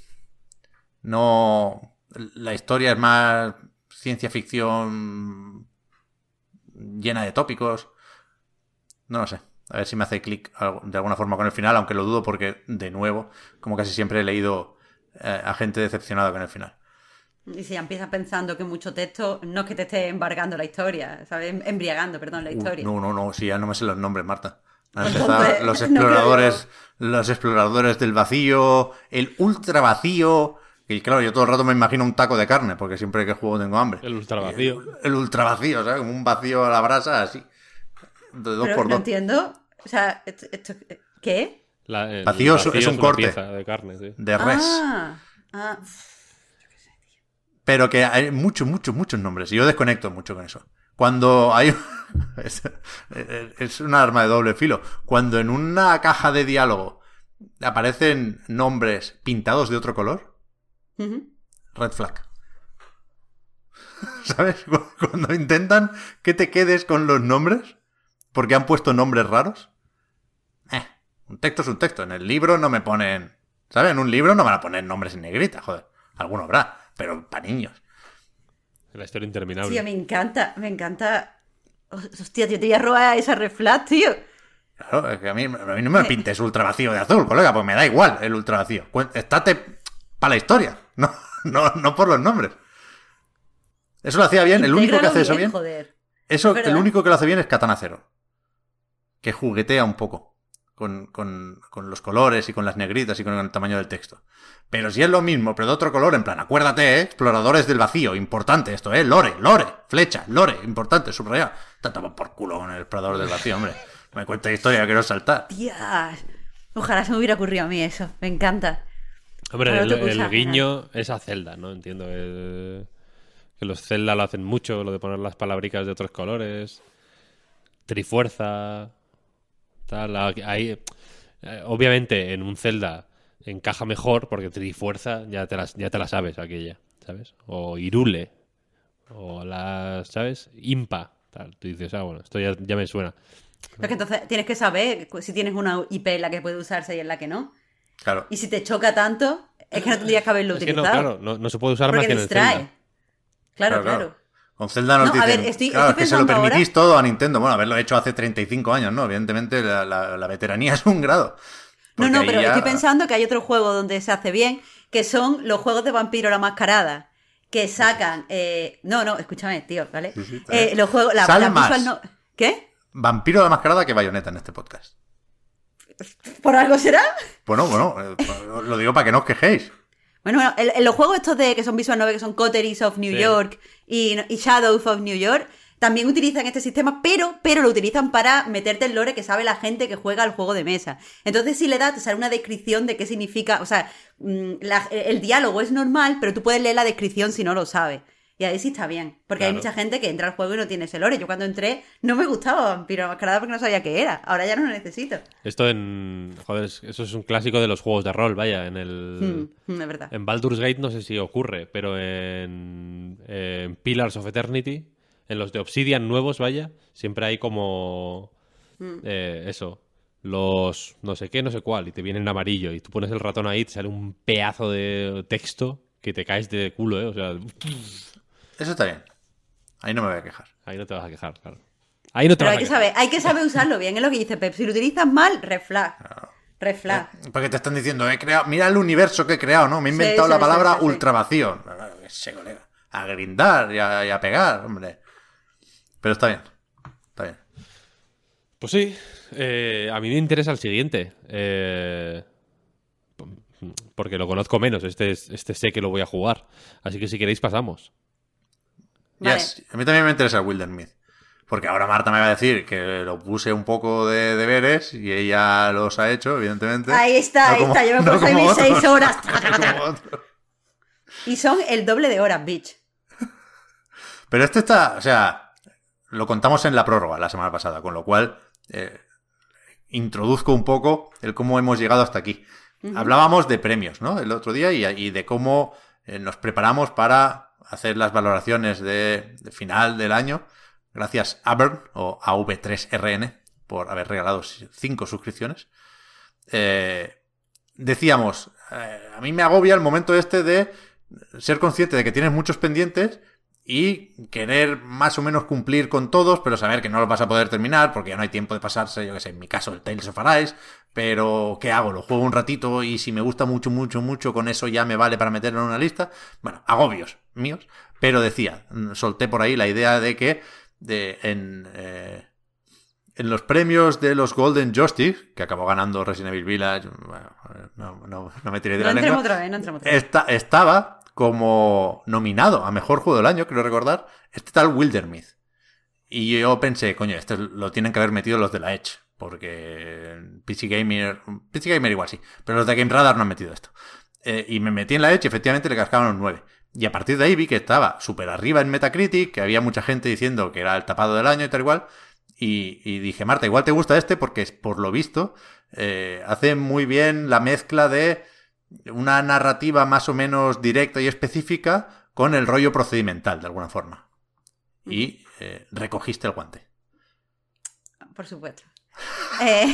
No. La historia es más ciencia ficción llena de tópicos. No lo sé. A ver si me hace clic de alguna forma con el final, aunque lo dudo porque, de nuevo, como casi siempre he leído eh, a gente decepcionada con el final. Y si ya empiezas pensando que mucho texto no es que te esté embargando la historia, ¿sabes? Embriagando, perdón, la historia. Uh, no, no, no, sí, ya no me sé los nombres, Marta. Han Entonces, empezado los exploradores, no los exploradores del vacío, el ultra vacío. Y claro, yo todo el rato me imagino un taco de carne, porque siempre que juego tengo hambre. El ultra vacío. El, el ultra vacío, ¿sabes? Como un vacío a la brasa, así. De dos Pero por no dos. entiendo. O sea, esto, esto- ¿qué? La, el Vacío es- es un una corte. pieza de carne, sí. De res. Ah, ah. Pero que hay muchos, muchos, muchos nombres. Y yo desconecto mucho con eso. Cuando hay... es, es un arma de doble filo. Cuando en una caja de diálogo aparecen nombres pintados de otro color, Ujú. red flag. ¿Sabes? Cuando intentan que te quedes con los nombres, porque han puesto nombres raros. Eh, un texto es un texto. En el libro no me ponen... ¿Sabes? En un libro no van a poner nombres en negrita, joder. Alguno habrá, pero para niños. La historia interminable. Tío, me encanta, me encanta. Hostia, tío, te voy a robar esa red flag, tío. Claro, es que a mí, a mí no me pintes ultra vacío de azul, colega, pues me da igual el ultra vacío. Estate para la historia, no, no, no por los nombres. Eso lo hacía bien, el único que hace eso bien. Joder. Eso, ¿Verdad? el único que lo hace bien es Katana Zero. Que juguetea un poco con, con, con los colores y con las negritas y con el tamaño del texto. Pero si es lo mismo, pero de otro color, en plan, acuérdate, ¿eh? Exploradores del vacío, importante esto, ¿eh? Lore, lore, flecha, lore, importante, subrayar. Te tomas por culo con el explorador del vacío, hombre. Me cuenta historia, quiero saltar. Tías. Ojalá se me hubiera ocurrido a mí eso. Me encanta. Hombre, Ahora el, te puse el a guiño es a Zelda, ¿no? Entiendo el- que los Zelda lo hacen mucho, lo de poner las palabricas de otros colores. Trifuerza. Tal. Ahí, eh, obviamente, en un Zelda encaja mejor porque Trifuerza ya te, las, ya te la sabes aquella, ¿sabes? O Irule. O las, ¿sabes? Impa. Tal. Tú dices, ah, bueno, esto ya, ya me suena. Pero que entonces tienes que saber si tienes una I P en la que puede usarse y en la que no. Claro. Y si te choca tanto, es que no tendrías que haberlo Es que no, utilizado. claro, no, no se puede usar porque más que en el distrae. Zelda. Claro, Claro, claro. claro. Con Zelda nos No, a dicen, ver, estoy- claro, estoy es que se lo pensando permitís ahora- todo a Nintendo. Bueno, haberlo hecho hace treinta y cinco años, ¿no? Evidentemente la, la, la veteranía es un grado. No, Porque no, ahí pero ya- estoy pensando que hay otro juego donde se hace bien, que son los juegos de Vampiro la Mascarada, que sacan... eh, No, no, escúchame, tío, ¿vale? Sí, sí, está Eh, bien. los juegos... La, Sal la más. visual no... ¿Qué? Vampiro de mascarada que Bayonetta en este podcast. ¿Por algo será? Bueno, bueno, eh, lo digo para que no os quejéis. Bueno, bueno, en, en los juegos estos de que son visual novel, que son Coteries of New Sí. York y, y Shadows of New York, también utilizan este sistema, pero, pero lo utilizan para meterte el lore que sabe la gente que juega al juego de mesa. Entonces, si le das, te sale una descripción de qué significa, o sea, mm, la- el diálogo es normal, pero tú puedes leer la descripción si no lo sabes. Y ahí sí está bien, porque hay Claro. mucha gente que entra al juego y no tiene ese lore. Yo cuando entré no me gustaba Vampiro la Mascarada porque no sabía qué era. Ahora ya no lo necesito. Esto en... Joder, es- eso es un clásico de los juegos de rol, vaya. En el... Mm, mm, es verdad. En Baldur's Gate no sé si ocurre, pero en, en Pillars of Eternity, en los de Obsidian nuevos, vaya, siempre hay como... Mm. Eh, eso, los no sé qué, no sé cuál, y te viene en amarillo, y tú pones el ratón ahí y te sale un pedazo de texto que te caes de culo, ¿eh? O sea... Eso está bien. Ahí no me voy a quejar. Ahí no te vas a quejar, claro. Ahí no te Pero vas hay a que quejar. saber, hay que saber usarlo bien, es lo que dice Pep. Si lo utilizas mal, red flag. Claro. Red flag. ¿Eh? Porque te están diciendo, he creado, mira el universo que he creado, ¿no? Me he inventado sí, la sí, palabra sí, sí, sí. ultra vacío. Ese colega. A grindar y a, y a pegar, hombre. Pero está bien. Está bien. Pues sí. Eh, a mí me interesa el siguiente. Eh, porque lo conozco menos. Este, este sé que lo voy a jugar. Así que si queréis pasamos. Vale. Yes. A mí también me interesa el Wildermyth. Porque ahora Marta me va a decir que lo puse un poco de deberes y ella los ha hecho, evidentemente. Ahí está, no ahí como, está. Yo me no puse mis seis horas. No Y son el doble de horas, bitch. Pero este está, o sea, lo contamos en la prórroga la semana pasada, con lo cual eh, introduzco un poco el cómo hemos llegado hasta aquí. Uh-huh. Hablábamos de premios, ¿no? El otro día y, y de cómo eh, nos preparamos para hacer las valoraciones de, de final del año. Gracias a Burn o A V tres R N por haber regalado cinco suscripciones. Eh, decíamos, eh, a mí me agobia el momento este de ser consciente de que tienes muchos pendientes y querer más o menos cumplir con todos, pero saber que no los vas a poder terminar porque ya no hay tiempo de pasarse, yo que sé, en mi caso el Tales of Arise, pero ¿qué hago? Lo juego un ratito y si me gusta mucho, mucho, mucho, con eso ya me vale para meterlo en una lista. Bueno, agobios míos, pero decía, solté por ahí la idea de que de, en, eh, en los premios de los Golden Joystick, que acabó ganando Resident Evil Village, bueno, no, no, no me tiré de no la lengua, otra vez, no entremos otra vez. Esta, estaba como nominado a Mejor Juego del Año, creo recordar, este tal Wildermyth. Y yo pensé, coño, este lo tienen que haber metido los de la Edge, porque P C Gamer, P C Gamer igual sí, pero los de Game Radar no han metido esto. Eh, y me metí en la Edge y efectivamente le cascaban un nueve. Y a partir de ahí vi que estaba súper arriba en Metacritic, que había mucha gente diciendo que era el tapado del año y tal igual. Y, y dije, Marta, igual te gusta este porque, por lo visto, eh, hace muy bien la mezcla de una narrativa más o menos directa y específica con el rollo procedimental, de alguna forma. Y eh, recogiste el guante. Por supuesto. Eh,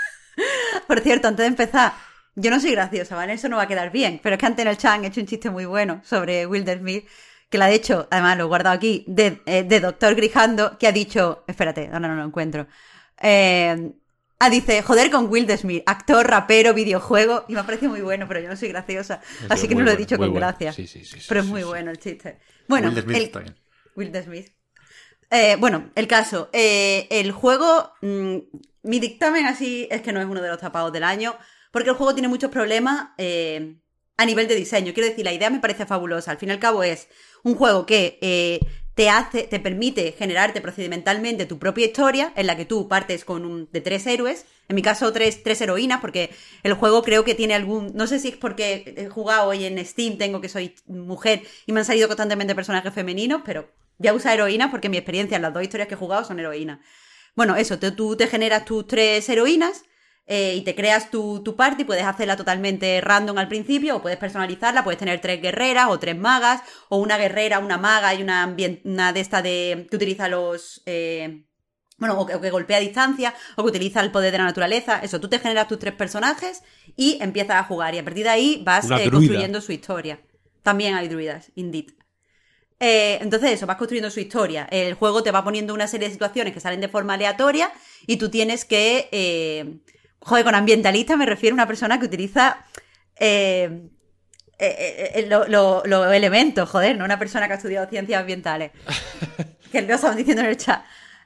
por cierto, antes de empezar, yo no soy graciosa, ¿vale? Eso no va a quedar bien. Pero es que antes en el chat han hecho un chiste muy bueno sobre Wildermyth, que la ha hecho, además lo he guardado aquí, de, eh, de Doctor Grijando, que ha dicho... Espérate, ahora no lo encuentro. Eh... Ah, dice, joder con Wildermyth, actor, rapero, videojuego, y me ha parecido muy bueno, pero yo no soy graciosa, así que no lo he dicho con bueno. gracia. Sí, sí, sí, sí, pero es sí, muy sí. bueno el chiste. Bueno, Wildermyth el... está bien. Wildermyth. Eh, bueno, el caso. Eh, el juego, mmm, mi dictamen así es que no es uno de los tapados del año, porque el juego tiene muchos problemas eh, a nivel de diseño. Quiero decir, la idea me parece fabulosa. Al fin y al cabo es un juego que... Eh, te hace, te permite generarte procedimentalmente tu propia historia, en la que tú partes con un, de tres héroes, en mi caso tres, tres heroínas, porque el juego creo que tiene algún, no sé si es porque he jugado hoy en Steam, tengo que soy mujer y me han salido constantemente personajes femeninos, pero voy a usar heroínas porque mi experiencia en las dos historias que he jugado son heroínas. Bueno, eso, te, tú te generas tus tres heroínas, Eh, y te creas tu, tu party, puedes hacerla totalmente random al principio o puedes personalizarla, puedes tener tres guerreras o tres magas o una guerrera, una maga y una, una de esta de que utiliza los... Eh, bueno, o que, o que golpea a distancia o que utiliza el poder de la naturaleza. Eso, tú te generas tus tres personajes y empiezas a jugar y a partir de ahí vas eh, construyendo su historia. También hay druidas, indeed. Eh, entonces eso, vas construyendo su historia. El juego te va poniendo una serie de situaciones que salen de forma aleatoria y tú tienes que... Eh, Joder, con ambientalista me refiero a una persona que utiliza eh, eh, eh, los lo, lo elementos, joder, no una persona que ha estudiado ciencias ambientales. Que lo estaban diciendo en el chat.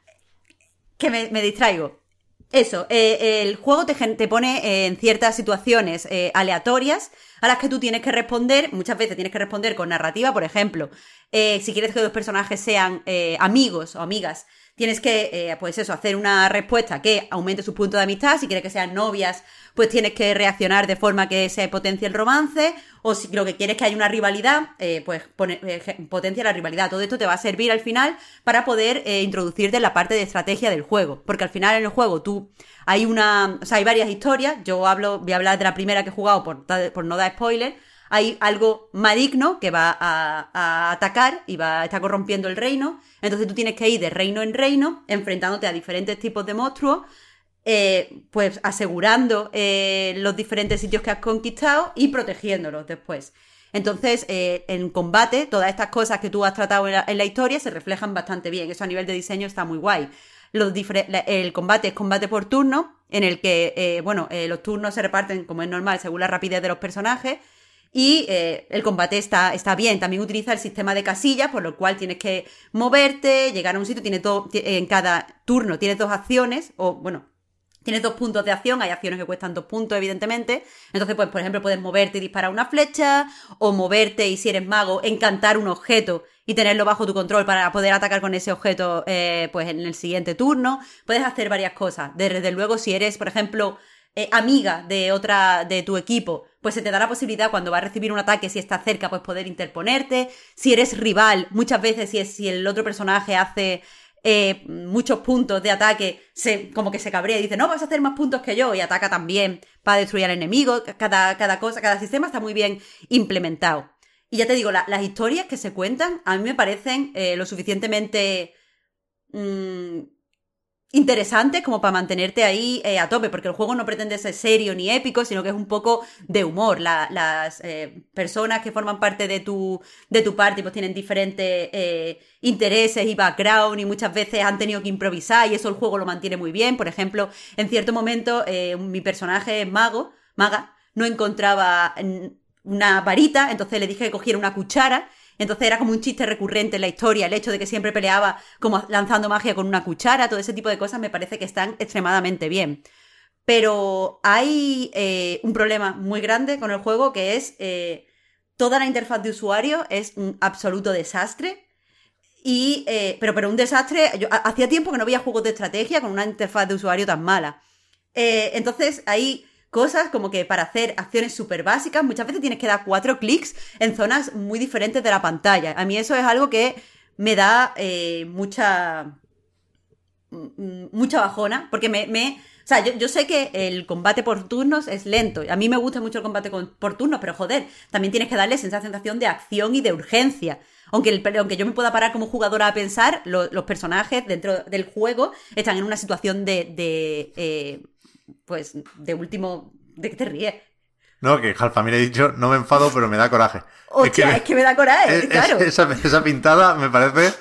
Que me, me distraigo. Eso, eh, el juego te, te pone en ciertas situaciones eh, aleatorias a las que tú tienes que responder. Muchas veces tienes que responder con narrativa, por ejemplo. Eh, si quieres que dos personajes sean eh, amigos o amigas, tienes que, eh, pues eso, hacer una respuesta que aumente su punto de amistad. Si quieres que sean novias, pues tienes que reaccionar de forma que se potencie el romance. O si lo que quieres es que haya una rivalidad, eh, pues pone, eh, potencia la rivalidad. Todo esto te va a servir al final para poder eh, introducirte en la parte de estrategia del juego. Porque al final en el juego tú hay una, o sea, hay varias historias. Yo hablo, voy a hablar de la primera que he jugado por, por no dar spoiler. hay algo maligno que va a, a atacar y va a estar corrompiendo el reino. Entonces tú tienes que ir de reino en reino, enfrentándote a diferentes tipos de monstruos, eh, pues asegurando eh, los diferentes sitios que has conquistado y protegiéndolos después. Entonces, eh, en combate, todas estas cosas que tú has tratado en la, en la historia se reflejan bastante bien. Eso a nivel de diseño está muy guay. Los difer- la, el combate es combate por turno, en el que, eh, bueno, eh, los turnos se reparten, como es normal, según la rapidez de los personajes. Y eh, el combate está, está bien. También utiliza el sistema de casillas, por lo cual tienes que moverte, llegar a un sitio. Tienes todo, en cada turno tienes dos acciones, o bueno, tienes dos puntos de acción, hay acciones que cuestan dos puntos, evidentemente. Entonces, pues, por ejemplo, puedes moverte y disparar una flecha, o moverte y, si eres mago, encantar un objeto y tenerlo bajo tu control para poder atacar con ese objeto, eh, pues, en el siguiente turno. Puedes hacer varias cosas. Desde luego, si eres, por ejemplo, eh, amiga de otra, de tu equipo, pues se te da la posibilidad, cuando va a recibir un ataque, si está cerca, pues poder interponerte. Si eres rival, muchas veces, si, es, si el otro personaje hace Eh, muchos puntos de ataque, se, como que se cabrea y dice, no, vas a hacer más puntos que yo, y ataca también para destruir al enemigo. Cada, cada cosa, cada sistema está muy bien implementado. Y ya te digo, la, las historias que se cuentan a mí me parecen eh, lo suficientemente mmm, interesantes como para mantenerte ahí eh, a tope, porque el juego no pretende ser serio ni épico, sino que es un poco de humor. La, las eh, personas que forman parte de tu, de tu party pues tienen diferentes eh, intereses y background, y muchas veces han tenido que improvisar, y eso el juego lo mantiene muy bien. Por ejemplo, en cierto momento eh, mi personaje mago, maga, no encontraba una varita, entonces le dije que cogiera una cuchara. Entonces era como un chiste recurrente en la historia, el hecho de que siempre peleaba como lanzando magia con una cuchara. Todo ese tipo de cosas me parece que están extremadamente bien. Pero hay eh, un problema muy grande con el juego, que es eh, toda la interfaz de usuario es un absoluto desastre. Y, eh, pero, pero un desastre. Yo, hacía tiempo que no veía juegos de estrategia con una interfaz de usuario tan mala. Eh, entonces hay cosas como que para hacer acciones súper básicas, muchas veces tienes que dar cuatro clics en zonas muy diferentes de la pantalla. A mí eso es algo que me da eh, mucha mucha bajona, porque me... me o sea, yo, yo sé que el combate por turnos es lento. A mí me gusta mucho el combate con, por turnos, pero joder, también tienes que darle esa sensación de acción y de urgencia. Aunque, el, aunque yo me pueda parar como jugadora a pensar, lo, los personajes dentro del juego están en una situación de... de eh, pues, de último... ¿De qué te ríes? No, que Jalfamir he dicho, no me enfado, pero me da coraje. Hostia, es que, es que me da coraje, es, claro. Es, esa, esa pintada me parece...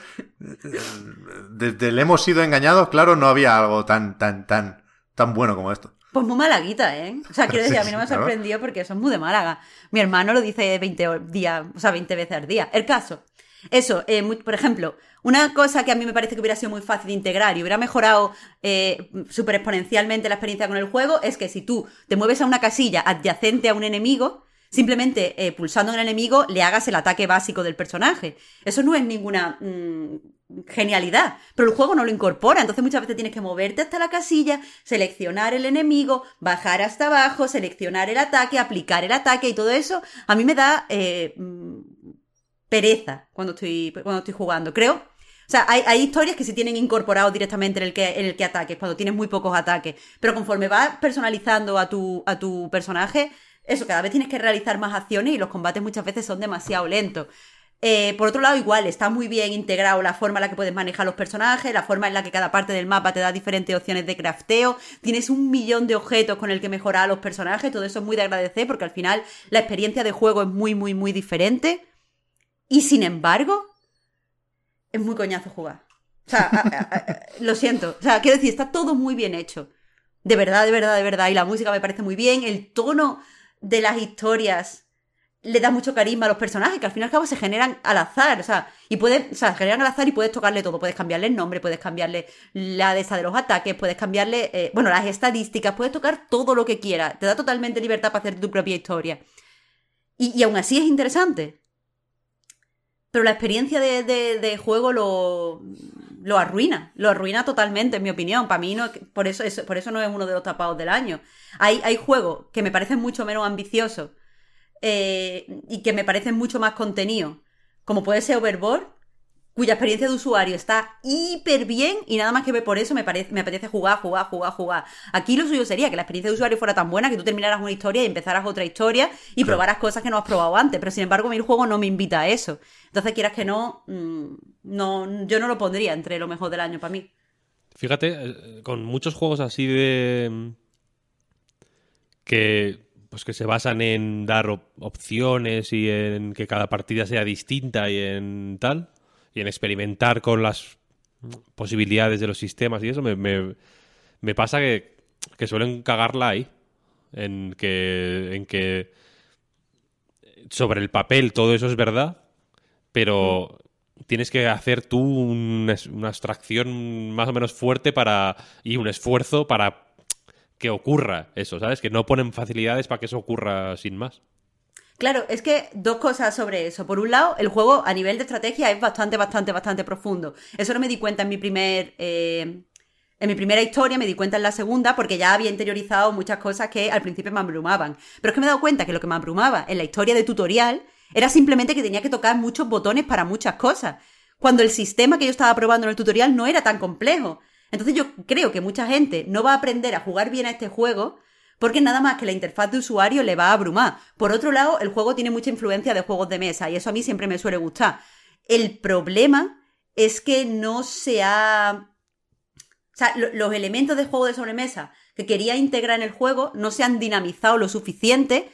Desde el hemos sido engañados, claro, no había algo tan, tan, tan, tan bueno como esto. Pues muy malaguita, ¿eh? O sea, quiero decir, a mí no me ha sorprendido porque eso es muy de Málaga. Mi hermano lo dice veinte días, o sea, veinte veces al día. El caso... Eso, eh, muy, por ejemplo, una cosa que a mí me parece que hubiera sido muy fácil de integrar y hubiera mejorado eh, súper exponencialmente la experiencia con el juego, es que si tú te mueves a una casilla adyacente a un enemigo, simplemente eh, pulsando en el enemigo le hagas el ataque básico del personaje. Eso no es ninguna mmm, genialidad, pero el juego no lo incorpora. Entonces muchas veces tienes que moverte hasta la casilla, seleccionar el enemigo, bajar hasta abajo, seleccionar el ataque, aplicar el ataque, y todo eso a mí me da... Eh, pereza cuando estoy, cuando estoy jugando, creo. O sea, hay, hay historias que se tienen incorporados directamente en el que, en el que ataques, cuando tienes muy pocos ataques. Pero conforme vas personalizando a tu, a tu personaje, eso, cada vez tienes que realizar más acciones y los combates muchas veces son demasiado lentos. Eh, por otro lado, igual, está muy bien integrado la forma en la que puedes manejar los personajes, la forma en la que cada parte del mapa te da diferentes opciones de crafteo. Tienes un millón de objetos con el que mejorar a los personajes. Todo eso es muy de agradecer, porque al final la experiencia de juego es muy, muy, muy diferente. Y sin embargo, es muy coñazo jugar. O sea, a, a, a, lo siento. O sea, quiero decir, está todo muy bien hecho. De verdad, de verdad, de verdad. Y la música me parece muy bien. El tono de las historias le da mucho carisma a los personajes, que al fin y al cabo se generan al azar. O sea, y puedes, o sea, se generan al azar y puedes tocarle todo. Puedes cambiarle el nombre, puedes cambiarle la de esta de los ataques, puedes cambiarle, eh, bueno, las estadísticas, puedes tocar todo lo que quieras. Te da totalmente libertad para hacer tu propia historia. Y, y aún así es interesante. Pero la experiencia de, de, de juego lo, lo arruina. Lo arruina totalmente, en mi opinión. Para mí, no, por, eso, eso, por eso no es uno de los tapados del año. Hay, hay juegos que me parecen mucho menos ambiciosos eh, y que me parecen mucho más contenidos. Como puede ser Overboard, cuya experiencia de usuario está hiper bien y nada más que por eso me, parece, me apetece jugar, jugar, jugar, jugar. Aquí lo suyo sería que la experiencia de usuario fuera tan buena que tú terminaras una historia y empezaras otra historia y claro. probaras cosas que no has probado antes, pero sin embargo el juego no me invita a eso. Entonces, quieras que no, no yo no lo pondría entre lo mejor del año para mí. Fíjate, con muchos juegos así de... que... pues que se basan en dar op- opciones y en que cada partida sea distinta y en tal, y en experimentar con las posibilidades de los sistemas y eso, me, me, me pasa que, que suelen cagarla ahí, en que, en que sobre el papel todo eso es verdad, pero mm. tienes que hacer tú un, una abstracción más o menos fuerte para y un esfuerzo para que ocurra eso, ¿sabes? Que no ponen facilidades para que eso ocurra sin más. Claro, es que dos cosas sobre eso. Por un lado, el juego a nivel de estrategia es bastante, bastante, bastante profundo. Eso no me di cuenta en mi primer... Eh, en mi primera historia, me di cuenta en la segunda, porque ya había interiorizado muchas cosas que al principio me abrumaban. Pero es que me he dado cuenta que lo que me abrumaba en la historia de tutorial era simplemente que tenía que tocar muchos botones para muchas cosas, cuando el sistema que yo estaba probando en el tutorial no era tan complejo. Entonces yo creo que mucha gente no va a aprender a jugar bien a este juego porque nada más que la interfaz de usuario le va a abrumar. Por otro lado, el juego tiene mucha influencia de juegos de mesa y eso a mí siempre me suele gustar. El problema es que no se ha... O sea, lo, los elementos de juego de sobremesa que quería integrar en el juego no se han dinamizado lo suficiente.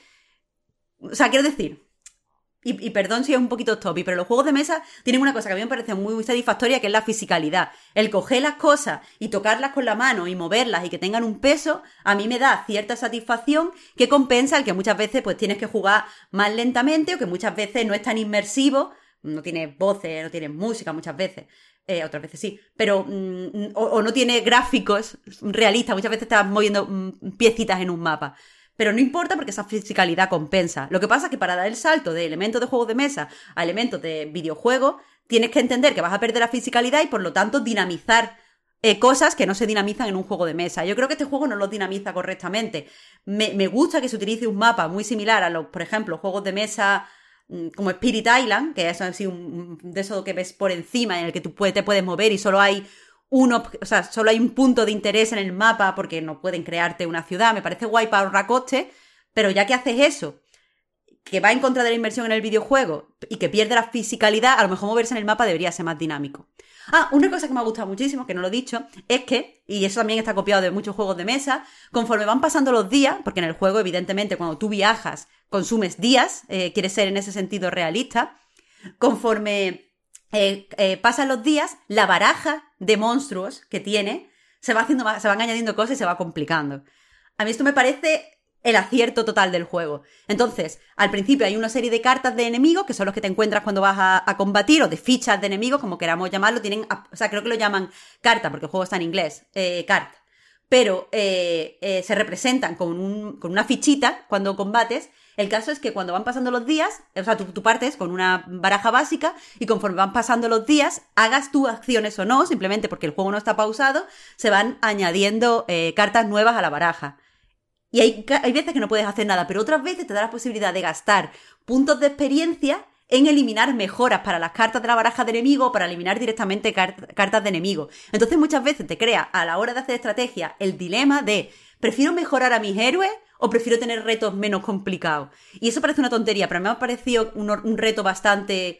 O sea, quiero decir... Y, y perdón si es un poquito topi, pero los juegos de mesa tienen una cosa que a mí me parece muy, muy satisfactoria, que es la fisicalidad. El coger las cosas y tocarlas con la mano y moverlas y que tengan un peso, a mí me da cierta satisfacción que compensa el que muchas veces pues tienes que jugar más lentamente o que muchas veces no es tan inmersivo, no tiene voces, no tiene música muchas veces. Eh, otras veces sí, pero mm, o, o no tiene gráficos realistas, muchas veces estás moviendo mm, piecitas en un mapa. Pero no importa porque esa fisicalidad compensa. Lo que pasa es que para dar el salto de elementos de juegos de mesa a elementos de videojuegos, tienes que entender que vas a perder la fisicalidad y por lo tanto dinamizar eh, cosas que no se dinamizan en un juego de mesa. Yo creo que este juego no lo dinamiza correctamente. Me, me gusta que se utilice un mapa muy similar a los, por ejemplo, juegos de mesa como Spirit Island, que es así un, de eso que ves por encima en el que tú puedes, te puedes mover y solo hay uno, o sea, solo hay un punto de interés en el mapa porque no pueden crearte una ciudad. Me parece guay para ahorrar coste, pero ya que haces eso, que va en contra de la inversión en el videojuego y que pierde la fisicalidad, a lo mejor moverse en el mapa debería ser más dinámico. Ah, una cosa que me ha gustado muchísimo, que no lo he dicho, es que, y eso también está copiado de muchos juegos de mesa, conforme van pasando los días, porque en el juego, evidentemente, cuando tú viajas, consumes días, eh, quieres ser en ese sentido realista, conforme eh, eh, pasan los días, la baraja de monstruos que tiene se va haciendo más, se van añadiendo cosas y se va complicando. A mí esto me parece el acierto total del juego. Entonces, al principio hay una serie de cartas de enemigos, que son los que te encuentras cuando vas a, a combatir, o de fichas de enemigos, como queramos llamarlo. Tienen, o sea, creo que lo llaman carta, porque el juego está en inglés, eh, card. Pero eh, eh, se representan con, un, con una fichita cuando combates. El caso es que cuando van pasando los días, o sea, tú, tú partes con una baraja básica y conforme van pasando los días, hagas tú acciones o no, simplemente porque el juego no está pausado, se van añadiendo eh, cartas nuevas a la baraja. Y hay, hay veces que no puedes hacer nada, pero otras veces te da la posibilidad de gastar puntos de experiencia en eliminar mejoras para las cartas de la baraja de enemigo o para eliminar directamente car- cartas de enemigo. Entonces muchas veces te crea, a la hora de hacer estrategia, el dilema de ¿prefiero mejorar a mis héroes o prefiero tener retos menos complicados? Y eso parece una tontería, pero me ha parecido un, un reto bastante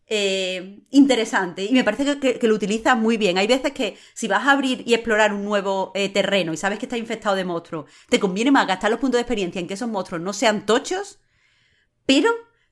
eh, interesante y me parece que, que, que lo utilizas muy bien. Hay veces que si vas a abrir y explorar un nuevo eh, terreno y sabes que está infectado de monstruos, te conviene más gastar los puntos de experiencia en que esos monstruos no sean tochos, pero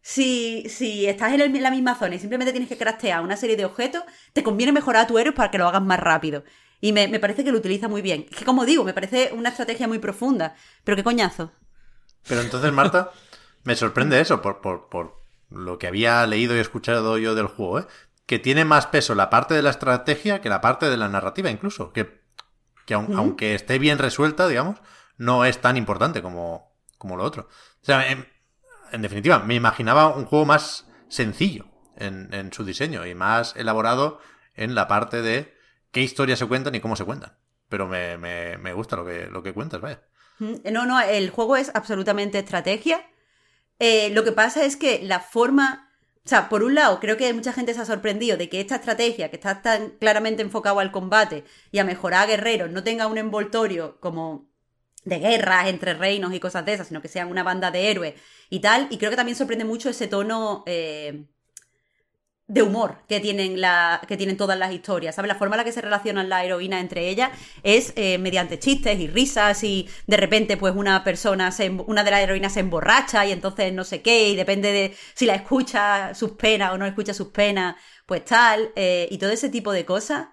si, si estás en, el, en la misma zona y simplemente tienes que craftear una serie de objetos, te conviene mejorar a tu héroe para que lo hagas más rápido. Y me, me parece que lo utiliza muy bien. Es que, como digo, me parece una estrategia muy profunda. Pero qué coñazo. Pero entonces, Marta, me sorprende eso por, por, por lo que había leído y escuchado yo del juego, ¿eh? Que tiene más peso la parte de la estrategia que la parte de la narrativa, incluso. Que, que aun, ¿Mm? aunque esté bien resuelta, digamos, no es tan importante como, como lo otro. O sea, en, en definitiva, me imaginaba un juego más sencillo en, en su diseño y más elaborado en la parte de qué historias se cuentan y cómo se cuentan. Pero me, me, me gusta lo que, lo que cuentas, vaya. No, no, el juego es absolutamente estrategia. Eh, lo que pasa es que la forma O sea, por un lado, creo que mucha gente se ha sorprendido de que esta estrategia, que está tan claramente enfocada al combate y a mejorar a guerreros, no tenga un envoltorio como de guerras entre reinos y cosas de esas, sino que sean una banda de héroes y tal. Y creo que también sorprende mucho ese tono eh, de humor que tienen, la, que tienen todas las historias, ¿sabes? La forma en la que se relacionan las heroínas entre ellas es eh, mediante chistes y risas, y de repente pues una persona, se, una de las heroínas se emborracha y entonces no sé qué, y depende de si la escucha sus penas o no escucha sus penas, pues tal, eh, y todo ese tipo de cosas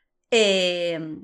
eh,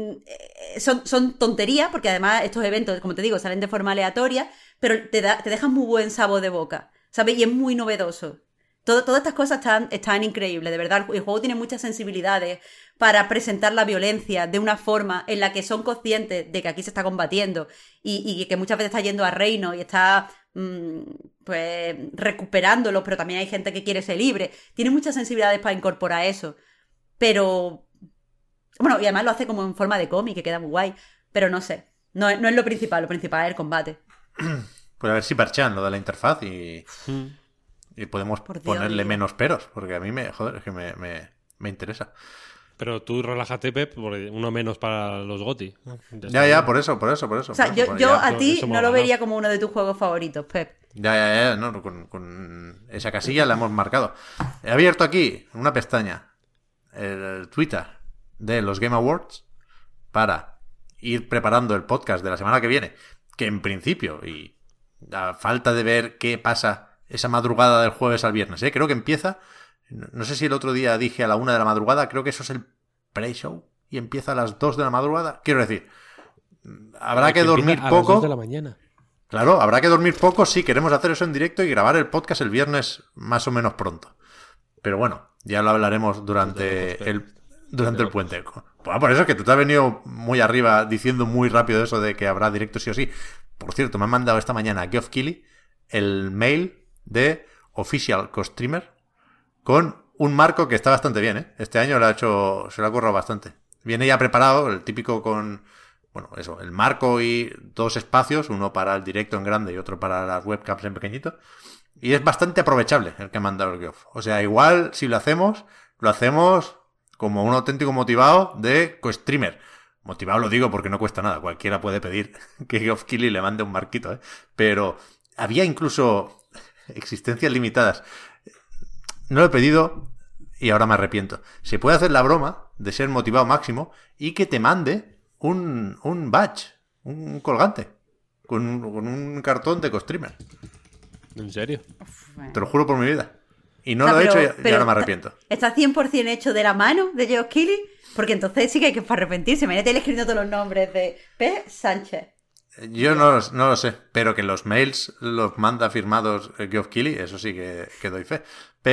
son, son tonterías, porque además estos eventos, como te digo, salen de forma aleatoria, pero te, da, te dejan muy buen sabor de boca, ¿sabes? Y es muy novedoso. Todo, todas estas cosas están, están increíbles, de verdad. El juego tiene muchas sensibilidades para presentar la violencia de una forma en la que son conscientes de que aquí se está combatiendo y, y que muchas veces está yendo a reino y está mmm, pues recuperándolo, pero también hay gente que quiere ser libre. Tiene muchas sensibilidades para incorporar eso, pero bueno, y además lo hace como en forma de cómic, que queda muy guay, pero no sé, no, no es lo principal, lo principal es el combate. Pues a ver si parchean lo de la interfaz y... Mm. Y podemos Por Dios, ponerle Dios. menos peros, porque a mí me, joder, es que me, me, me interesa. Pero tú relájate, Pep, porque uno menos para los GOTY. Ya, ya, ya, por eso, por eso, por eso. O sea, por yo, eso, yo ya. a ti eso no mola, lo ¿no? vería como uno de tus juegos favoritos, Pep. Ya, ya, ya, no, con, con esa casilla la hemos marcado. He abierto aquí una pestaña, el Twitter de los Game Awards, para ir preparando el podcast de la semana que viene, que en principio, y a falta de ver qué pasa esa madrugada del jueves al viernes, ¿eh? Creo que empieza, no sé si el otro día dije a la una de la madrugada, creo que eso es el pre-show y empieza a las dos de la madrugada. Quiero decir, habrá que, que dormir a poco. Las dos de la mañana. Claro, habrá que dormir poco si queremos hacer eso en directo y grabar el podcast el viernes más o menos pronto. Pero bueno, ya lo hablaremos durante el durante el puente. Bueno, por eso es que tú te has venido muy arriba diciendo muy rápido eso de que habrá directo sí o sí. Por cierto, me han mandado esta mañana a Geoff Keighley el mail de Official Co-Streamer con un marco que está bastante bien, ¿eh? Este año lo ha hecho, se lo ha currado bastante. Viene ya preparado, el típico con, bueno, eso, el marco y dos espacios, uno para el directo en grande y otro para las webcams en pequeñito. Y es bastante aprovechable el que ha mandado el Geoff. O sea, igual si lo hacemos, lo hacemos como un auténtico motivado de co-streamer. Motivado lo digo porque no cuesta nada. Cualquiera puede pedir que Geoff Keighley le mande un marquito, ¿eh? Pero había incluso existencias limitadas. No lo he pedido y ahora me arrepiento. Se puede hacer la broma de ser motivado máximo y que te mande un, un badge, un colgante, con, con un cartón de co-streamer. ¿En serio? Uf, bueno. Te lo juro por mi vida. Y no O sea, lo he pero, hecho y, y ahora me arrepiento. ¿Está cien por ciento hecho de la mano de Geoff Keighley? Porque entonces sí que hay que arrepentirse. Me él escribiendo todos los nombres de P. Sánchez. Yo no, no lo sé, pero que los mails los manda firmados Geoff Keighley, eso sí que, que doy fe.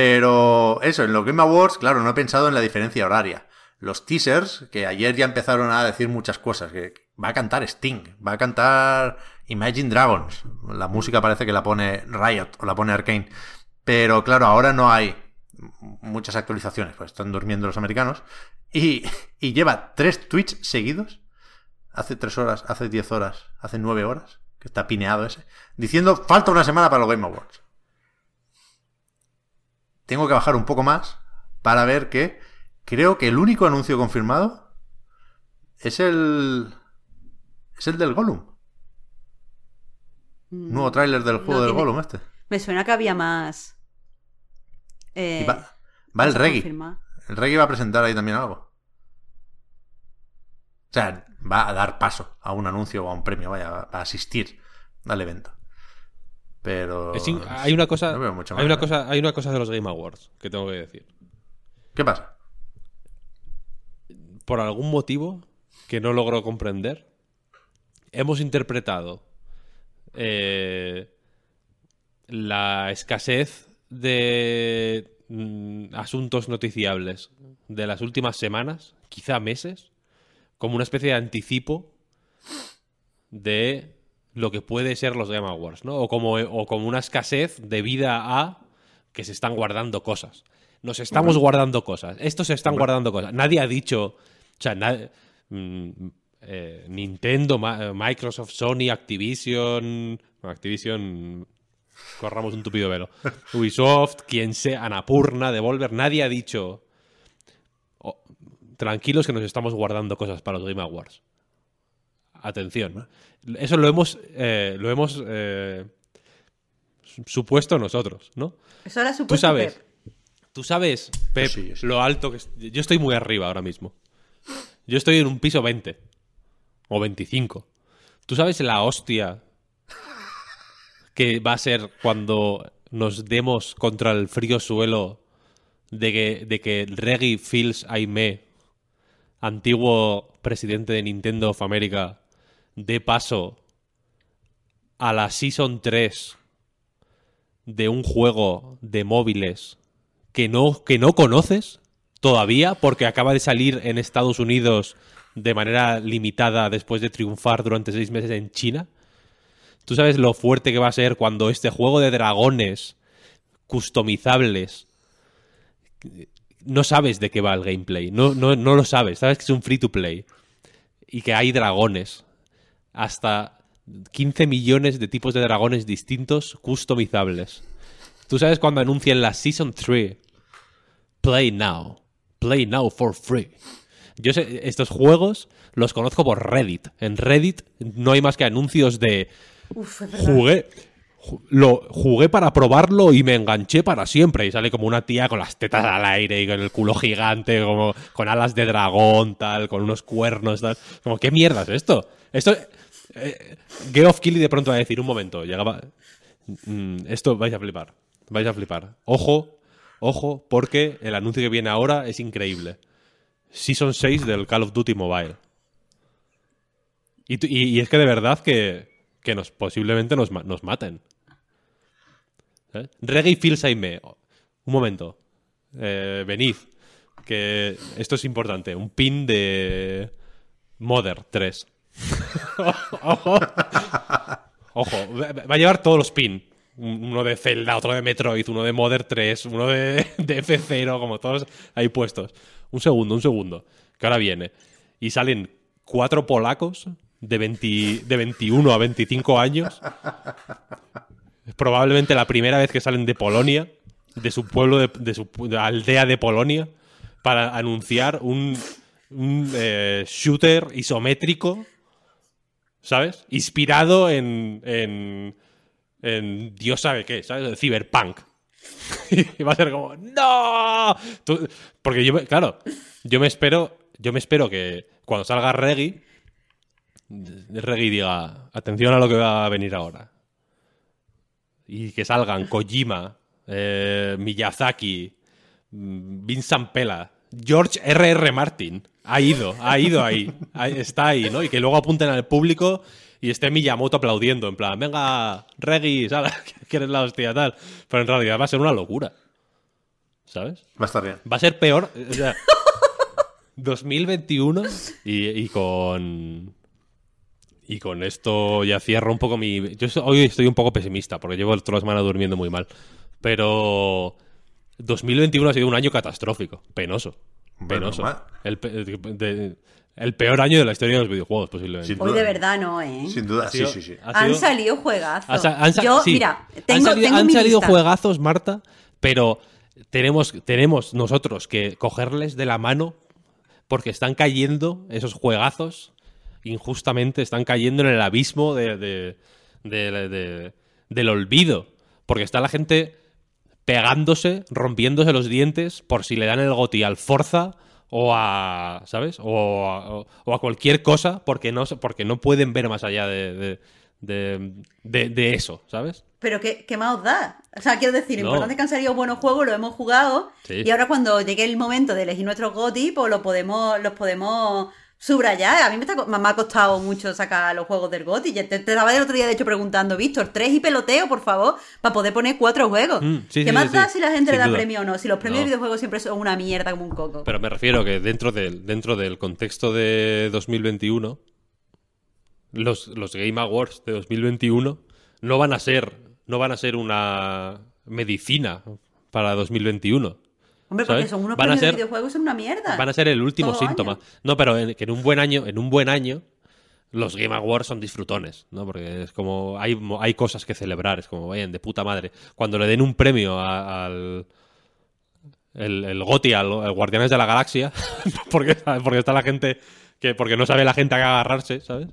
Pero eso, en los Game Awards, claro, no he pensado en la diferencia horaria. Los teasers, que ayer ya empezaron a decir muchas cosas, que va a cantar Sting, va a cantar Imagine Dragons, la música parece que la pone Riot o la pone Arcane, pero claro, ahora no hay muchas actualizaciones, pues están durmiendo los americanos, y, y lleva tres tweets seguidos, hace tres horas, hace diez horas, hace nueve horas, que está pineado ese, diciendo falta una semana para los Game Awards. Tengo que bajar un poco más para ver que creo que el único anuncio confirmado es el es el del Gollum. Mm, nuevo tráiler del juego no del tiene... Gollum este. Me suena que había más. Eh, y va va el Reggie. Confirmar. El Reggie va a presentar ahí también algo. O sea, va a dar paso a un anuncio o a un premio, vaya, va a asistir al evento. Pero es in... hay una cosa, no veo mucho más, hay una ¿no? cosa, hay una cosa de los Game Awards que tengo que decir. ¿Qué pasa? Por algún motivo que no logro comprender, hemos interpretado eh, la escasez de mm, asuntos noticiables de las últimas semanas, quizá meses, como una especie de anticipo de lo que puede ser los Game Awards, ¿no? O como, o como una escasez debida a que se están guardando cosas. Nos estamos uh-huh. guardando cosas. Estos se están uh-huh. guardando cosas. Nadie ha dicho... O sea, na, mm, eh, Nintendo, Ma, Microsoft, Sony, Activision... Activision corramos un tupido velo. Ubisoft, quien sea, Annapurna, Devolver, nadie ha dicho oh, tranquilos que nos estamos guardando cosas para los Game Awards. Atención. Eso lo hemos eh, lo hemos eh, supuesto nosotros, ¿no? Eso era supuesto, Tú sabes, Pep. tú sabes, Pep, Sí, sí. lo alto que... es- Yo estoy muy arriba ahora mismo. Yo estoy en un piso veinte. O veinticinco. ¿Tú sabes la hostia que va a ser cuando nos demos contra el frío suelo de que, de que Reggie Fils-Aimé, antiguo presidente de Nintendo of America, dé paso a la Season tres de un juego de móviles que no, que no conoces todavía porque acaba de salir en Estados Unidos de manera limitada después de triunfar durante seis meses en China? ¿Tú sabes lo fuerte que va a ser cuando este juego de dragones customizables no sabes de qué va el gameplay? No, no, no lo sabes. Sabes que es un free to play y que hay dragones. Hasta quince millones de tipos de dragones distintos customizables. ¿Tú sabes cuando anuncian la Season tres? Play now. Play now for free. Yo sé, estos juegos los conozco por Reddit. En Reddit no hay más que anuncios de Uf, es verdad. jugué ju- lo jugué para probarlo y me enganché para siempre. Y sale como una tía con las tetas al aire y con el culo gigante, como con alas de dragón, tal, con unos cuernos, tal. Como, ¿qué mierda es esto? Esto... Eh, Geoff Keighley de pronto va a decir, un momento, llegaba... Mm, esto vais a flipar. Vais a flipar. Ojo, ojo, porque el anuncio que viene ahora es increíble. Season seis del Call of Duty Mobile. Y, tu- y- y es que de verdad que, que nos posiblemente nos, ma- nos maten. ¿Eh? Reggae Fils-Aimé. Un momento. Eh, venid. Que esto es importante. Un pin de Mother tres. Ojo. Ojo. Va va a llevar todos los pin. Uno de Zelda, otro de Metroid, uno de Mother tres, uno de, de F cero, como todos ahí puestos. Un segundo, un segundo. Que ahora viene. Y salen cuatro polacos de, veinte, de veintiuno a veinticinco años. Es probablemente la primera vez que salen de Polonia, de su pueblo, de, de su pu- de aldea de Polonia, para anunciar un, un eh, shooter isométrico, ¿sabes? Inspirado en, en, en Dios sabe qué, ¿sabes? El Cyberpunk. Y va a ser como ¡no! Tú- porque yo, me- claro, yo me espero, yo me espero que cuando salga Reggie, Reggie diga, atención a lo que va a venir ahora. Y que salgan Kojima, eh, Miyazaki, mm, Vincent Pela, George R R. Martin. Ha ido, ha ido ahí, ahí, está ahí, ¿no? Y que luego apunten al público y esté Miyamoto aplaudiendo, en plan, venga, Reggie, ¿sabes? Que eres la hostia, tal. Pero en realidad va a ser una locura, ¿sabes? Va a estar bien. Va a ser peor, o sea, dos mil veintiuno y, y con... Y con esto ya cierro un poco mi... Yo hoy estoy un poco pesimista porque llevo toda la semana durmiendo muy mal. Pero dos mil veintiuno ha sido un año catastrófico, penoso. Hombre, Penoso. normal. El, pe- de- el peor año de la historia de los videojuegos, posiblemente. Sin Hoy duda. de verdad no, ¿eh? Sin duda, Ha sido- sí, sí, sí. ha Han sido- salido juegazos. ha sa- han sa- Yo, sí. mira, Han tengo, salido, tengo han mi salido lista. juegazos, Marta, pero tenemos, tenemos nosotros que cogerles de la mano porque están cayendo esos juegazos injustamente, están cayendo en el abismo de, de- de- de- del olvido. Porque está la gente pegándose, rompiéndose los dientes por si le dan el GOTY al Forza o a, ¿sabes? O a, o- o a cualquier cosa porque no, porque no pueden ver más allá de, de, de- de- de eso, ¿sabes? Pero ¿qué, qué más os da? O sea, quiero decir, No. importante que han salido buenos juegos, los hemos jugado, Sí. y ahora cuando llegue el momento de elegir nuestros GOTY, pues lo podemos, los podemos subrayar. A mí me, está, co- me ha costado mucho sacar los juegos del GOTY. Ya Te, te estaba el otro día, de hecho, preguntando, Víctor, tres y peloteo, por favor, para poder poner cuatro juegos. Mm, sí, ¿Qué sí, más sí, da sí. si la gente le Sin da duda. premio o no? Si los premios No. de videojuegos siempre son una mierda como un coco. Pero me refiero que dentro del, dentro del contexto de dos mil veintiuno, los, los Game Awards de dos mil veintiuno no van a ser, no van a ser una medicina para dos mil veintiuno. Hombre, porque ¿sabes? son unos Van a premios de ser- videojuegos, son una mierda. Van a ser el último Todos los síntoma. años. No, pero en, que en un buen año, en un buen año, los Game Awards son disfrutones, ¿no? Porque es como, hay, hay cosas que celebrar, es como, vayan, de puta madre. Cuando le den un premio a- al... El, el GOTY, al, al Guardianes de la Galaxia, porque, porque está la gente... que porque no sabe la gente a qué agarrarse, ¿sabes?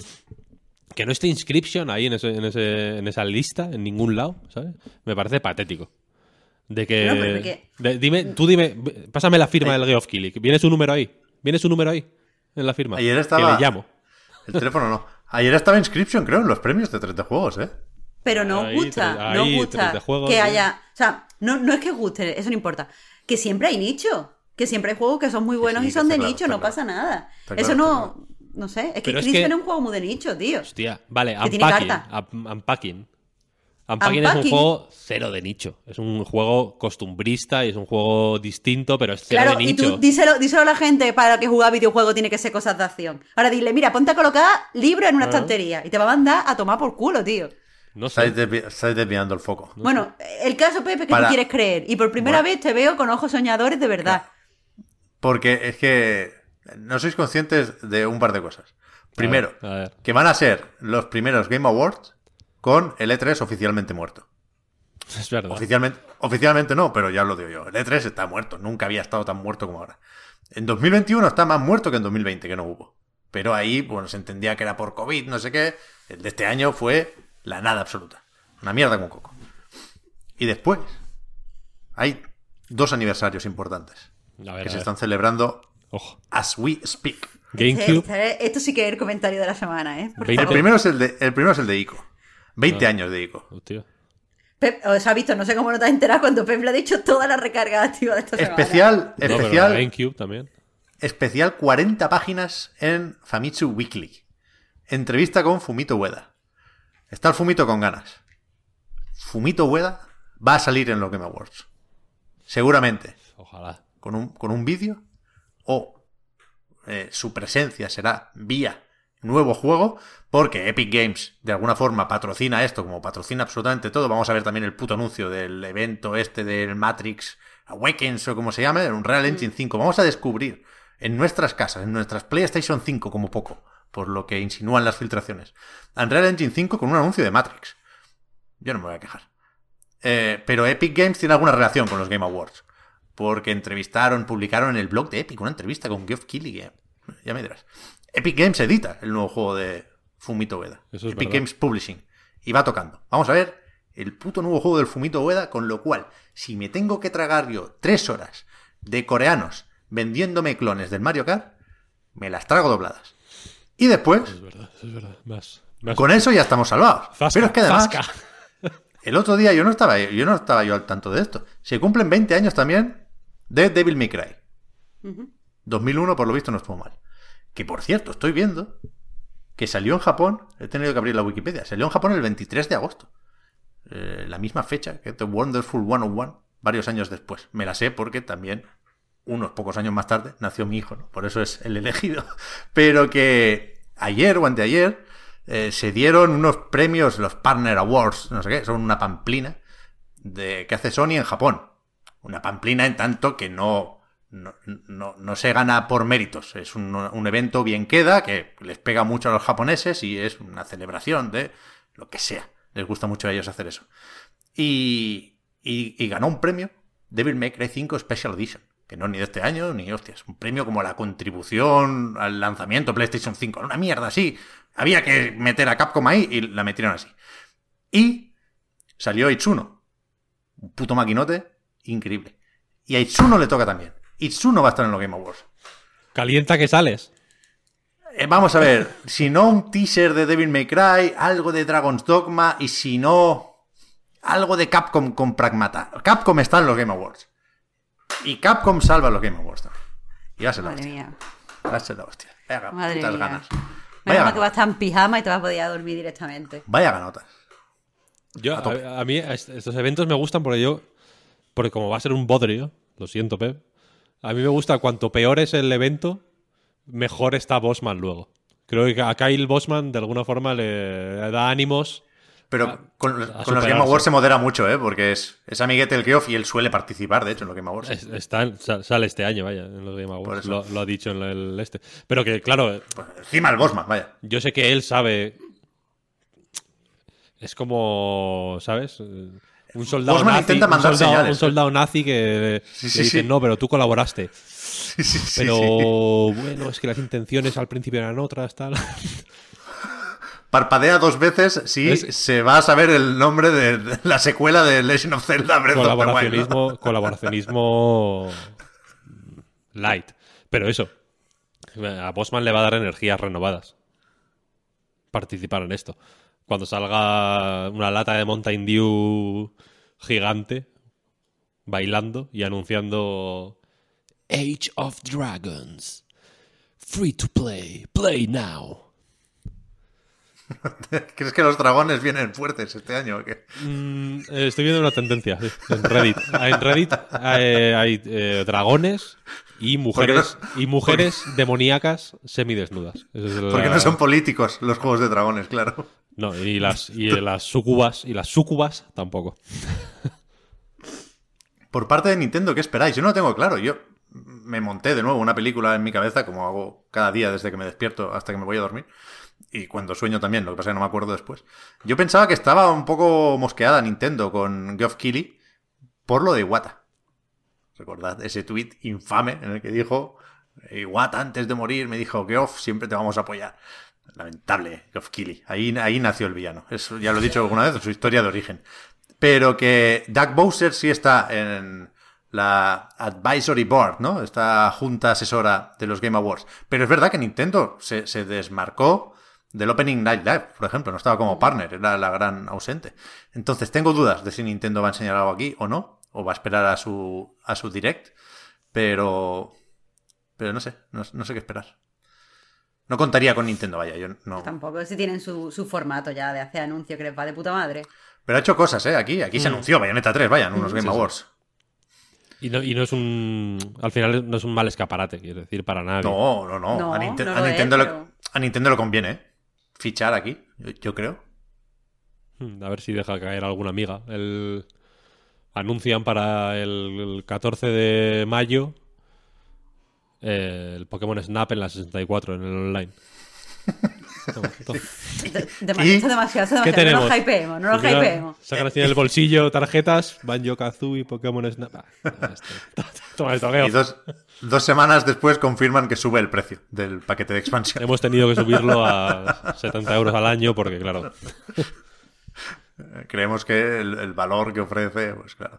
Que no esté Inscription ahí en, ese, en, ese, en esa lista, en ningún lado, ¿sabes? Me parece patético. De que... No, pero porque- de- dime, tú dime, pásame la firma del Geoff Keighley. ¿Viene su número ahí? ¿Viene su número ahí? En la firma. Ayer estaba- Que le llamo. El teléfono no. Ayer estaba Inscription, creo, en los premios de treinta juegos, ¿eh? Pero no os Ahí, gusta, tre- no os ahí, gusta tres de juego, que sí. haya... O sea, no, no es que os guste, eso no importa. Que siempre hay nicho. Que siempre hay juegos que son muy buenos sí, y son que de está claro, nicho, está no claro. pasa nada. Está Eso claro, no... está No sé, es que Pero es Inscription que- es un juego muy de nicho, tío. Hostia, vale, Que tiene Unpacking. carta. Up- Unpacking. Unpacking es un Unpacking. juego cero de nicho. Es un juego costumbrista y es un juego distinto, pero es cero Claro, de y nicho. tú díselo, díselo a la gente para que jugar videojuego tiene que ser cosas de acción. Ahora dile, mira, ponte a colocar libros en una Claro. estantería y te va a mandar a tomar por culo, tío. No sé. Estáis, desvi- estáis desviando el foco. Bueno, el caso, Pepe, que Para- tú quieres creer. Y por primera Bueno. vez te veo con ojos soñadores de verdad. Porque es que no sois conscientes de un par de cosas. Primero, A ver. que van a ser los primeros Game Awards con el E tres oficialmente muerto. Es verdad. Oficialmente, oficialmente no, pero ya lo digo yo. El E tres está muerto. Nunca había estado tan muerto como ahora. En dos mil veintiuno está más muerto que en dos mil veinte, que no hubo. Pero ahí, bueno, se entendía que era por COVID, no sé qué. El de este año fue la nada absoluta. Una mierda con coco. Y después, hay dos aniversarios importantes A ver, que a se ver. están celebrando Ojo. as we speak. GameCube. Este- Esto sí que es el comentario de la semana, ¿eh? Por veinte El favor. primero es el de, el primero es el de Ico. veinte Ah. años de Ico. Hostia. Pep, os ha visto, no sé cómo no te has enterado cuando Pep le ha dicho toda la recarga activa de esta semana. Especial, No, pero especial, la GameCube también. especial cuarenta páginas en Famitsu Weekly. Entrevista con Fumito Ueda. Está el Fumito con ganas. Fumito Ueda va a salir en los Game Awards. Seguramente. Ojalá. Con un, con un vídeo. O eh, su presencia será vía nuevo juego. Porque Epic Games de alguna forma patrocina esto, como patrocina absolutamente todo. Vamos a ver también el puto anuncio del evento este del Matrix Awakens o como se llame, un Unreal Engine cinco. Vamos a descubrir en nuestras casas, en nuestras PlayStation cinco como poco, por lo que insinúan las filtraciones, Unreal Engine cinco con un anuncio de Matrix. Yo no me voy a quejar. Eh, pero Epic Games tiene alguna relación con los Game Awards. Porque entrevistaron, publicaron en el blog de Epic una entrevista con Geoff Keighley. que- Ya me dirás. Epic Games edita el nuevo juego de Fumito Ueda. Eso es Epic verdad. Games Publishing. Y va tocando. Vamos a ver el puto nuevo juego del Fumito Ueda, con lo cual, si me tengo que tragar yo tres horas de coreanos vendiéndome clones del Mario Kart, me las trago dobladas. Y después, Es verdad, es verdad. Más. más- con eso ya estamos salvados. Zasca, Pero es que además, zasca. el otro día yo no estaba yo no estaba yo al tanto de esto. Se cumplen veinte años también de Devil May Cry. dos mil uno, por lo visto, no estuvo mal. Que, por cierto, estoy viendo que salió en Japón, he tenido que abrir la Wikipedia, salió en Japón el veintitrés de agosto. Eh, la misma fecha que The Wonderful ciento uno, varios años después. Me la sé porque también, unos pocos años más tarde, nació mi hijo, ¿no? Por eso es el elegido. Pero que ayer o anteayer eh, se dieron unos premios, los Partner Awards, no sé qué, son una pamplina de, que hace Sony en Japón. Una pamplina en tanto que no, no, no, no se gana por méritos. Es un, un evento bien queda, que les pega mucho a los japoneses y es una celebración de lo que sea. Les gusta mucho a ellos hacer eso. Y, y, y ganó un premio, Devil May Cry cinco Special Edition. Que no es ni de este año, ni hostias. Un premio como la contribución al lanzamiento PlayStation cinco. Una mierda así. Había que meter a Capcom ahí y la metieron así. Y salió Itsuno. Un puto maquinote increíble. Y a Itsuno le toca también. Itsuno va a estar en los Game Awards. Calienta que sales. Eh, vamos a ver. Si no un teaser de Devil May Cry, algo de Dragon's Dogma y si no algo de Capcom con Pragmata. Capcom está en los Game Awards. Y Capcom salva los Game Awards también. Y va a ser la Madre hostia. mía. Va a ser la hostia. Vaya Madre putas mía. ganas. Menos Vaya mal que vas a ganotas. estar en pijama y te vas a poder dormir directamente. Vaya ganotas. Yo, A tope. a, a mí est- estos eventos me gustan porque yo, porque como va a ser un bodrio, lo siento, Pep, a mí me gusta cuanto peor es el evento, mejor está Bosman luego. Creo que a Kyle Bosman de alguna forma le da ánimos Pero a, con, a con los Game Awards se modera mucho, ¿eh? Porque es, es amiguete el Geoff y él suele participar, de hecho, en los Game Awards. Es, está, sale este año, vaya, en los Game Awards. Lo, lo ha dicho en el este. Pero que, claro... Pues encima el Bosman, vaya. Yo sé que él sabe... Es como, ¿sabes? Un soldado Bosman nazi, intenta mandar un soldado, señales, un soldado nazi que sí, le sí, dice, sí. no, pero tú colaboraste. Sí, sí, sí, Pero sí. bueno, es que las intenciones al principio eran otras, tal. Parpadea dos veces si Es- se va a saber el nombre de, de la secuela de Legend of Zelda Breath of the Wild, ¿no? Colaboracionismo, colaboracionismo light. Pero eso, a Bosman le va a dar energías renovadas participar en esto. Cuando salga una lata de Mountain Dew gigante bailando y anunciando Age of Dragons. Free to play. Play now. ¿Crees que los dragones vienen fuertes este año o qué? Mm, eh, estoy viendo una tendencia sí, en Reddit. En Reddit hay, hay, eh, dragones y mujeres ¿Por y mujeres demoníacas semidesnudas. Esa es la- Porque no son políticos los juegos de dragones, claro. No, y las y las sucubas y las sucubas tampoco. Por parte de Nintendo, ¿qué esperáis? Yo no lo tengo claro. Yo me monté de nuevo una película en mi cabeza, como hago cada día desde que me despierto hasta que me voy a dormir. Y cuando sueño también, lo que pasa es que no me acuerdo después. Yo pensaba que estaba un poco mosqueada Nintendo con Geoff Keighley por lo de Iwata. Recordad ese tuit infame en el que dijo: Iwata antes de morir me dijo, Geoff, siempre te vamos a apoyar. Lamentable, Geoff Keighley. Ahí, ahí nació el villano. Eso ya lo he dicho alguna vez, su historia de origen. Pero que Doug Bowser sí está en la Advisory Board, ¿no? Esta junta asesora de los Game Awards. Pero es verdad que Nintendo se, se desmarcó del Opening Night Live, por ejemplo. No estaba como partner, era la gran ausente. Entonces tengo dudas de si Nintendo va a enseñar algo aquí o no, o va a esperar a su, a su Direct. Pero... Pero no sé, no, no sé qué esperar. No contaría con Nintendo, vaya, yo no... Tampoco si tienen su, su formato ya de hacer anuncio que les va de puta madre. Pero ha hecho cosas, ¿eh? Aquí, aquí se Mm. anunció Bayonetta tres, vaya, en unos Mm, Game sí, sí. Awards. Y no, y no es un al final no es un mal escaparate, quiero decir, para nadie. No, no, no. No, a, Ninte- no a lo Nintendo es, le- pero- a Nintendo le conviene, ¿eh? Fichar aquí, yo, yo creo. Hmm, A ver si deja caer alguna amiga. El... Anuncian para el, el catorce de mayo eh, el Pokémon Snap en la sesenta y cuatro, en el online. Toma, toma. De- dema- ¿Y? Esto es demasiado, esto es ¿Qué demasiado. No tenemos? nos hypeemos, no nos Mira, hypeemos. Sacan así en el bolsillo tarjetas, Banjo-Kazooie, Pokémon Snap. Ah, esto. Toma esto, Geo. Y dos, dos semanas después confirman que sube el precio del paquete de expansión. Hemos tenido que subirlo a setenta euros al año porque, claro, Creemos que el, el valor que ofrece, pues claro.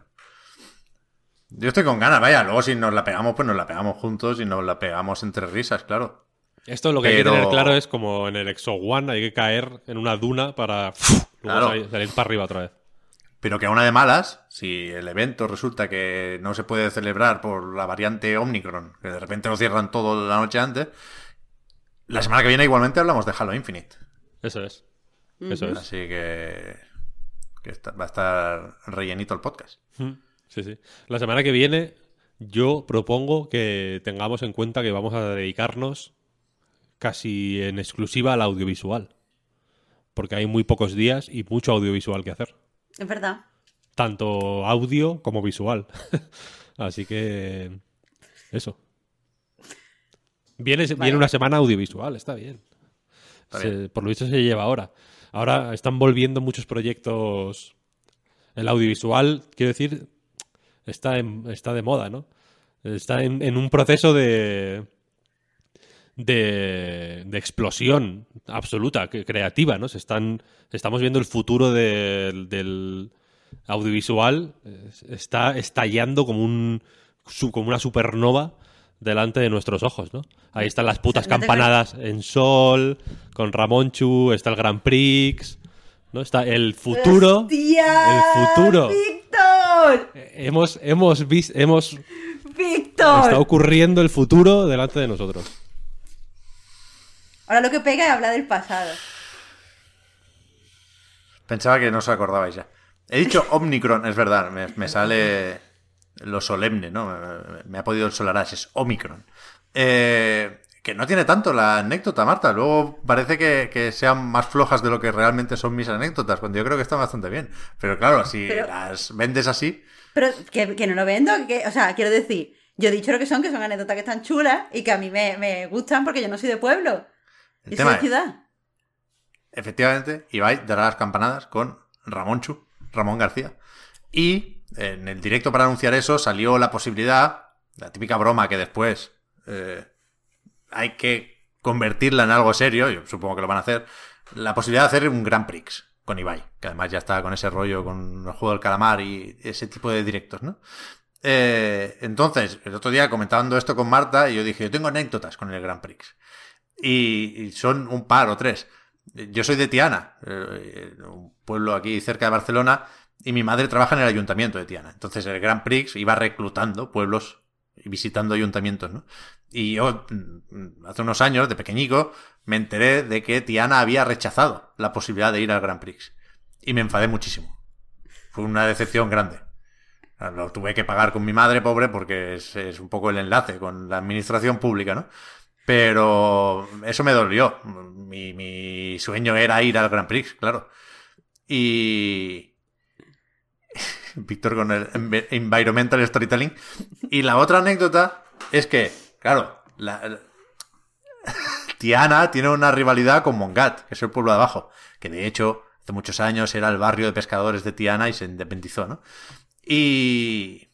Yo estoy con ganas, vaya. Luego si nos la pegamos, pues nos la pegamos juntos y nos la pegamos entre risas, claro. esto lo que hay Pero- que tener claro es como en el Exo One hay que caer en una duna para luego Claro. salir, salir para arriba otra vez. Pero que a una de malas, si el evento resulta que no se puede celebrar por la variante Omicron, que de repente lo cierran todo la noche antes, la semana que viene igualmente hablamos de Halo Infinite. Eso es. Eso es. Así que, que está- va a estar rellenito el podcast. Mm, Sí, sí. La semana que viene yo propongo que tengamos en cuenta que vamos a dedicarnos casi en exclusiva al audiovisual. Porque hay muy pocos días y mucho audiovisual que hacer. Es verdad. Tanto audio como visual. Así que... Eso. Viene, Vale. viene una semana audiovisual, está bien. Está Se- bien. por lo visto se lleva ahora. Ahora están volviendo muchos proyectos. El audiovisual, quiero decir, está, en- está de moda, ¿no? Está en, en un proceso de, de, de explosión absoluta, que- creativa, ¿no? Se están, estamos viendo el futuro del, del audiovisual. eh, Está estallando como, un, su- como una supernova delante de nuestros ojos, ¿no? Ahí están las putas O sea, no te campanadas en Sol, con Ramonchu, está el Grand Prix, ¿no? Está el futuro. ¡Hostia! El futuro. ¡Víctor! Eh, Hemos, hemos visto, hemos ¡Víctor! está ocurriendo el futuro delante de nosotros. Ahora lo que pega es hablar del pasado. Pensaba que no os acordabais ya. He dicho Omicron, es verdad, me, me sale lo solemne, ¿no? Me, me ha podido el Solarash, es Omicron. Eh, que no tiene tanto la anécdota, Marta. Luego parece que, que sean más flojas de lo que realmente son mis anécdotas, cuando yo creo que están bastante bien. Pero claro, si Pero- las vendes así... Pero que, que no lo vendo, que, o sea, quiero decir, yo he dicho lo que son, que son anécdotas que están chulas y que a mí me, me gustan porque yo no soy de pueblo. El Yo tema soy de es, ciudad. efectivamente, Ibai dará las campanadas con Ramón Chu, Ramón García. Y en el directo para anunciar eso salió la posibilidad, la típica broma que después eh, hay que convertirla en algo serio, yo supongo que lo van a hacer, la posibilidad de hacer un Grand Prix con Ibai, que además ya está con ese rollo con el juego del calamar y ese tipo de directos, ¿no? Eh, entonces, el otro día comentando esto con Marta, y yo dije, yo tengo anécdotas con el Grand Prix. Y, y son un par o tres. Yo soy de Tiana, eh, un pueblo aquí cerca de Barcelona, y mi madre trabaja en el ayuntamiento de Tiana. Entonces el Grand Prix iba reclutando pueblos y visitando ayuntamientos, ¿no? Y yo, hace unos años, de pequeñico, me enteré de que Tiana había rechazado la posibilidad de ir al Grand Prix. Y me enfadé muchísimo. Fue una decepción grande. Lo tuve que pagar con mi madre, pobre, porque es, es un poco el enlace con la administración pública, ¿no? Pero eso me dolió. Mi, mi sueño era ir al Grand Prix, claro. Y... Víctor con el environmental storytelling. Y la otra anécdota es que, claro, la, la... Tiana tiene una rivalidad con Montgat, que es el pueblo de abajo, que de hecho hace muchos años era el barrio de pescadores de Tiana y se independizó, ¿no? Y...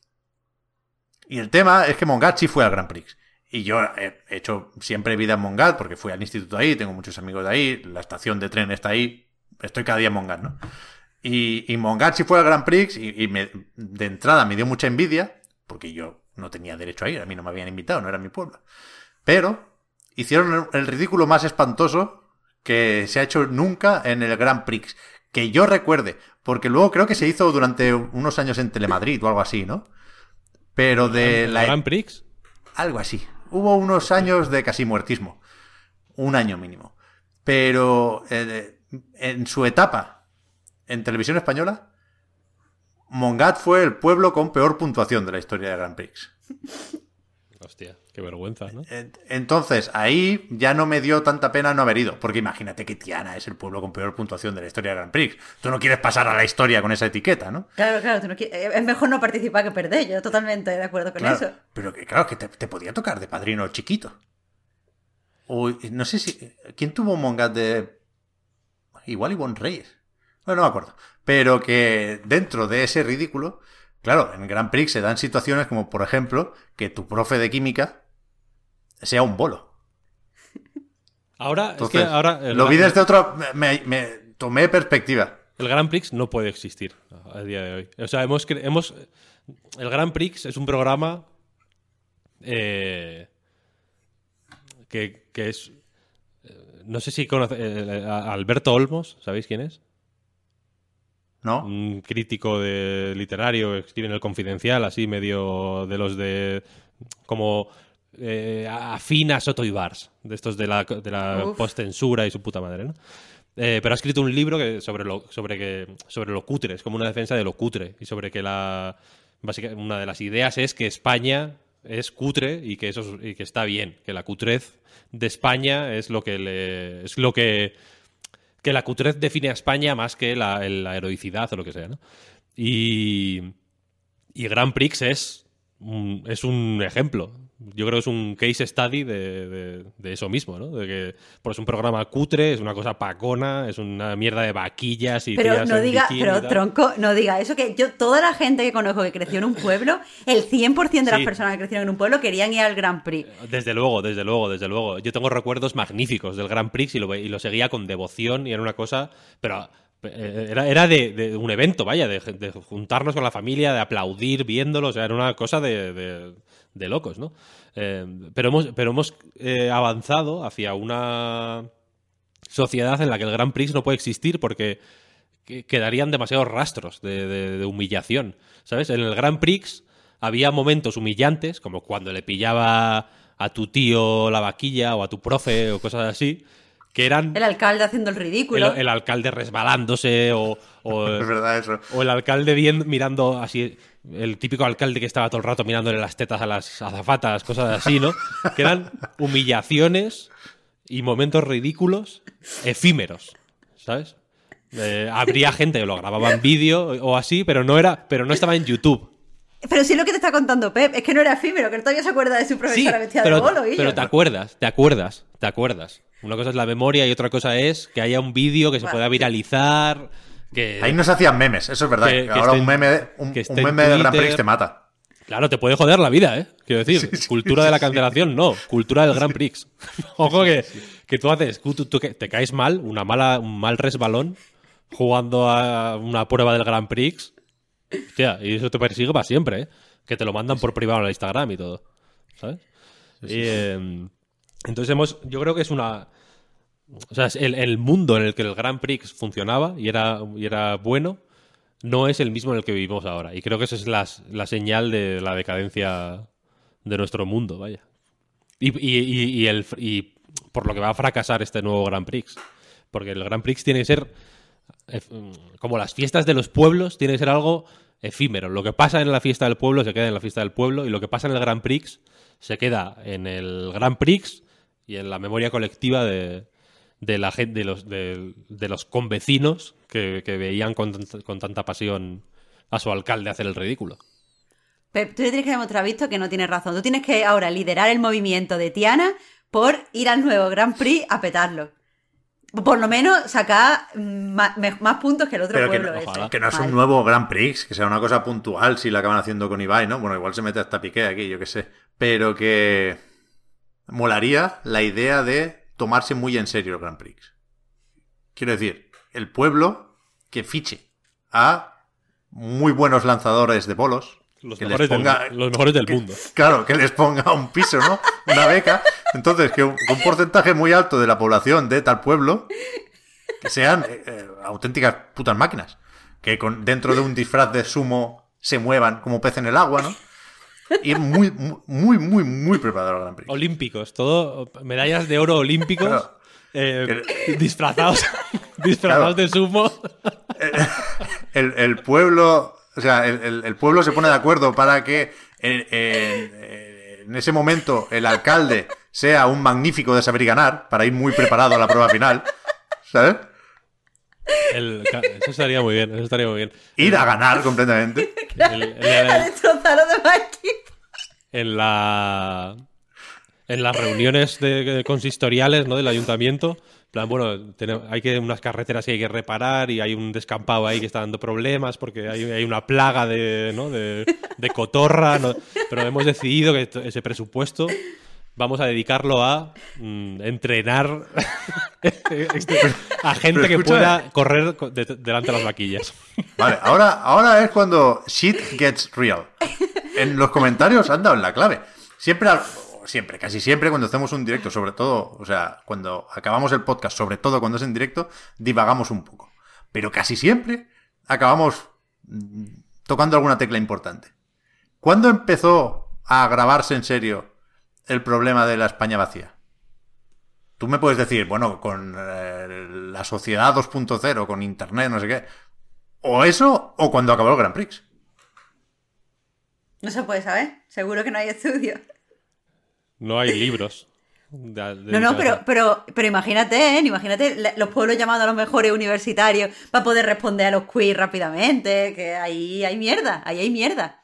Y el tema es que Montgat sí fue al Grand Prix. Y yo he hecho siempre vida en Montgat porque fui al instituto ahí, tengo muchos amigos de ahí, la estación de tren está ahí, estoy cada día en Montgat, ¿no? Y, y Montgat sí fue al Grand Prix y, y me, de entrada me dio mucha envidia porque yo no tenía derecho a ir, a mí no me habían invitado, no era mi pueblo. Pero hicieron el ridículo más espantoso que se ha hecho nunca en el Grand Prix, que yo recuerde, porque luego creo que se hizo durante unos años en Telemadrid o algo así, ¿no? Pero de ¿El la... Grand Prix? Algo así. Hubo unos años de casi muertismo. Un año mínimo. Pero eh, en su etapa en televisión española, Montgat fue el pueblo con peor puntuación de la historia de Grand Prix. Hostia, qué vergüenza, ¿no? Entonces, ahí ya no me dio tanta pena no haber ido. Porque imagínate que Tiana es el pueblo con peor puntuación de la historia de Grand Prix. Tú no quieres pasar a la historia con esa etiqueta, ¿no? Claro, claro, tú no quieres- es mejor no participar que perder, yo totalmente de acuerdo con Claro, eso. pero que claro, que te, te podía tocar de padrino chiquito. O no sé si... ¿Quién tuvo un Montgat de...? Igual Ivonne Reyes. Bueno, no me acuerdo. Pero que dentro de ese ridículo... Claro, en Grand Prix se dan situaciones como, por ejemplo, que tu profe de química sea un bolo. Ahora, Entonces, es que ahora... el lo vi Gran- desde otro... Me, me tomé perspectiva. El Grand Prix no puede existir a día de hoy. O sea, hemos... cre- hemos el Grand Prix es un programa eh, que, que es... eh, No sé si conoce eh, a Alberto Olmos, ¿sabéis quién es? ¿No? Un crítico de literario que escribe en El Confidencial, así medio de los de... como... Eh, afín a Soto y Bars, de estos de la, de la Uf. postcensura y su puta madre, ¿no? Eh, pero ha escrito un libro que sobre lo sobre que sobre lo cutre, es como una defensa de lo cutre y sobre que la básicamente una de las ideas es que España es cutre y que eso es- y que está bien, que la cutrez de España es lo que le es lo que que la cutrez define a España más que la, la heroicidad o lo que sea, ¿no? Y y Grand Prix es un, es un ejemplo. Yo creo que es un case study de, de- de eso mismo, ¿no? De que pues, es un programa cutre, es una cosa pacona, es una mierda de vaquillas y Pero tías no en diga, bikini y pero tal. tronco, no diga eso, que yo, toda la gente que conozco que creció en un pueblo, el cien por ciento de las Sí. personas que crecieron en un pueblo querían ir al Grand Prix. Desde luego, desde luego, desde luego. Yo tengo recuerdos magníficos del Grand Prix y lo, ve- y lo seguía con devoción y era una cosa... Pero eh, era, era de, de un evento, vaya, de, de juntarnos con la familia, de aplaudir viéndolo, o sea, era una cosa de, de- de locos, ¿no? Eh, pero hemos, pero hemos eh, avanzado hacia una sociedad en la que el Grand Prix no puede existir porque que- quedarían demasiados rastros de, de- de humillación, ¿sabes? En el Grand Prix había momentos humillantes, como cuando le pillaba a tu tío la vaquilla o a tu profe o cosas así, que eran... El alcalde haciendo el ridículo. El, el alcalde resbalándose o... o es verdad eso. O el alcalde viendo, mirando así... El típico alcalde que estaba todo el rato mirándole las tetas a las azafatas, cosas así, ¿no? Que eran humillaciones y momentos ridículos efímeros, ¿sabes? Eh, habría gente que lo grababa en vídeo o así, pero no era, pero no estaba en YouTube. Pero sí lo que te está contando Pep, es que no era efímero, que él todavía se acuerda de su profesora Sí, vestida pero, de bolo. Y pero yo. te acuerdas, te acuerdas, te acuerdas. Una cosa es la memoria y otra cosa es que haya un vídeo que se Bueno, pueda viralizar. Que, Ahí no se hacían memes, eso es verdad. que- que Ahora esté un en- meme, un, que esté un en meme de Grand Twitter. Prix te mata. Claro, te puede joder la vida, ¿eh? Quiero decir, Sí, sí, cultura sí, de la sí. cancelación, no. Cultura del Grand Prix. Ojo que, que tú haces, tú, tú que te caes mal, una mala, un mal resbalón, jugando a una prueba del Grand Prix. Hostia, y eso te persigue para siempre, ¿eh? Que te lo mandan por privado en Instagram y todo. ¿Sabes? Y, eh, entonces hemos, yo creo que es una... O sea, es el, el mundo en el que el Grand Prix funcionaba y era, y era bueno, no es el mismo en el que vivimos ahora. Y creo que esa es la, la señal de la decadencia de nuestro mundo, vaya. Y, y, y, y el, y por lo que va a fracasar este nuevo Grand Prix. Porque el Grand Prix tiene que ser, eh, como las fiestas de los pueblos, tiene que ser algo efímero. Lo que pasa en la fiesta del pueblo se queda en la fiesta del pueblo y lo que pasa en el Grand Prix se queda en el Grand Prix y en la memoria colectiva de... de la gente, de los, de, de los convecinos que, que veían con, con tanta pasión a su alcalde hacer el ridículo. Pep, tú le tienes que demostrar, Víctor, que no tienes razón. Tú tienes que ahora liderar el movimiento de Tiana por ir al nuevo Grand Prix a petarlo. Por lo menos sacar más, más puntos que el otro Pero que pueblo no, ese. ojalá. que no es Vale. un nuevo Grand Prix, que sea una cosa puntual si la acaban haciendo con Ibai, ¿no? Bueno, igual se mete hasta Piqué aquí, yo qué sé. Pero que molaría la idea de tomarse muy en serio el Grand Prix. Quiero decir, el pueblo que fiche a muy buenos lanzadores de bolos. Los que mejores, les ponga, del, los mejores del que, mundo. Claro, que les ponga un piso, ¿no? Una beca. Entonces, que un, que un porcentaje muy alto de la población de tal pueblo que sean eh, eh, auténticas putas máquinas. Que con, dentro de un disfraz de sumo se muevan como pez en el agua, ¿no? Y muy, muy, muy, muy preparado el Grand Prix. Olímpicos, todo medallas de oro olímpicos, Claro. eh, disfrazados, disfrazados Claro. de sumo. El, el pueblo, o sea, el, el, el pueblo se pone de acuerdo para que en, en, en ese momento el alcalde sea un magnífico de saber y ganar, para ir muy preparado a la prueba final, ¿sabes? El- eso estaría muy bien, eso estaría muy bien. Ir a ganar completamente. El- el- el- A destrozar a los demás equipos. en la en las reuniones de, de consistoriales, ¿no? Del ayuntamiento, en plan, bueno, tenemos, hay que unas carreteras que hay que reparar y hay un descampado ahí que está dando problemas porque hay, hay una plaga de, ¿no? de, de cotorra, ¿no? Pero hemos decidido que esto- ese presupuesto vamos a dedicarlo a mm, entrenar a gente pero que escúchame. pueda correr co- de- delante de las vaquillas. Vale, ahora, ahora es cuando shit gets real. En los comentarios han dado en la clave. Siempre, al- siempre, casi siempre cuando hacemos un directo, sobre todo, o sea, cuando acabamos el podcast, sobre todo cuando es en directo, divagamos un poco. Pero casi siempre acabamos mm, tocando alguna tecla importante. ¿Cuándo empezó a grabarse en serio el problema de la España vacía? Tú me puedes decir, bueno, con eh, la sociedad dos punto cero, con internet, no sé qué. O eso, o cuando acabó el Grand Prix. No se puede saber. Seguro que no hay estudios. No hay libros. de- No, no, dedicados pero, a- pero, pero imagínate, ¿eh? Imagínate la- los pueblos llamando a los mejores universitarios para poder responder a los quiz rápidamente, que ahí hay mierda, ahí hay mierda.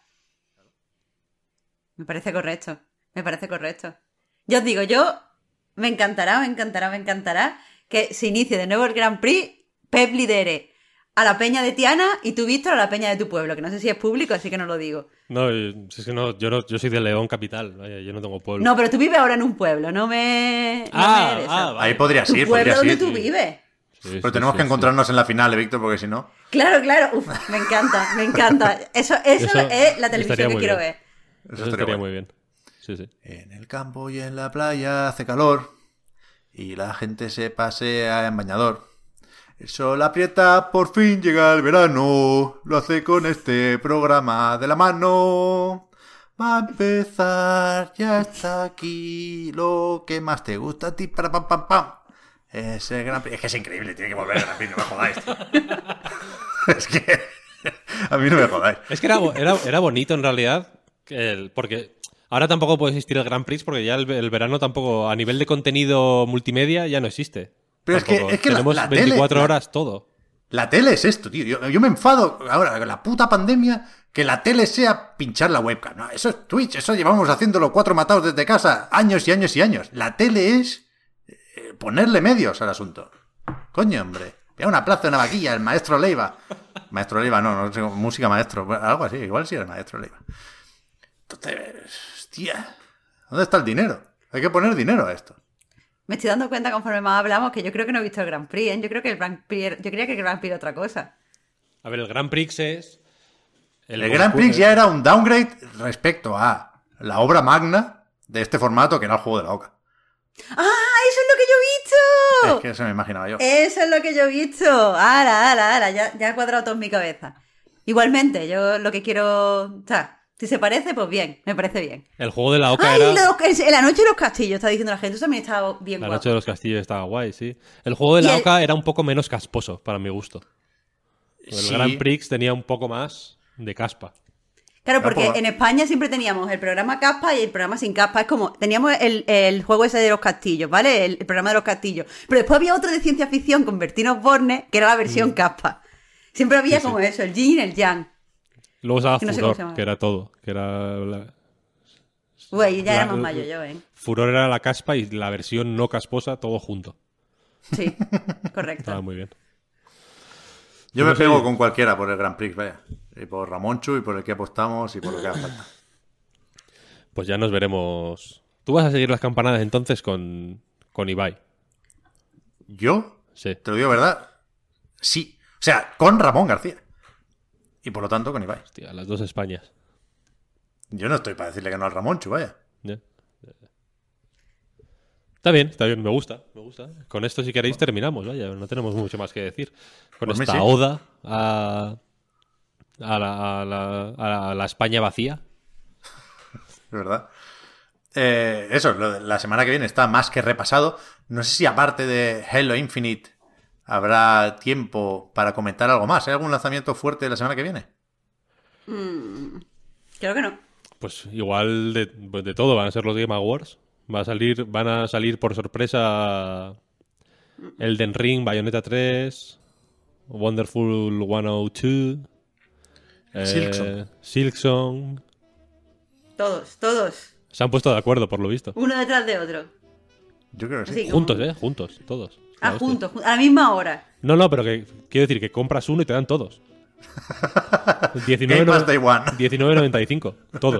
Me parece correcto, me parece correcto. Yo os digo, yo me encantará, me encantará, me encantará que se inicie de nuevo el Grand Prix, Pep lidere a la peña de Tiana y tú, Víctor, a la peña de tu pueblo, que no sé si es público, así que no lo digo. No, eh, si es que no, yo no, yo soy de León capital, vaya, yo no tengo pueblo. No, pero tú vives ahora en un pueblo, no me... no ah, me de eso. ah, vale. Ahí podría Tu ir, pueblo podría donde ir. tú vives. Sí, Pero sí, tenemos sí, que sí. encontrarnos en la final, ¿eh, Víctor? Porque si no... Claro, claro. Uf, me encanta, me encanta. Eso, eso, Eso es la estaría televisión que muy quiero bien. ver. Eso Eso estaría estaría bueno. muy bien. Sí, sí. En el campo y en la playa hace calor y la gente se pasea en bañador. El sol aprieta, por fin llega el verano. Lo hace con este programa de la mano. Va a empezar, ya está aquí lo que más te gusta a ti. Para pam, pam, pam. ese Grand Prix. Es que es increíble, tiene que volver el Grand Prix, no me jodáis, tío. Es que a mí no me jodáis. Es que era, era, era bonito en realidad, el, porque ahora tampoco puede existir el Grand Prix porque ya el, el verano tampoco, a nivel de contenido multimedia, ya no existe. Pero tampoco. es que, es que tenemos la, la veinticuatro tele, horas la, todo. La tele es esto, tío. Yo, yo me enfado ahora con la puta pandemia que la tele sea pinchar la webcam. No, eso es Twitch, eso llevamos haciéndolo cuatro matados desde casa años y años y años. La tele es eh, ponerle medios al asunto. Coño, hombre. Ve una plaza, una vaquilla, el maestro Leiva. Maestro Leiva, no, no sé, música maestro. Algo así, igual sí era el maestro Leiva. Entonces, hostia, ¿dónde está el dinero? Hay que poner dinero a esto. Me estoy dando cuenta conforme más hablamos que yo creo que no he visto el Grand Prix, ¿eh? Yo creo que el Grand Prix, yo creía que el Grand Prix era otra cosa. A ver, el Grand Prix es... El, el Grand Prix ya era un downgrade respecto a la obra magna de este formato que era el juego de la Oca. ¡Ah! ¡Eso es lo que yo he visto! Es que eso me imaginaba yo. Eso es lo que yo he visto. ¡Hala, hala, hala! Ya, ya ha cuadrado todo en mi cabeza. Igualmente, yo lo que quiero... O sea, si se parece, pues bien, me parece bien. El juego de la Oca ¡Ay, era... Los, la noche de los castillos! Está diciendo la gente. Eso también estaba bien La guapo. noche de los castillos estaba guay, sí. El juego de la el... Oca era un poco menos casposo, para mi gusto. El sí. Grand Prix tenía un poco más de caspa. Claro, porque por... en España siempre teníamos el programa caspa y el programa sin caspa. Es como, teníamos el, el juego ese de los castillos, ¿vale? El, el programa de los castillos. Pero después había otro de ciencia ficción con Bertín Osborne, que era la versión mm. caspa. Siempre había sí, como sí. eso, el yin y el yang. Luego estaba que no Furor, sé que era todo. Que era la... Uy, ya la, era más mayo yo, ¿eh? Furor era la caspa y la versión no casposa, todo junto. Sí, correcto. Estaba muy bien. Yo me pego con cualquiera por el Grand Prix, vaya. Y por Ramonchu, y por el que apostamos, y por lo que haga falta. Pues ya nos veremos. ¿Tú vas a seguir las campanadas entonces con, con Ibai? ¿Yo? Sí. ¿Te lo digo verdad? Sí. O sea, con Ramón García. Y por lo tanto con Ibai. Hostia, las dos Españas. Yo no estoy para decirle que no al Ramonchu, vaya. Yeah. Está bien, está bien, me gusta, me gusta. Con esto, si queréis, terminamos, vaya, no tenemos mucho más que decir. Con Por esta mí, sí. oda a, a, la, a, la, a la España vacía. Es verdad. Eh, eso, lo de la semana que viene está más que repasado. No sé si aparte de Halo Infinite habrá tiempo para comentar algo más. ¿Hay algún lanzamiento fuerte la semana que viene? Mm, creo que no. Pues igual de, pues de todo, van a ser los Game Awards. Va a salir, van a salir por sorpresa Elden Ring, Bayonetta tres, Wonderful ciento dos, eh, Silksong. Silksong. Todos, todos. Se han puesto de acuerdo, por lo visto. Uno detrás de otro. Yo creo que sí. Así, Juntos, como... ¿eh? Juntos, todos. Ah, La juntos, a la misma hora. No, no, pero que quiero decir que compras uno y te dan todos. Game Pass Day One. diecinueve noventa y cinco, todos.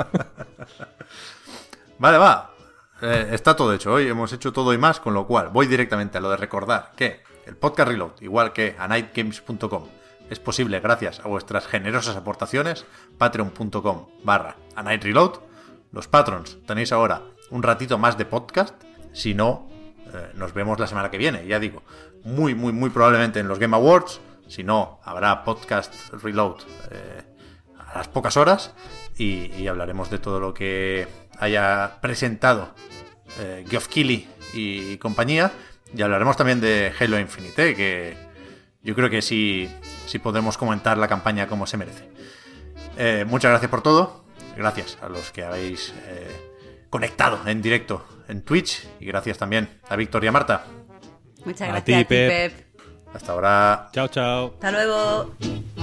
Vale, va. Eh, está todo hecho. Hoy hemos hecho todo y más, con lo cual voy directamente a lo de recordar que el podcast Reload, igual que a night games punto com, es posible gracias a vuestras generosas aportaciones. Patreon punto com barra a night reload. Los patrons tenéis ahora un ratito más de podcast. Si no, eh, nos vemos la semana que viene. Ya digo, muy, muy, muy probablemente en los Game Awards. Si no, habrá podcast Reload eh, a las pocas horas. Y, y hablaremos de todo lo que haya presentado eh, Geoff Keighley y compañía, y hablaremos también de Halo Infinite, eh, que yo creo que sí, sí podremos comentar la campaña como se merece. Eh, muchas gracias por todo, gracias a los que habéis eh, conectado en directo en Twitch, y gracias también a Víctor y a Marta. Muchas A gracias ti, a ti, Pep. Pep. Hasta ahora. Chao, chao. Hasta luego.